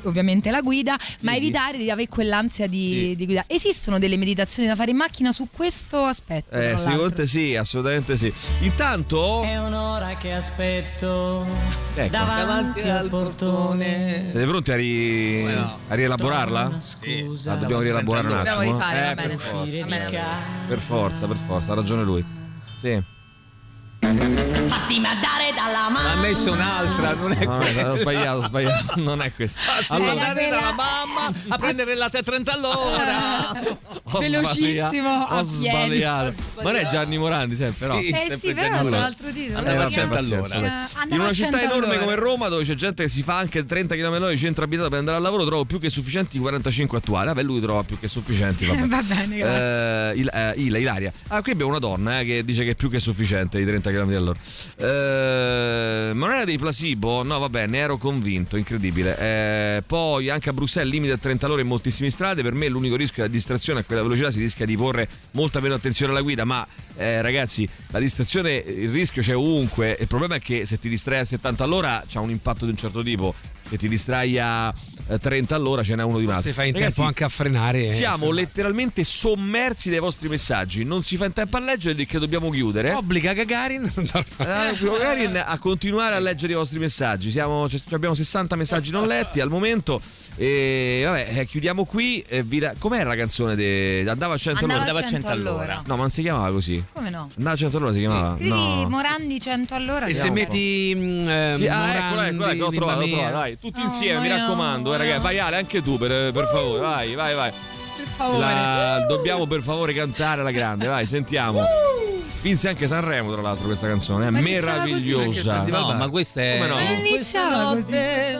Speaker 5: ovviamente la guida, ma evitare di avere quell'ansia di guidare. Esistono delle meditazioni da fare in macchina su questo aspetto?
Speaker 3: Sicuramente sì, assolutamente sì. Intanto
Speaker 7: è un'ora che aspetto
Speaker 6: davanti al portone.
Speaker 3: Siete pronti a rielaborarla?
Speaker 6: Scusa,
Speaker 3: dobbiamo rielaborare un attimo.
Speaker 5: Dobbiamo rifare, va bene.
Speaker 3: Per forza, ha ragione lui. Sì.
Speaker 7: Fatti mandare dalla mamma.
Speaker 6: Ha messo un'altra, non è questa.
Speaker 3: Ho sbagliato, non è questa.
Speaker 6: Allora, andare dalla mamma a prendere la 30 all'ora.
Speaker 5: Velocissimo.
Speaker 3: Ho sbagliato. Ma non è Gianni Morandi sempre, no?
Speaker 5: Sì, però c'è un altro titolo.
Speaker 6: Andava a 100 all'ora.
Speaker 3: In una città enorme come Roma, dove c'è gente che si fa anche 30 km di centro abitato per andare al lavoro, trovo più che sufficienti i 45 attuali. Vabbè, lui trova più che sufficienti.
Speaker 5: Va bene, grazie.
Speaker 3: Ilaria. Qui abbiamo una donna che dice che è più che sufficiente i 30 km all'ora. Ma non era dei placebo? No, vabbè, ne ero convinto, incredibile. Poi anche a Bruxelles limite a 30 all'ora in moltissime strade. Per me l'unico rischio è la distrazione. A quella velocità si rischia di porre molta meno attenzione alla guida, ma ragazzi, la distrazione, il rischio c'è ovunque. Il problema è che se ti distrai a 70 all'ora c'ha un impatto di un certo tipo. Se ti distrai a 30 all'ora ce n'è uno di male.
Speaker 4: Se fai in tempo anche a frenare.
Speaker 3: Siamo letteralmente sommersi dai vostri messaggi. Non si fa in tempo a leggere, che dobbiamo chiudere.
Speaker 4: Obbliga Gagarin
Speaker 3: a continuare a leggere i vostri messaggi. Abbiamo 60 messaggi non letti al momento. E vabbè, chiudiamo qui. Com'era la canzone? Andava a 100 all'ora.
Speaker 5: Andava a 100 all'ora.
Speaker 3: No, ma non si chiamava così.
Speaker 5: Come no?
Speaker 3: Andava a 100 all'ora si chiamava.
Speaker 5: Scrivi Morandi 100 all'ora.
Speaker 4: E se metti
Speaker 3: eccola, l'ho trovato, dai. Tutti insieme, mi raccomando, ragazzi. Vai Ale, anche tu, per favore. Vai.
Speaker 5: Per favore.
Speaker 3: Dobbiamo per favore cantare alla grande, vai, sentiamo. Vinse anche Sanremo, tra l'altro, questa canzone, è meravigliosa.
Speaker 6: No, ma questa è.
Speaker 3: Come no?
Speaker 5: Non iniziava così.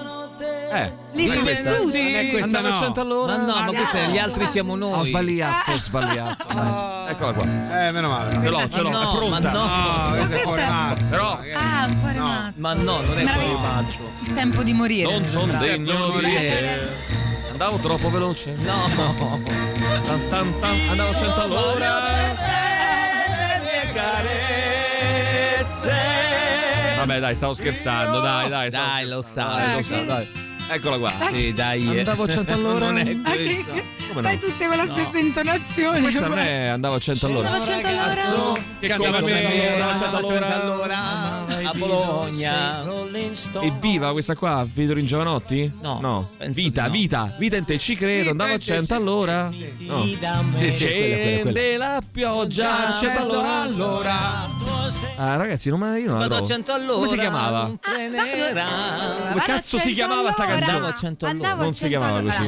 Speaker 3: Andava a 100 all'ora.
Speaker 6: Ma no, ma questa gli altri siamo noi.
Speaker 3: Ho sbagliato. Eccola qua.
Speaker 4: Meno male.
Speaker 3: Ce l'ho, è pronta.
Speaker 5: Però un po' remato.
Speaker 6: Ma no, non è remato.
Speaker 5: Il tempo di morire.
Speaker 3: Non sono degno di andavo troppo veloce.
Speaker 6: No.
Speaker 3: Andavo a 100 all'ora. Vabbè, dai, stavo scherzando. Dai,
Speaker 6: lo sai.
Speaker 3: Dai. Eccola qua.
Speaker 6: Sì, dai.
Speaker 3: Andavo a 100 all'ora.
Speaker 6: Non è questo.
Speaker 5: Fai tutte con la stessa intonazione.
Speaker 3: Questa non è andavo a 100 all'ora.
Speaker 5: Andavo a 100 all'ora.
Speaker 3: Che come
Speaker 6: andavo a 100 all'ora a Bologna.
Speaker 3: Evviva questa qua, Vitorin Giovanotti? No. Vita in te ci credo, andavo a 100 all'ora. No.
Speaker 6: Sì,
Speaker 3: scende la pioggia a 100 all'ora. Ragazzi, io non la trovo.
Speaker 6: a 100 all'ora.
Speaker 3: Come si chiamava? Come cazzo si chiamava sta canzone?
Speaker 6: Andavo a 100 all'ora.
Speaker 3: Non si chiamava così.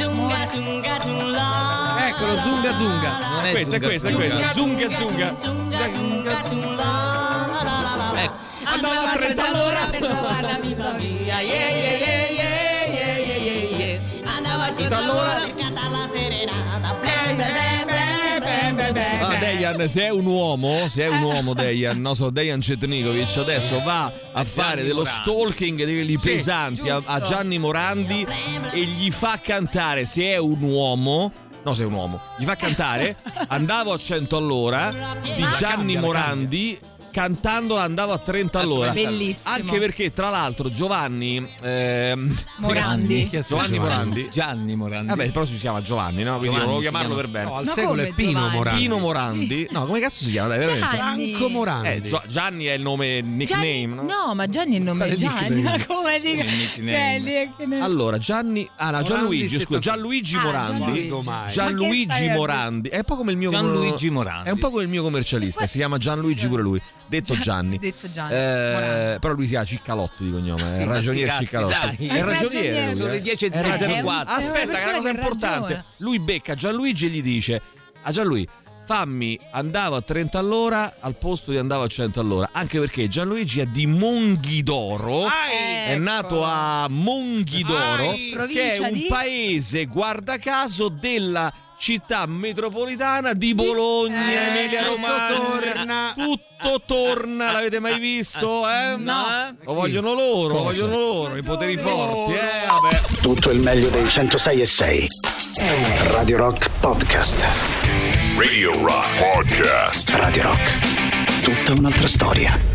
Speaker 4: Eccolo, Zunga Zunga.
Speaker 6: Non è
Speaker 3: questa. Zunga Zunga.
Speaker 6: Ecco.
Speaker 3: Andavo a 30 all'ora
Speaker 7: per trovarla viva via. Andavo a 100 all'ora per cantare la serenata.
Speaker 3: Dejan, se è un uomo Dejan, Dejan Cetnikovic adesso va a fare dello stalking di quelli pesanti a Gianni Morandi e gli fa cantare, se è un uomo, gli fa cantare Andavo a 100 all'ora di Gianni Morandi. Cantandola andavo a 30 all'ora.
Speaker 5: Bellissimo.
Speaker 3: Anche perché tra l'altro Gianni Morandi. Vabbè, però si chiama Giovanni, no? Quindi non volevo chiamarlo per bene.
Speaker 4: No, al secolo è Pino Morandi.
Speaker 3: Pino Morandi. No, come cazzo si chiama? Dai, veramente.
Speaker 4: Franco Morandi.
Speaker 3: Gianni è il nome, nickname, no?
Speaker 5: No, ma Gianni è il nome. Gianni. Come dico?
Speaker 3: Allora, Gianluigi, scusa, Gianluigi Morandi. Gianluigi Morandi. È un po' come il mio
Speaker 6: Gianluigi Morandi.
Speaker 3: È un po' come il mio commercialista, si chiama Gianluigi pure lui. Detto Gianni. Però lui si chiama Ciccalotti di cognome. È ragioniere Ciccalotti. È ragioniere.
Speaker 6: Sono le 10:04.
Speaker 3: Aspetta, che è una cosa importante. Lui becca Gianluigi e gli dice: a Gianluigi, fammi andavo a 30 all'ora al posto di andavo a 100 all'ora. Anche perché Gianluigi è di Monghidoro. È nato a Monghidoro, che è un paese, guarda caso, della città metropolitana di Bologna, Emilia Romagna. Tutto torna, l'avete mai visto?
Speaker 5: No.
Speaker 3: Lo vogliono loro, i poteri forti, vabbè.
Speaker 1: Tutto il meglio dei 106.6. Radio Rock Podcast.
Speaker 2: Radio Rock Podcast.
Speaker 1: Radio Rock. Tutta un'altra storia.